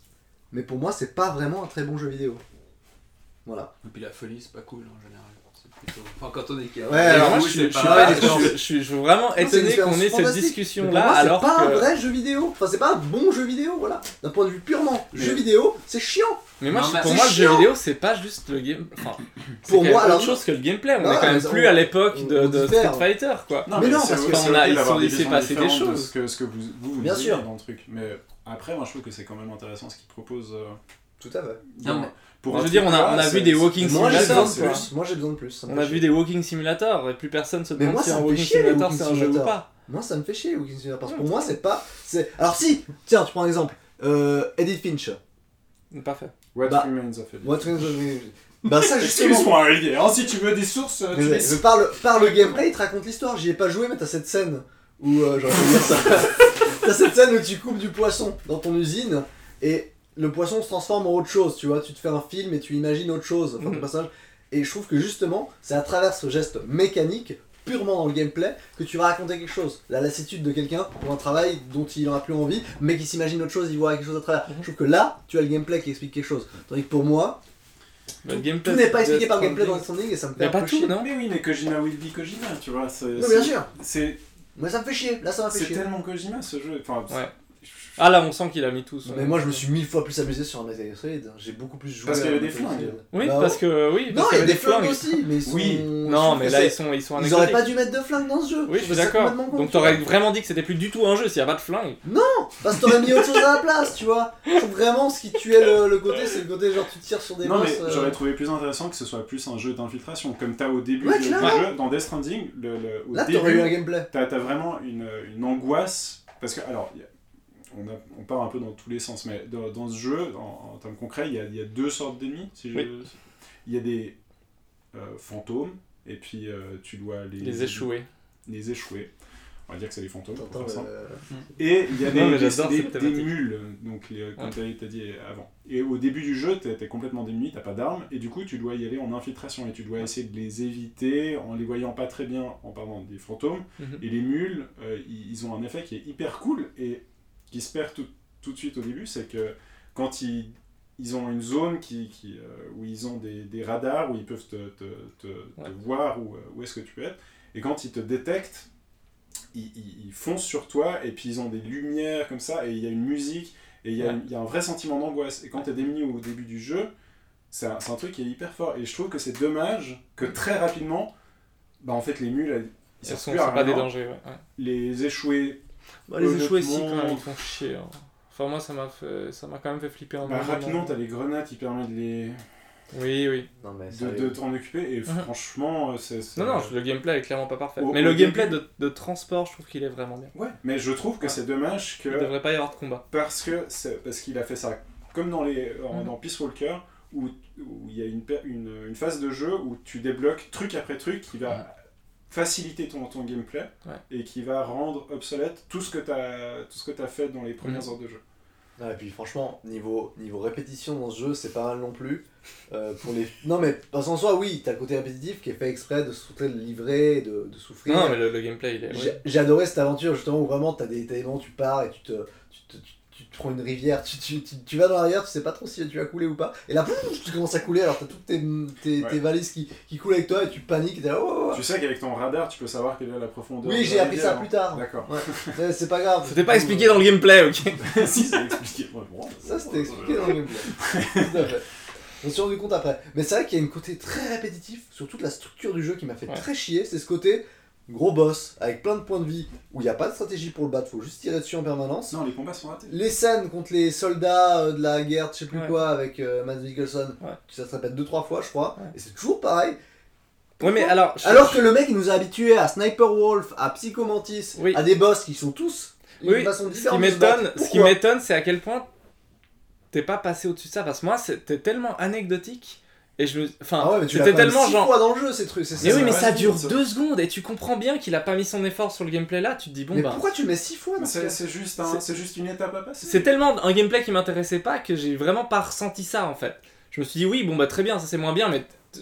mais pour moi, c'est pas vraiment un très bon jeu vidéo. Voilà. Et puis la folie, c'est pas cool en général. C'est plutôt. Enfin, quand on est qu'il y a- Ouais, Et alors moi, oui, je suis, c'est je suis pas- pas- je pense- je- je suis je suis vraiment Non, c'est une étonné expérience qu'on ait cette fantastique. Mais discussion pour là, moi, c'est alors pas un que. vrai jeu vidéo. Enfin, c'est pas un bon jeu vidéo, voilà. D'un point de vue purement Mais- jeu vidéo, c'est chiant. Mais moi, Non, je- mais pour c'est moi, le jeu chiant. vidéo, c'est pas juste le game. Enfin, c'est Pour quand même moi, autre alors, chose que le gameplay. On non, est quand même mais plus on- à l'époque on- de, on de diffère. Street Fighter, quoi. Non, Mais non, c'est parce aussi que- on a- le fait il d'avoir s'est- des il s'est visions passé des différentes de choses. Ce que, ce que vous, vous, vous Bien aimez sûr. dans le truc. Mais après, moi, je trouve que c'est quand même intéressant ce qu'ils proposent. euh, Tout à fait. dans- Non, mais- pour Je un veux dire, truc on a- là, on a c'est- vu des c'est- walking Moi, j'ai simulator, besoin de quoi. plus. Moi, j'ai besoin de plus. ça me On fait a chier. vu des walking simulator et plus personne se Mais demande moi, si ça un me fait walking chier, les simulator walking c'est un jeu ou simulator. pas. Moi, ça me fait chier, Walking Simulator. Parce que pour moi, c'est pas. c'est- Alors, si, tiens, tu prends un exemple. Euh, Edith Finch. Pas fait. What Bah, Remains of Edith. What Remains of Edith. Bah, ça, justement. Excuse-moi, Olivier. hein, si tu veux des sources, euh, tu Mais, les- mais par, le, par le gameplay, il te raconte l'histoire. J'y ai pas joué, mais t'as cette scène où. Euh, J'aurais pu dire ça. T'as cette scène où tu coupes du poisson dans ton usine et le poisson se transforme en autre chose. Tu vois, tu te fais un film et tu imagines autre chose. Enfin, ton Mhm. personnage. Et je trouve que justement, c'est à travers ce geste mécanique, purement dans le gameplay, que tu vas raconter quelque chose. La lassitude de quelqu'un pour un travail dont il n'en a plus envie, mais qui s'imagine autre chose, il voit quelque chose à travers. Je trouve que là, tu as le gameplay qui explique quelque chose. Tandis que pour moi, Le tout, gameplay tout n'est pas de expliqué par le Death gameplay dans Death Stranding. Stranding et ça me fait Mais un pas peu tout, chier. non Mais oui, mais Kojima will be Kojima, tu vois. c'est- Non, c'est- bien sûr. C'est Mais ça me fait chier. Là, ça m'a fait c'est chier. tellement Kojima ce jeu. Enfin, Ouais. Ah là, on sent qu'il a mis tout son. Mais moi, je me suis mille fois plus amusé sur un Metal Gear Solid. J'ai beaucoup plus joué. Parce qu'il y à avait des Metal Gear flingues. Solid. Oui, Bah, parce que. Oui, Non, parce il qu'il y a des flingues aussi, mais ils sont. Oui, je non, trouve mais que là, c'est- ils sont, ils sont Ils auraient anecdotiques. pas dû mettre de flingues dans ce jeu. Oui, je trouve suis ça d'accord. complètement con, Donc tu t'aurais vois. vraiment dit que c'était plus du tout un jeu s'il n'y a pas de flingue. Parce que t'aurais mis autre chose à la place, tu vois. Je trouve vraiment ce qui tuait le, le côté, c'est le côté genre tu tires sur des non, boss. mais euh, j'aurais trouvé plus intéressant que ce soit plus un jeu d'infiltration. Comme t'as au début Ouais, du, du clairement. jeu, dans Death Stranding, le, le- au Là, t'aurais début, eu un gameplay. t'as as vraiment une, une angoisse. Parce que, alors, y a- on, a, on part un peu dans tous les sens, mais dans, dans ce jeu, en, en termes concrets, il y a, il y a deux sortes d'ennemis. Si je- Oui. Il y a des euh, fantômes, et puis euh, tu dois les, Les échouer. les échouer. On va dire que c'est les fantômes. pour T'entends faire simple. le- Et il y a des, Non, mais des, j'adore des- cette des thématique. mules, donc les, comme Ouais. tu as dit avant. Et au début du jeu, tu es complètement démuni, tu pas d'armes, et du coup, tu dois y aller en infiltration, et tu dois essayer de les éviter en les voyant pas très bien en parlant des fantômes. Mhm. Et les mules, euh, ils ils ont un effet qui est hyper cool, et qui se perd tout, tout de suite au début, c'est que quand ils, ils ont une zone qui, qui, euh, où ils ont des, des radars, où ils peuvent te, te, te, te Ouais. voir où, où est-ce que tu peux être, et quand ils te détectent, ils, ils, ils foncent sur toi, et puis ils ont des lumières comme ça, et il y a une musique, et il y a, Ouais. il y a un vrai sentiment d'angoisse. Et quand tu es démuni au début du jeu, c'est un, c'est un truc qui est hyper fort. Et je trouve que c'est dommage que très rapidement, bah en fait les mules, elles, ils Elles servent sont plus à c'est pas des rien. dangers, ouais. ouais. Les échoués, Bah, les échoués, si, honnêtement, quand même, ils font chier. hein. Enfin, moi, ça m'a fait... ça m'a quand même fait flipper un bah, moment. rapidement t'as les grenades qui permettent de les Oui, oui. Non, mais de, sérieux. de t'en occuper, et Mhm. franchement euh, c'est... c'est- Non, non, le gameplay est clairement pas parfait. Au- Mais au le début- gameplay de, de transport, je trouve qu'il est vraiment bien. Ouais, mais je trouve que Ouais. c'est dommage que... Il devrait pas y avoir de combat. Parce que c'est parce qu'il a fait ça comme dans les en- Mhm. dans Peace Walker où où il y a une, per- une une phase de jeu où tu débloques truc après truc qui va faciliter ton, ton gameplay Ouais. et qui va rendre obsolète tout ce que tu as tout ce que tu as fait dans les premières Mhm. heures de jeu. Non, et puis franchement, niveau, niveau répétition dans ce jeu, c'est pas mal non plus. Euh, pour les... Non, mais parce qu'en soi, oui, t'as le côté répétitif qui est fait exprès de souffrir de livrer, de, de souffrir. Non, mais le, le gameplay, il est... J'ai ouais. j'ai adoré cette aventure justement où vraiment t'as des, t'as des moments où tu pars et tu te, tu te, tu, tu te prends une rivière, tu, tu, tu, tu vas dans la rivière, tu sais pas trop si tu vas couler ou pas, et là pouf, tu commences à couler alors t'as toutes tes, tes, Ouais. tes valises qui, qui coulent avec toi et tu paniques et t'es là oh, oh, oh. Tu sais qu'avec ton radar, tu peux savoir quelle est la profondeur. Oui, de j'ai la appris ça rivière, plus tard. hein. D'accord. Ouais. Mais c'est pas grave. C'était pas expliqué dans le gameplay, ok. Si, c'est expliqué. Ouais, bon, Ça c'était expliqué dans le gameplay. Tout à fait. Je me suis rendu compte après. Mais c'est vrai qu'il y a une côté très répétitif sur toute la structure du jeu qui m'a fait Ouais. très chier. C'est ce côté gros boss avec plein de points de vie où il n'y a pas de stratégie pour le battre, faut juste tirer dessus en permanence. Non, les combats sont ratés. Les scènes contre les soldats euh, de la guerre, je sais plus Ouais. quoi, avec euh, Mads Mikkelsen, Ouais. ça se répète deux trois fois, je crois, Ouais. et c'est toujours pareil. Ouais, mais alors... je- Alors que le mec il nous a habitués à Sniper Wolf, à Psychomantis, Oui. à des boss qui sont tous d'une Oui, façon ce qui différente. de se m'étonne, battre. ce qui Pourquoi m'étonne, c'est à quel point t'es pas passé au-dessus de ça. Parce que moi, c'était tellement anecdotique. Et je me... Enfin, Ah ouais, mais tu l'as c'était quand même tellement six genre... fois dans le jeu ces trucs, c'est Mais ça. oui, mais va ça vite, dure ça. deux secondes et tu comprends bien qu'il a pas mis son effort sur le gameplay là. Tu te dis, bon mais bah. pourquoi tu le mets six fois dans ce C'est cas c'est juste, un- C'est- c'est juste une étape à passer. C'est tellement un gameplay qui m'intéressait pas que j'ai vraiment pas ressenti ça en fait. Je me suis dit, oui, bon bah très bien, ça c'est moins bien, mais t-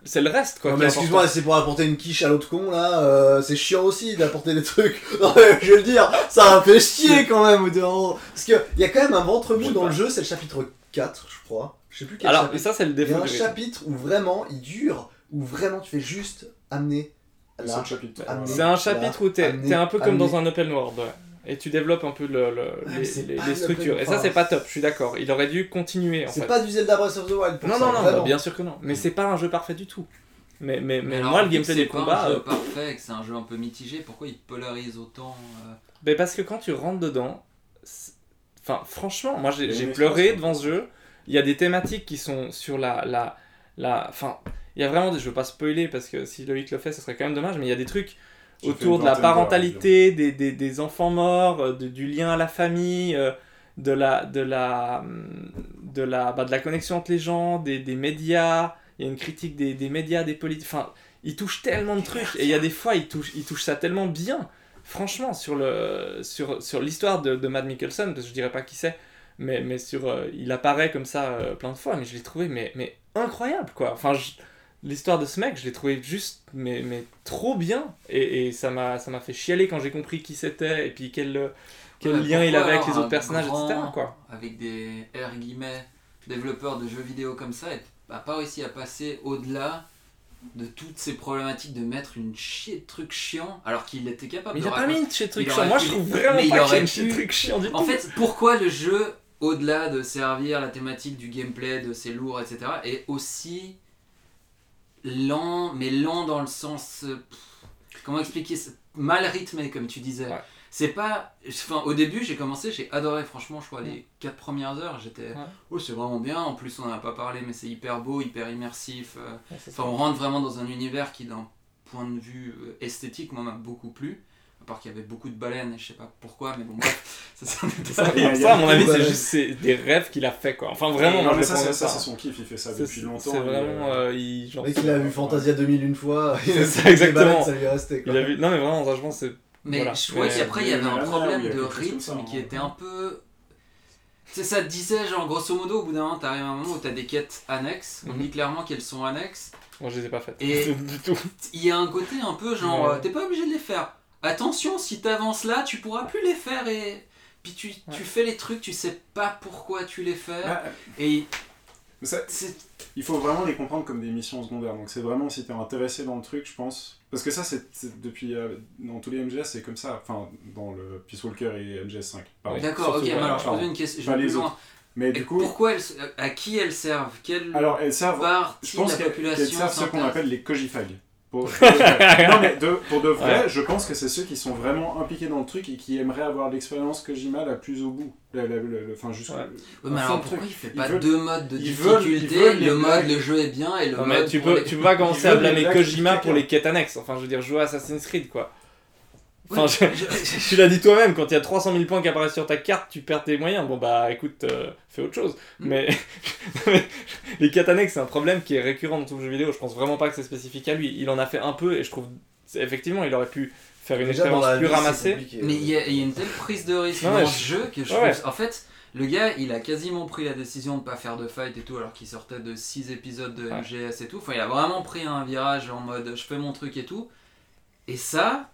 c'est le reste quoi. Non qui mais est excuse-moi, important. c'est pour apporter une quiche à l'autre con là, euh, c'est chiant aussi d'apporter des trucs. Non mais je veux le dire, ça a fait chier quand même au bout d'un moment. Parce qu'il y a quand même un ventre mou dans le jeu, c'est le chapitre quatre je crois. Je sais plus quel Alors, chapitre. ça, c'est le Il y défaut a un du rythme. chapitre où vraiment il dure, où vraiment tu fais juste amener C'est là. le chapitre. amener C'est un chapitre là, où t'es amener, t'es un peu comme amener. dans un open world, ouais. Et tu développes un peu le, le- mais les, c'est les- pas les le structures. open- Et ça, enfin, c'est pas top, je suis d'accord. Il aurait dû continuer en C'est fait. pas du Zelda Breath of the Wild pour Non, ça, non, non, vraiment. bah, bien sûr que non. Mais c'est pas un jeu parfait du tout. Mais, mais, mais, alors, moi, le vu que gameplay c'est des pas combats. un jeu euh, parfait et que c'est un jeu un peu mitigé, pourquoi il polarise autant euh, ben, parce que quand tu rentres dedans. c'est- Enfin, franchement, moi j'ai Il y a j'ai une pleuré expérience, devant ce jeu. Il y a des thématiques qui sont sur la. la, la enfin, il y a vraiment des. Je veux pas spoiler parce que si Loïc le fait, ce serait quand même dommage. Mais il y a des trucs J'ai fait autour une de la vingtaine d'heures, parentalité, des, des, des enfants morts, euh, de- du lien à la famille, euh, de la, de la, hum, de la, bah, de la connexion entre les gens, des, des médias. Il y a une critique des, des médias, des politiques. Enfin, il touche tellement de trucs et il y a des fois, il touche, il touche ça tellement bien. Franchement, sur le, sur, sur l'histoire de, de Matt Mikkelsen, parce que je dirais pas qui c'est, mais, mais sur, euh, il apparaît comme ça euh, plein de fois, mais je l'ai trouvé mais, mais incroyable quoi. Enfin, je- l'histoire de ce mec, je l'ai trouvé juste mais, mais trop bien et, et ça m'a ça m'a fait chialer quand j'ai compris qui c'était et puis quel, euh, quel ouais, lien il pourquoi avait avec les alors autres personnages, un et cetera grand, quoi. Avec des R guillemets développeurs de jeux vidéo comme ça, et a pas réussi à passer au-delà de toutes ces problématiques de mettre une chier de trucs chiants alors qu'il était capable Mais il de a pas raconter- mis de chez trucs il chiants. aurait Moi pu- je trouve mais vraiment il pas qu'il y aurait ait une chez pu- trucs chiants du tout. En fait, pourquoi le jeu, au-delà de servir la thématique du gameplay, de ses lourds, et cetera, est aussi lent, mais lent dans le sens... euh, pff, comment expliquer ça, mal rythmé, comme tu disais. Ouais. C'est pas... Enfin, au début, j'ai commencé, j'ai adoré, franchement, je crois, les quatre premières heures, j'étais... Ouais. Oh, c'est vraiment bien, en plus, on n'en a pas parlé, mais c'est hyper beau, hyper immersif. euh, Ouais, c'est Enfin, ça. on rentre vraiment dans un univers qui, d'un point de vue euh, esthétique, moi, m'a beaucoup plu. À part qu'il y avait beaucoup de baleines, et je sais pas pourquoi, mais bon, bref, ça c'est un Ça, détail. il y a ça, à mon beaucoup avis, de c'est balais. juste c'est des rêves qu'il a fait quoi. Enfin vraiment, Non, moi, mais je ça, le prends c'est comme ça, c'est son kiff, il fait ça C'est- depuis longtemps. C'est il, vraiment, euh, euh, il, genre, Le mec il a vu Fantasia deux mille une fois, C'est ça, les exactement. balades, ça lui est resté quoi. il a vu. Non mais vraiment, franchement, c'est. Mais Voilà. je trouvais Mais- qu'après, il y avait mais un là, problème il y a de quelque chose comme rythme ça, hein. qui était un peu. C'est ça, disait, genre, grosso modo, au bout d'un moment, t'arrives à un moment où t'as des quêtes annexes, on Mhm. dit clairement qu'elles sont annexes. Moi, je les ai pas faites. Et- du tout. Il y a un côté un peu genre, Ouais. euh, t'es pas obligé de les faire. Attention, si t'avances là, tu pourras plus les faire et. Puis tu, tu Ouais. fais les trucs, tu sais pas pourquoi tu les fais. bah, Et mais ça- c'est. il faut vraiment les comprendre comme des missions secondaires. Donc c'est vraiment si t'es intéressé dans le truc, je pense. Parce que ça, c'est c'est depuis. euh, dans tous les M G S, c'est comme ça. Enfin, dans le Peace Walker et M G S cinq. pardon. D'accord, surtout, ok, mais ouais, alors je pardon. posais une question. je Pas vais les plus loin. autres. Mais Et du coup. pourquoi elles, à qui elles servent? Quelle Alors, elles servent. partie Je pense de la qu'elles qu'elles population servent ceux qu'on s'intéresse? appelle les Kojifags. Pour, pour de vrai. Non mais de- pour de vrai, Ouais. je pense que c'est ceux qui sont vraiment impliqués dans le truc et qui aimeraient avoir l'expérience Kojima la plus au bout. La, la, la- la- enfin, jusqu'au- Ouais. Ouais, au mais fond alors du pourquoi truc. il fait Ils pas veulent- deux modes de ils veulent- difficulté? ils veulent les Le mode blagues. le jeu est bien et le Non, mode. mais tu pour peux, les- tu peux pas commencer Ils à veulent des blâmer blagues Kojima qui pour piquent. les quêtes annexes. Enfin, je veux dire, jouer à Assassin's Creed quoi. Ouais, Enfin, je- je- Tu l'as dit toi-même, quand il y a trois cent mille points qui apparaissent sur ta carte, tu perds tes moyens. Bon bah écoute, euh, fais autre chose. Mm. Mais mais les quêtes annexes, c'est un problème qui est récurrent dans tout le jeu vidéo. Je pense vraiment pas que c'est spécifique à lui. Il en a fait un peu et je trouve, c'est- effectivement, il aurait pu faire une Déjà, dans expérience la plus vie, c'est ramassée. compliqué. Mais il y, a il y a une telle prise de risque Ouais, dans ouais, ce jeu que je ouais. trouve. En fait, le gars, il a quasiment pris la décision de pas faire de fight et tout, alors qu'il sortait de six épisodes de Ouais. M G S et tout. Enfin, il a vraiment pris un virage en mode je fais mon truc et tout. Et ça,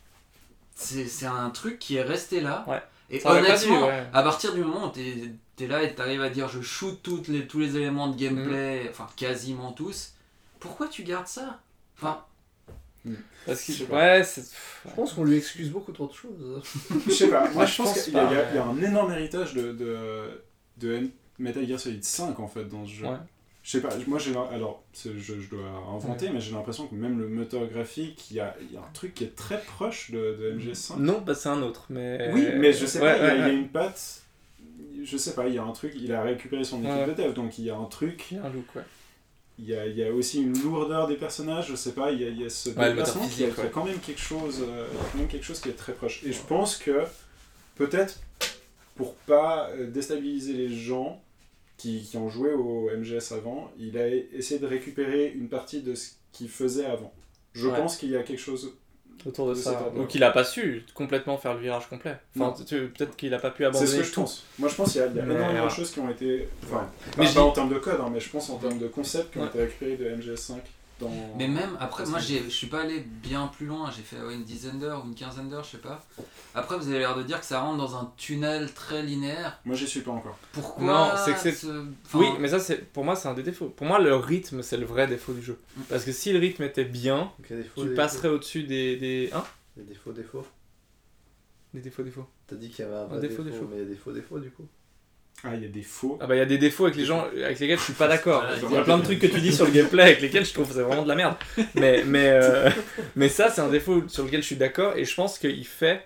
c'est c'est un truc qui est resté là. Ouais. Et Ça aurait pas honnêtement, dû, ouais. à partir du moment où t'es es là et t'arrives à dire je shoot toutes les, tous les éléments de gameplay, enfin quasiment tous, pourquoi tu gardes ça? Enfin, Parce que Je sais pas. ouais, c'est. Je pense qu'on lui excuse beaucoup trop de choses. Je sais pas, moi Ouais, je je pense pense qu'il y, a- pas, il y a- ouais. il y a un énorme héritage de, de, de M- Metal Gear Solid cinq en fait dans ce jeu. Ouais. Je sais pas, moi j'ai l'im- alors c'est- je, je dois inventer, mais j'ai l'impression que même le moteur graphique, il y a, il y a un truc qui est très proche de, de M G S cinq. Non, bah c'est un autre, mais. Oui, mais je sais Ouais, pas, il y a- ouais, il y, a ouais. une patte, je sais pas, il y a un truc, il a récupéré son équipe Ouais. de dev, donc il y a un truc, Il y a un look, ouais. il y a, il y a aussi une lourdeur des personnages, je sais pas, il y a, il y a ce Ouais, le déplacement moteur qui a, physique, qui a ouais. quand même quelque chose, euh, il y a quand même quelque chose qui est très proche. Et je pense que peut-être pour pas euh, déstabiliser les gens qui, qui ont joué au M G S avant, il a essayé de récupérer une partie de ce qu'il faisait avant. Je Ouais. pense qu'il y a quelque chose Autour de de ça. cet ordre-là. Donc il a pas su complètement faire le virage complet. Enfin, Non. tu- peut-être qu'il a pas pu C'est abandonner ce que je tout. pense. Moi je pense qu'il y a, il y a Mais, énormément de voilà. choses qui ont été. Enfin, Mais pas, je pas dis- en termes de code, hein, mais je pense en termes de concepts qui ont Ouais. été récupérés de M G S cinq. dans... Mais même après, dans moi ce- j'ai- je suis pas allé bien plus loin, j'ai fait ouais, une dizaine d'heures ou une quinzaine d'heures, je sais pas. Après, vous avez l'air de dire que ça rentre dans un tunnel très linéaire. Moi, j'y suis pas encore. Pourquoi Non, c'est que c'est. ce- enfin, Oui, mais ça, c'est pour moi, c'est un des défauts. Pour moi, le rythme, c'est le vrai défaut du jeu. Mm. Parce que si le rythme était bien, Donc, il y a des faux, tu des passerais au-dessus des. des... Hein faux. Des défauts, défauts. Des défauts, défauts. T'as dit qu'il y avait un vrai Un défaut, défaut, défaut. mais il y a des faux défauts du coup. Ah, il y a des faux. Ah bah il y a des défauts avec les gens avec lesquels je suis pas d'accord. Voilà, Il y a plein de trucs que tu dis sur le gameplay avec lesquels je trouve que c'est vraiment de la merde. Mais mais euh, mais ça c'est un défaut sur lequel je suis d'accord et je pense qu'il fait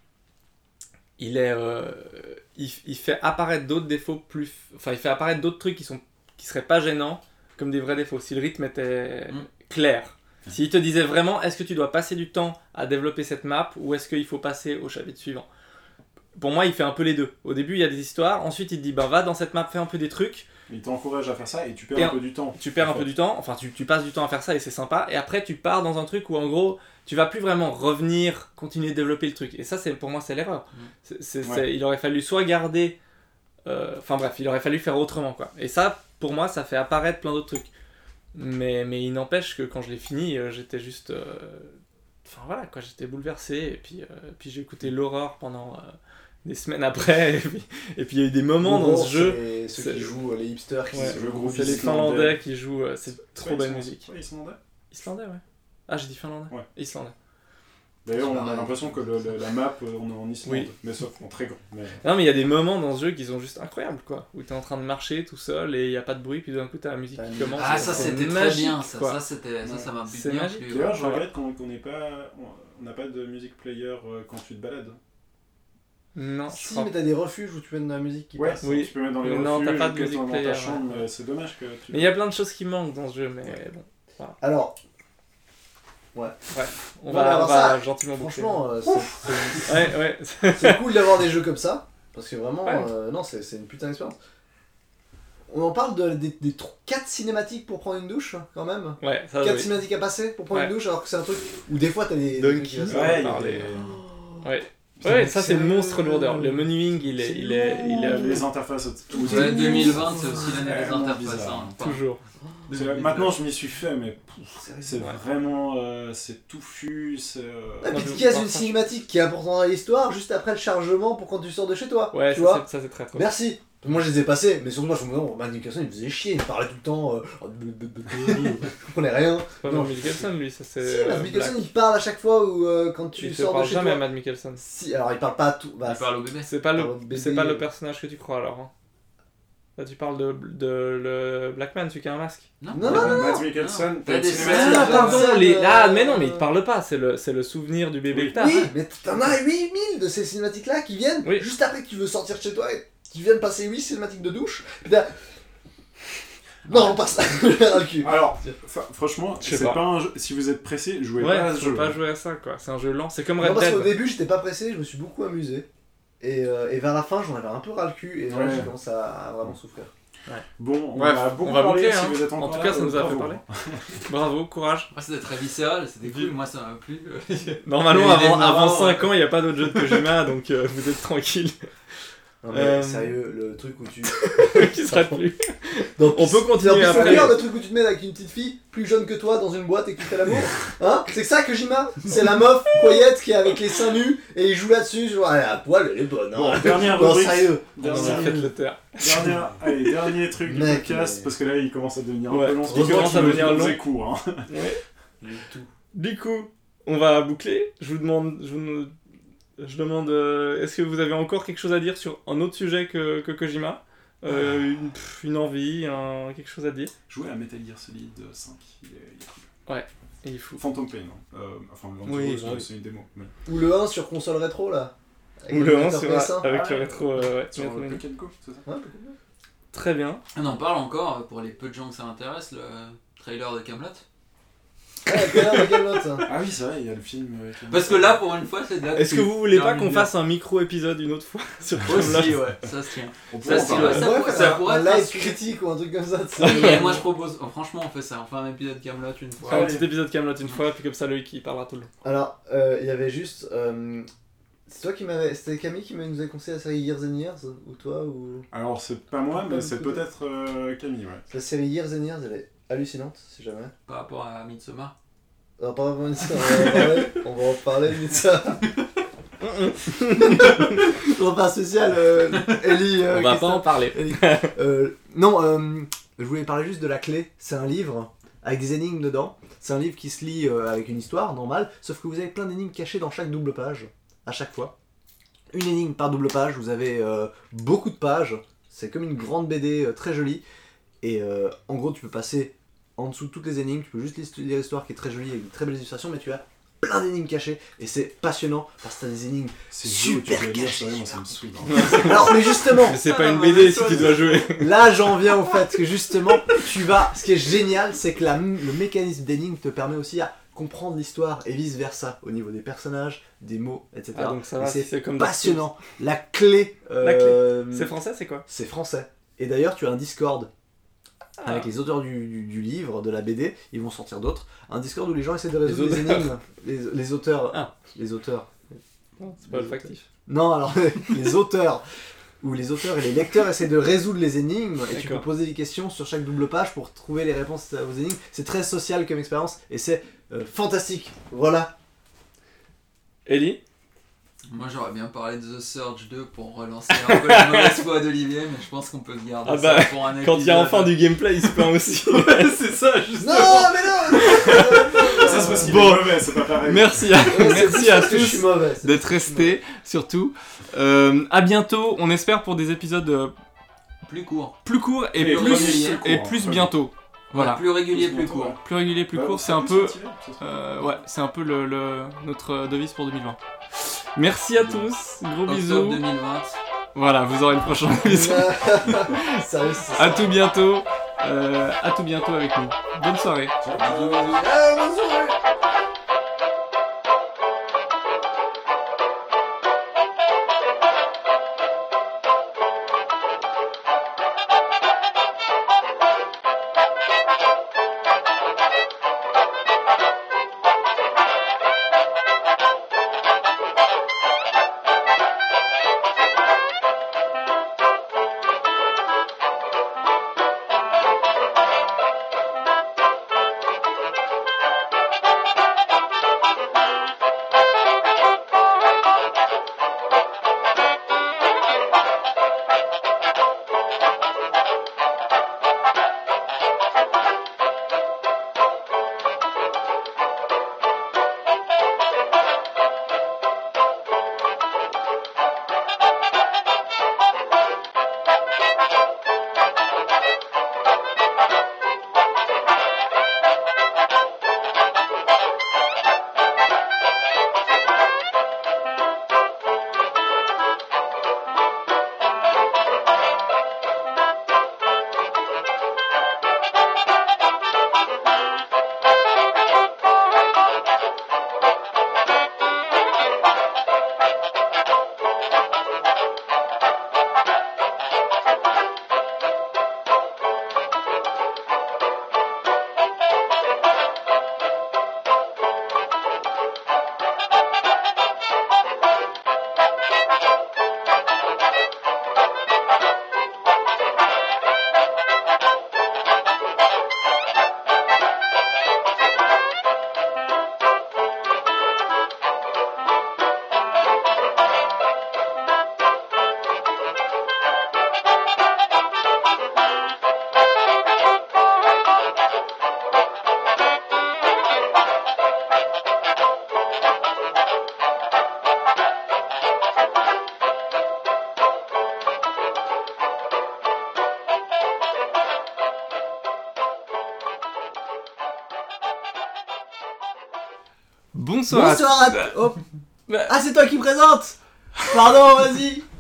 il est euh, il, il fait apparaître d'autres défauts plus enfin il fait apparaître d'autres trucs qui sont qui seraient pas gênants comme des vrais défauts si le rythme était Mm. clair. S'il te disait vraiment est-ce que tu dois passer du temps à développer cette map ou est-ce qu'il faut passer au chapitre suivant. Pour moi, il fait un peu les deux. Au début, il y a des histoires. Ensuite, il te dit, bah, va dans cette map, fais un peu des trucs. Il t'encourage à faire ça et tu perds Et un un- peu du temps. Tu perds en un peu fait. du temps. Enfin, tu, tu passes du temps à faire ça et c'est sympa. Et après, tu pars dans un truc où, en gros, tu vas plus vraiment revenir, continuer de développer le truc. Et ça, c'est pour moi, c'est l'erreur. Mm. C'est- c'est- Ouais. c'est- il aurait fallu soit garder... euh, Enfin bref, il aurait fallu faire autrement, quoi. Et ça, pour moi, ça fait apparaître plein d'autres trucs. Mais, mais il n'empêche que quand je l'ai fini, euh, j'étais juste... euh, Enfin voilà, quoi, j'étais bouleversé. Et puis, euh, puis j'ai écouté l'horreur pendant... euh, des semaines après, et puis, et puis il y a eu des moments dans ce jeu. C'est ceux c'est- qui jouent, les hipsters qui Ouais, le groupe c'est les islandais. Finlandais qui jouent, euh, c'est trop Ouais, belle ils sont- musique. Ouais, islandais. Islandais, ouais. Ah, j'ai dit finlandais. Ouais. Islandais. D'ailleurs, on a pareil. l'impression que le- le- la map, euh, on est en Islande, Oui. mais sauf en très grand. Mais... Non, mais il y a des moments dans ce jeu qui sont juste incroyables, quoi. Où t'es en train de marcher tout seul et il n'y a pas de bruit, puis d'un coup t'as la musique T'as qui une- commence. Ah, et ça c'est c'était très magique, bien, ça, quoi. ça c'était ça, ça m'a C'est bien magique. plu. D'ailleurs, ouais. je regrette qu'on qu'on n'ait pas, on n'a pas de music player euh, quand tu te balades. Non, je Si, crois mais t'as des refuges où tu peux mettre de la musique qui Ouais, passe. Oui. tu peux mettre dans les Mais non, refuges, t'as pas de que music dans player, ta ouais. chambre, euh, c'est dommage que tu... Mais il y a plein de choses qui manquent dans ce jeu, mais bon. Alors, On Non, va, mais alors on va ça, gentiment boucler. franchement, euh, c'est- c'est Ouais, ouais. c'est cool d'avoir des jeux comme ça. Parce que vraiment, Ouais. euh, non, c'est c'est une putain d'expérience. On en parle de, des, des quatre cinématiques pour prendre une douche, quand même. Ouais, ça, quatre oui. cinématiques à passer pour prendre Ouais. une douche, alors que c'est un truc où des fois t'as des. des Donkey, trucs qui restent- on va Ouais, il y a parler. des- Ouais. Putain, Ouais, mais ça c'est une sérieux. monstre lourdeur. Le menuing, il est, C'est il est, il est, Les interfaces au- au- Ouais, deux mille vingt, c'est aussi l'année des Vraiment interfaces. bizarre. hein. Enfin, toujours. C'est- Maintenant, je m'y suis fait, mais pff, c'est Ouais. vraiment... euh, c'est touffu, c'est... euh, Et puis je- tu casses par une contre, cinématique qui est importante dans l'histoire juste après le chargement pour quand tu sors de chez toi. Ouais, tu ça, vois c'est- ça c'est très trop. Merci. Moi je les ai passés, mais surtout moi je me disais, Matt Nicholson il me faisait chier, il me parlait tout le temps, euh, oh, je comprenais rien. C'est pas Non. Matt Mikkelsen lui, ça c'est. Si, Matt euh, Mikkelson Black. il parle à chaque fois où euh, quand tu Il te sors de parle chez jamais toi. Matt Mikkelsen. Si, alors il parle pas à tout. Bah, il parle au bébé. C'est pas Parle au le, bébé, c'est pas euh. le personnage que tu crois alors. Hein. Là tu parles de, de le Blackman, celui qui a un masque. Non, Non, non, non, Matt Mikkelson, T'as t'as des une scènes- cinématique. Ah c'est pardon, la les... scène, ah euh, mais non mais il te parle pas, c'est le, c'est le souvenir du bébé Oui. que t'as. Oui, mais t'en as huit mille de ces cinématiques là qui viennent Oui. juste après que tu veux sortir de chez toi et qui viennent passer huit cinématiques de douche. Puis t'as- Non, on passe vers le cul. Alors, fa- franchement, Je sais c'est pas. pas un jeu... Si vous êtes pressé, jouez Ouais, pas à ce faut jeu. pas jouer à ça quoi, c'est un jeu lent, c'est comme Non, Red parce qu'au Dead. début j'étais pas pressé, je me suis beaucoup amusé. Et, euh, et vers la fin j'en avais un peu ras le cul et là Ouais. j'ai commencé à, à vraiment souffrir. Bon, on Bref, va beaucoup on va parler boucler, si hein. vous êtes En encore tout là, cas, ça nous a bravo. fait parler. Bravo, courage. Moi c'était très viscéral, c'était cool, moi ça m'a plu. Normalement, Il y a eu des avant, avant moments, cinq ans, il n'y a pas d'autre jeu de Kojima, donc euh, vous êtes tranquille. Non mais Euh, sérieux, le truc où tu... Qui sera plus. Donc, On peut continuer Dans après. Peacemaker, le truc où tu te mets avec une petite fille plus jeune que toi dans une boîte et qui fait l'amour. Hein? C'est ça Kojima? C'est la meuf Quiet qui est avec les seins nus et il joue là-dessus, genre ah, à poil elle est bonne. Bon, Hein? dernière Non, rubrique. sérieux. Dernière- On a fait le terre. Dernière- Allez, dernier truc du Mec, podcast, mais- parce que là il commence à devenir Ouais, un peu long. il commence à devenir long. C'est court. Hein. Du coup, on va boucler. Je vous demande, je, vous- je demande, euh, est-ce que vous avez encore quelque chose à dire sur un autre sujet que, que Kojima Euh, une, pff, une envie, un, quelque chose à dire. Jouer à Metal Gear Solid cinq, il est, il est cool. Ouais, il est fou. Phantom Pain, hein. euh, enfin le Oui, c'est bah oui. c'est une démo. Mais... Ou le un sur console rétro là. Avec Ou le un émulateur sur, P S un. avec Ah le ouais. rétro. euh, ouais, Sur rétro le mini. Pocket Go, c'est ça? Ouais. Très bien. On en parle encore, pour les peu de gens que ça intéresse, le trailer de Camelot. Ouais, quelle heure de Camelot ça. Ah oui, c'est vrai, il y a le film. euh, qui est- Parce que là, pour une fois, c'est de la Est-ce que pub. vous voulez J'ai pas envie qu'on de fasse un micro-épisode une autre fois sur Aussi, Camelot ouais, ça se tient. On pourrait Ça, en c'est parler. le- On ça pourrait pour- faire ça un- pourrait un être un live sujet. critique ou un truc comme ça. tu sais. Oui, et moi je propose, oh, franchement, on fait ça, on fait un épisode Camelot une fois. Un petit épisode Camelot une fois, puis comme ça Loïc il parlera tout le long. Alors, euh, il y avait juste. euh, c'est toi qui m'avais. C'était Camille qui nous avait conseillé la série Years and Years, ou toi, ou. Alors c'est pas moi, mais Pas c'est beaucoup. peut-être euh, Camille, ouais. La série Years and Years, elle est hallucinante, si jamais. Par rapport à Midsommar. Alors, par rapport à Midsommar, on va en parler, on va en parler, Midsommar. Repas spécial, euh, Ellie. Euh, On va Christophe. pas en parler. Ellie. Euh, non, euh, je voulais parler juste de La Clé. C'est un livre avec des énigmes dedans. C'est un livre qui se lit euh, avec une histoire normale, sauf que vous avez plein d'énigmes cachées dans chaque double page, à chaque fois. Une énigme par double page, vous avez euh, beaucoup de pages. C'est comme une grande B D euh, très jolie. Et euh, en gros, tu peux passer en dessous de toutes les énigmes, tu peux juste lire l'histoire qui est très jolie avec de très belles illustrations, mais tu as plein d'énigmes cachées et c'est passionnant parce que t'as des énigmes C'est le jeu où tu super dois lire, cachées. sérieux, moi ça me saoule. Alors, mais justement, Mais c'est pas une B D si tu dois jouer. là j'en viens au fait que justement, tu vas. Ce qui est génial, c'est que la, le mécanisme d'énigme te permet aussi à comprendre l'histoire et vice versa au niveau des personnages, des mots, et cetera. Ah, donc ça Et va, c'est c'est comme dans passionnant. La clé. La clé. euh, C'est français, c'est quoi? C'est français. Et d'ailleurs, tu as un Discord Ah. avec les auteurs du, du- du livre, de la B D, ils vont sortir d'autres. Un Discord où les gens essaient de résoudre les, auteurs. énigmes. Les, les auteurs. Ah. Les auteurs. Non, c'est pas Les olfactif. Non, alors les auteurs. Où les auteurs et les lecteurs essaient de résoudre les énigmes et tu peux D'accord. poser des questions sur chaque double page pour trouver les réponses aux énigmes. C'est très social comme expérience et c'est euh, fantastique. Voilà. Ellie? Moi j'aurais bien parlé de The Surge deux pour relancer un peu la mauvaise foi d'Olivier, mais je pense qu'on peut garder Ah ça bah, pour un épisode. Quand il y a enfin du gameplay, il se plaint aussi. Ouais, c'est ça, justement. Non, mais non. Ça c'est parce qu'il Bon. est mauvais, c'est pas pareil. Merci à, Ouais, c'est merci plus à parce que je suis tous mauvais, c'est d'être plus parce que je suis restés, surtout. Euh, à bientôt, on espère pour des épisodes euh, Plus court. plus courts et Plus plus, réguliers. et plus bientôt. Voilà. Plus régulier, plus court. Plus régulier, plus Bah, court, on c'est un fera peu, plus cet hiver, ça serait- euh, ouais, c'est un peu le, le- notre devise pour deux mille vingt. Merci à tous, gros Octobre bisous. deux mille vingt. Voilà, vous aurez le prochain épisode. Sérieux, c'est ça. À tout bientôt, euh, à tout bientôt avec nous. Bonne soirée. Bisous, bisous. Ah, bonne soirée. Bonsoir. à- Bonsoir à... Oh. Ah, c'est toi qui présente. Pardon, vas-y.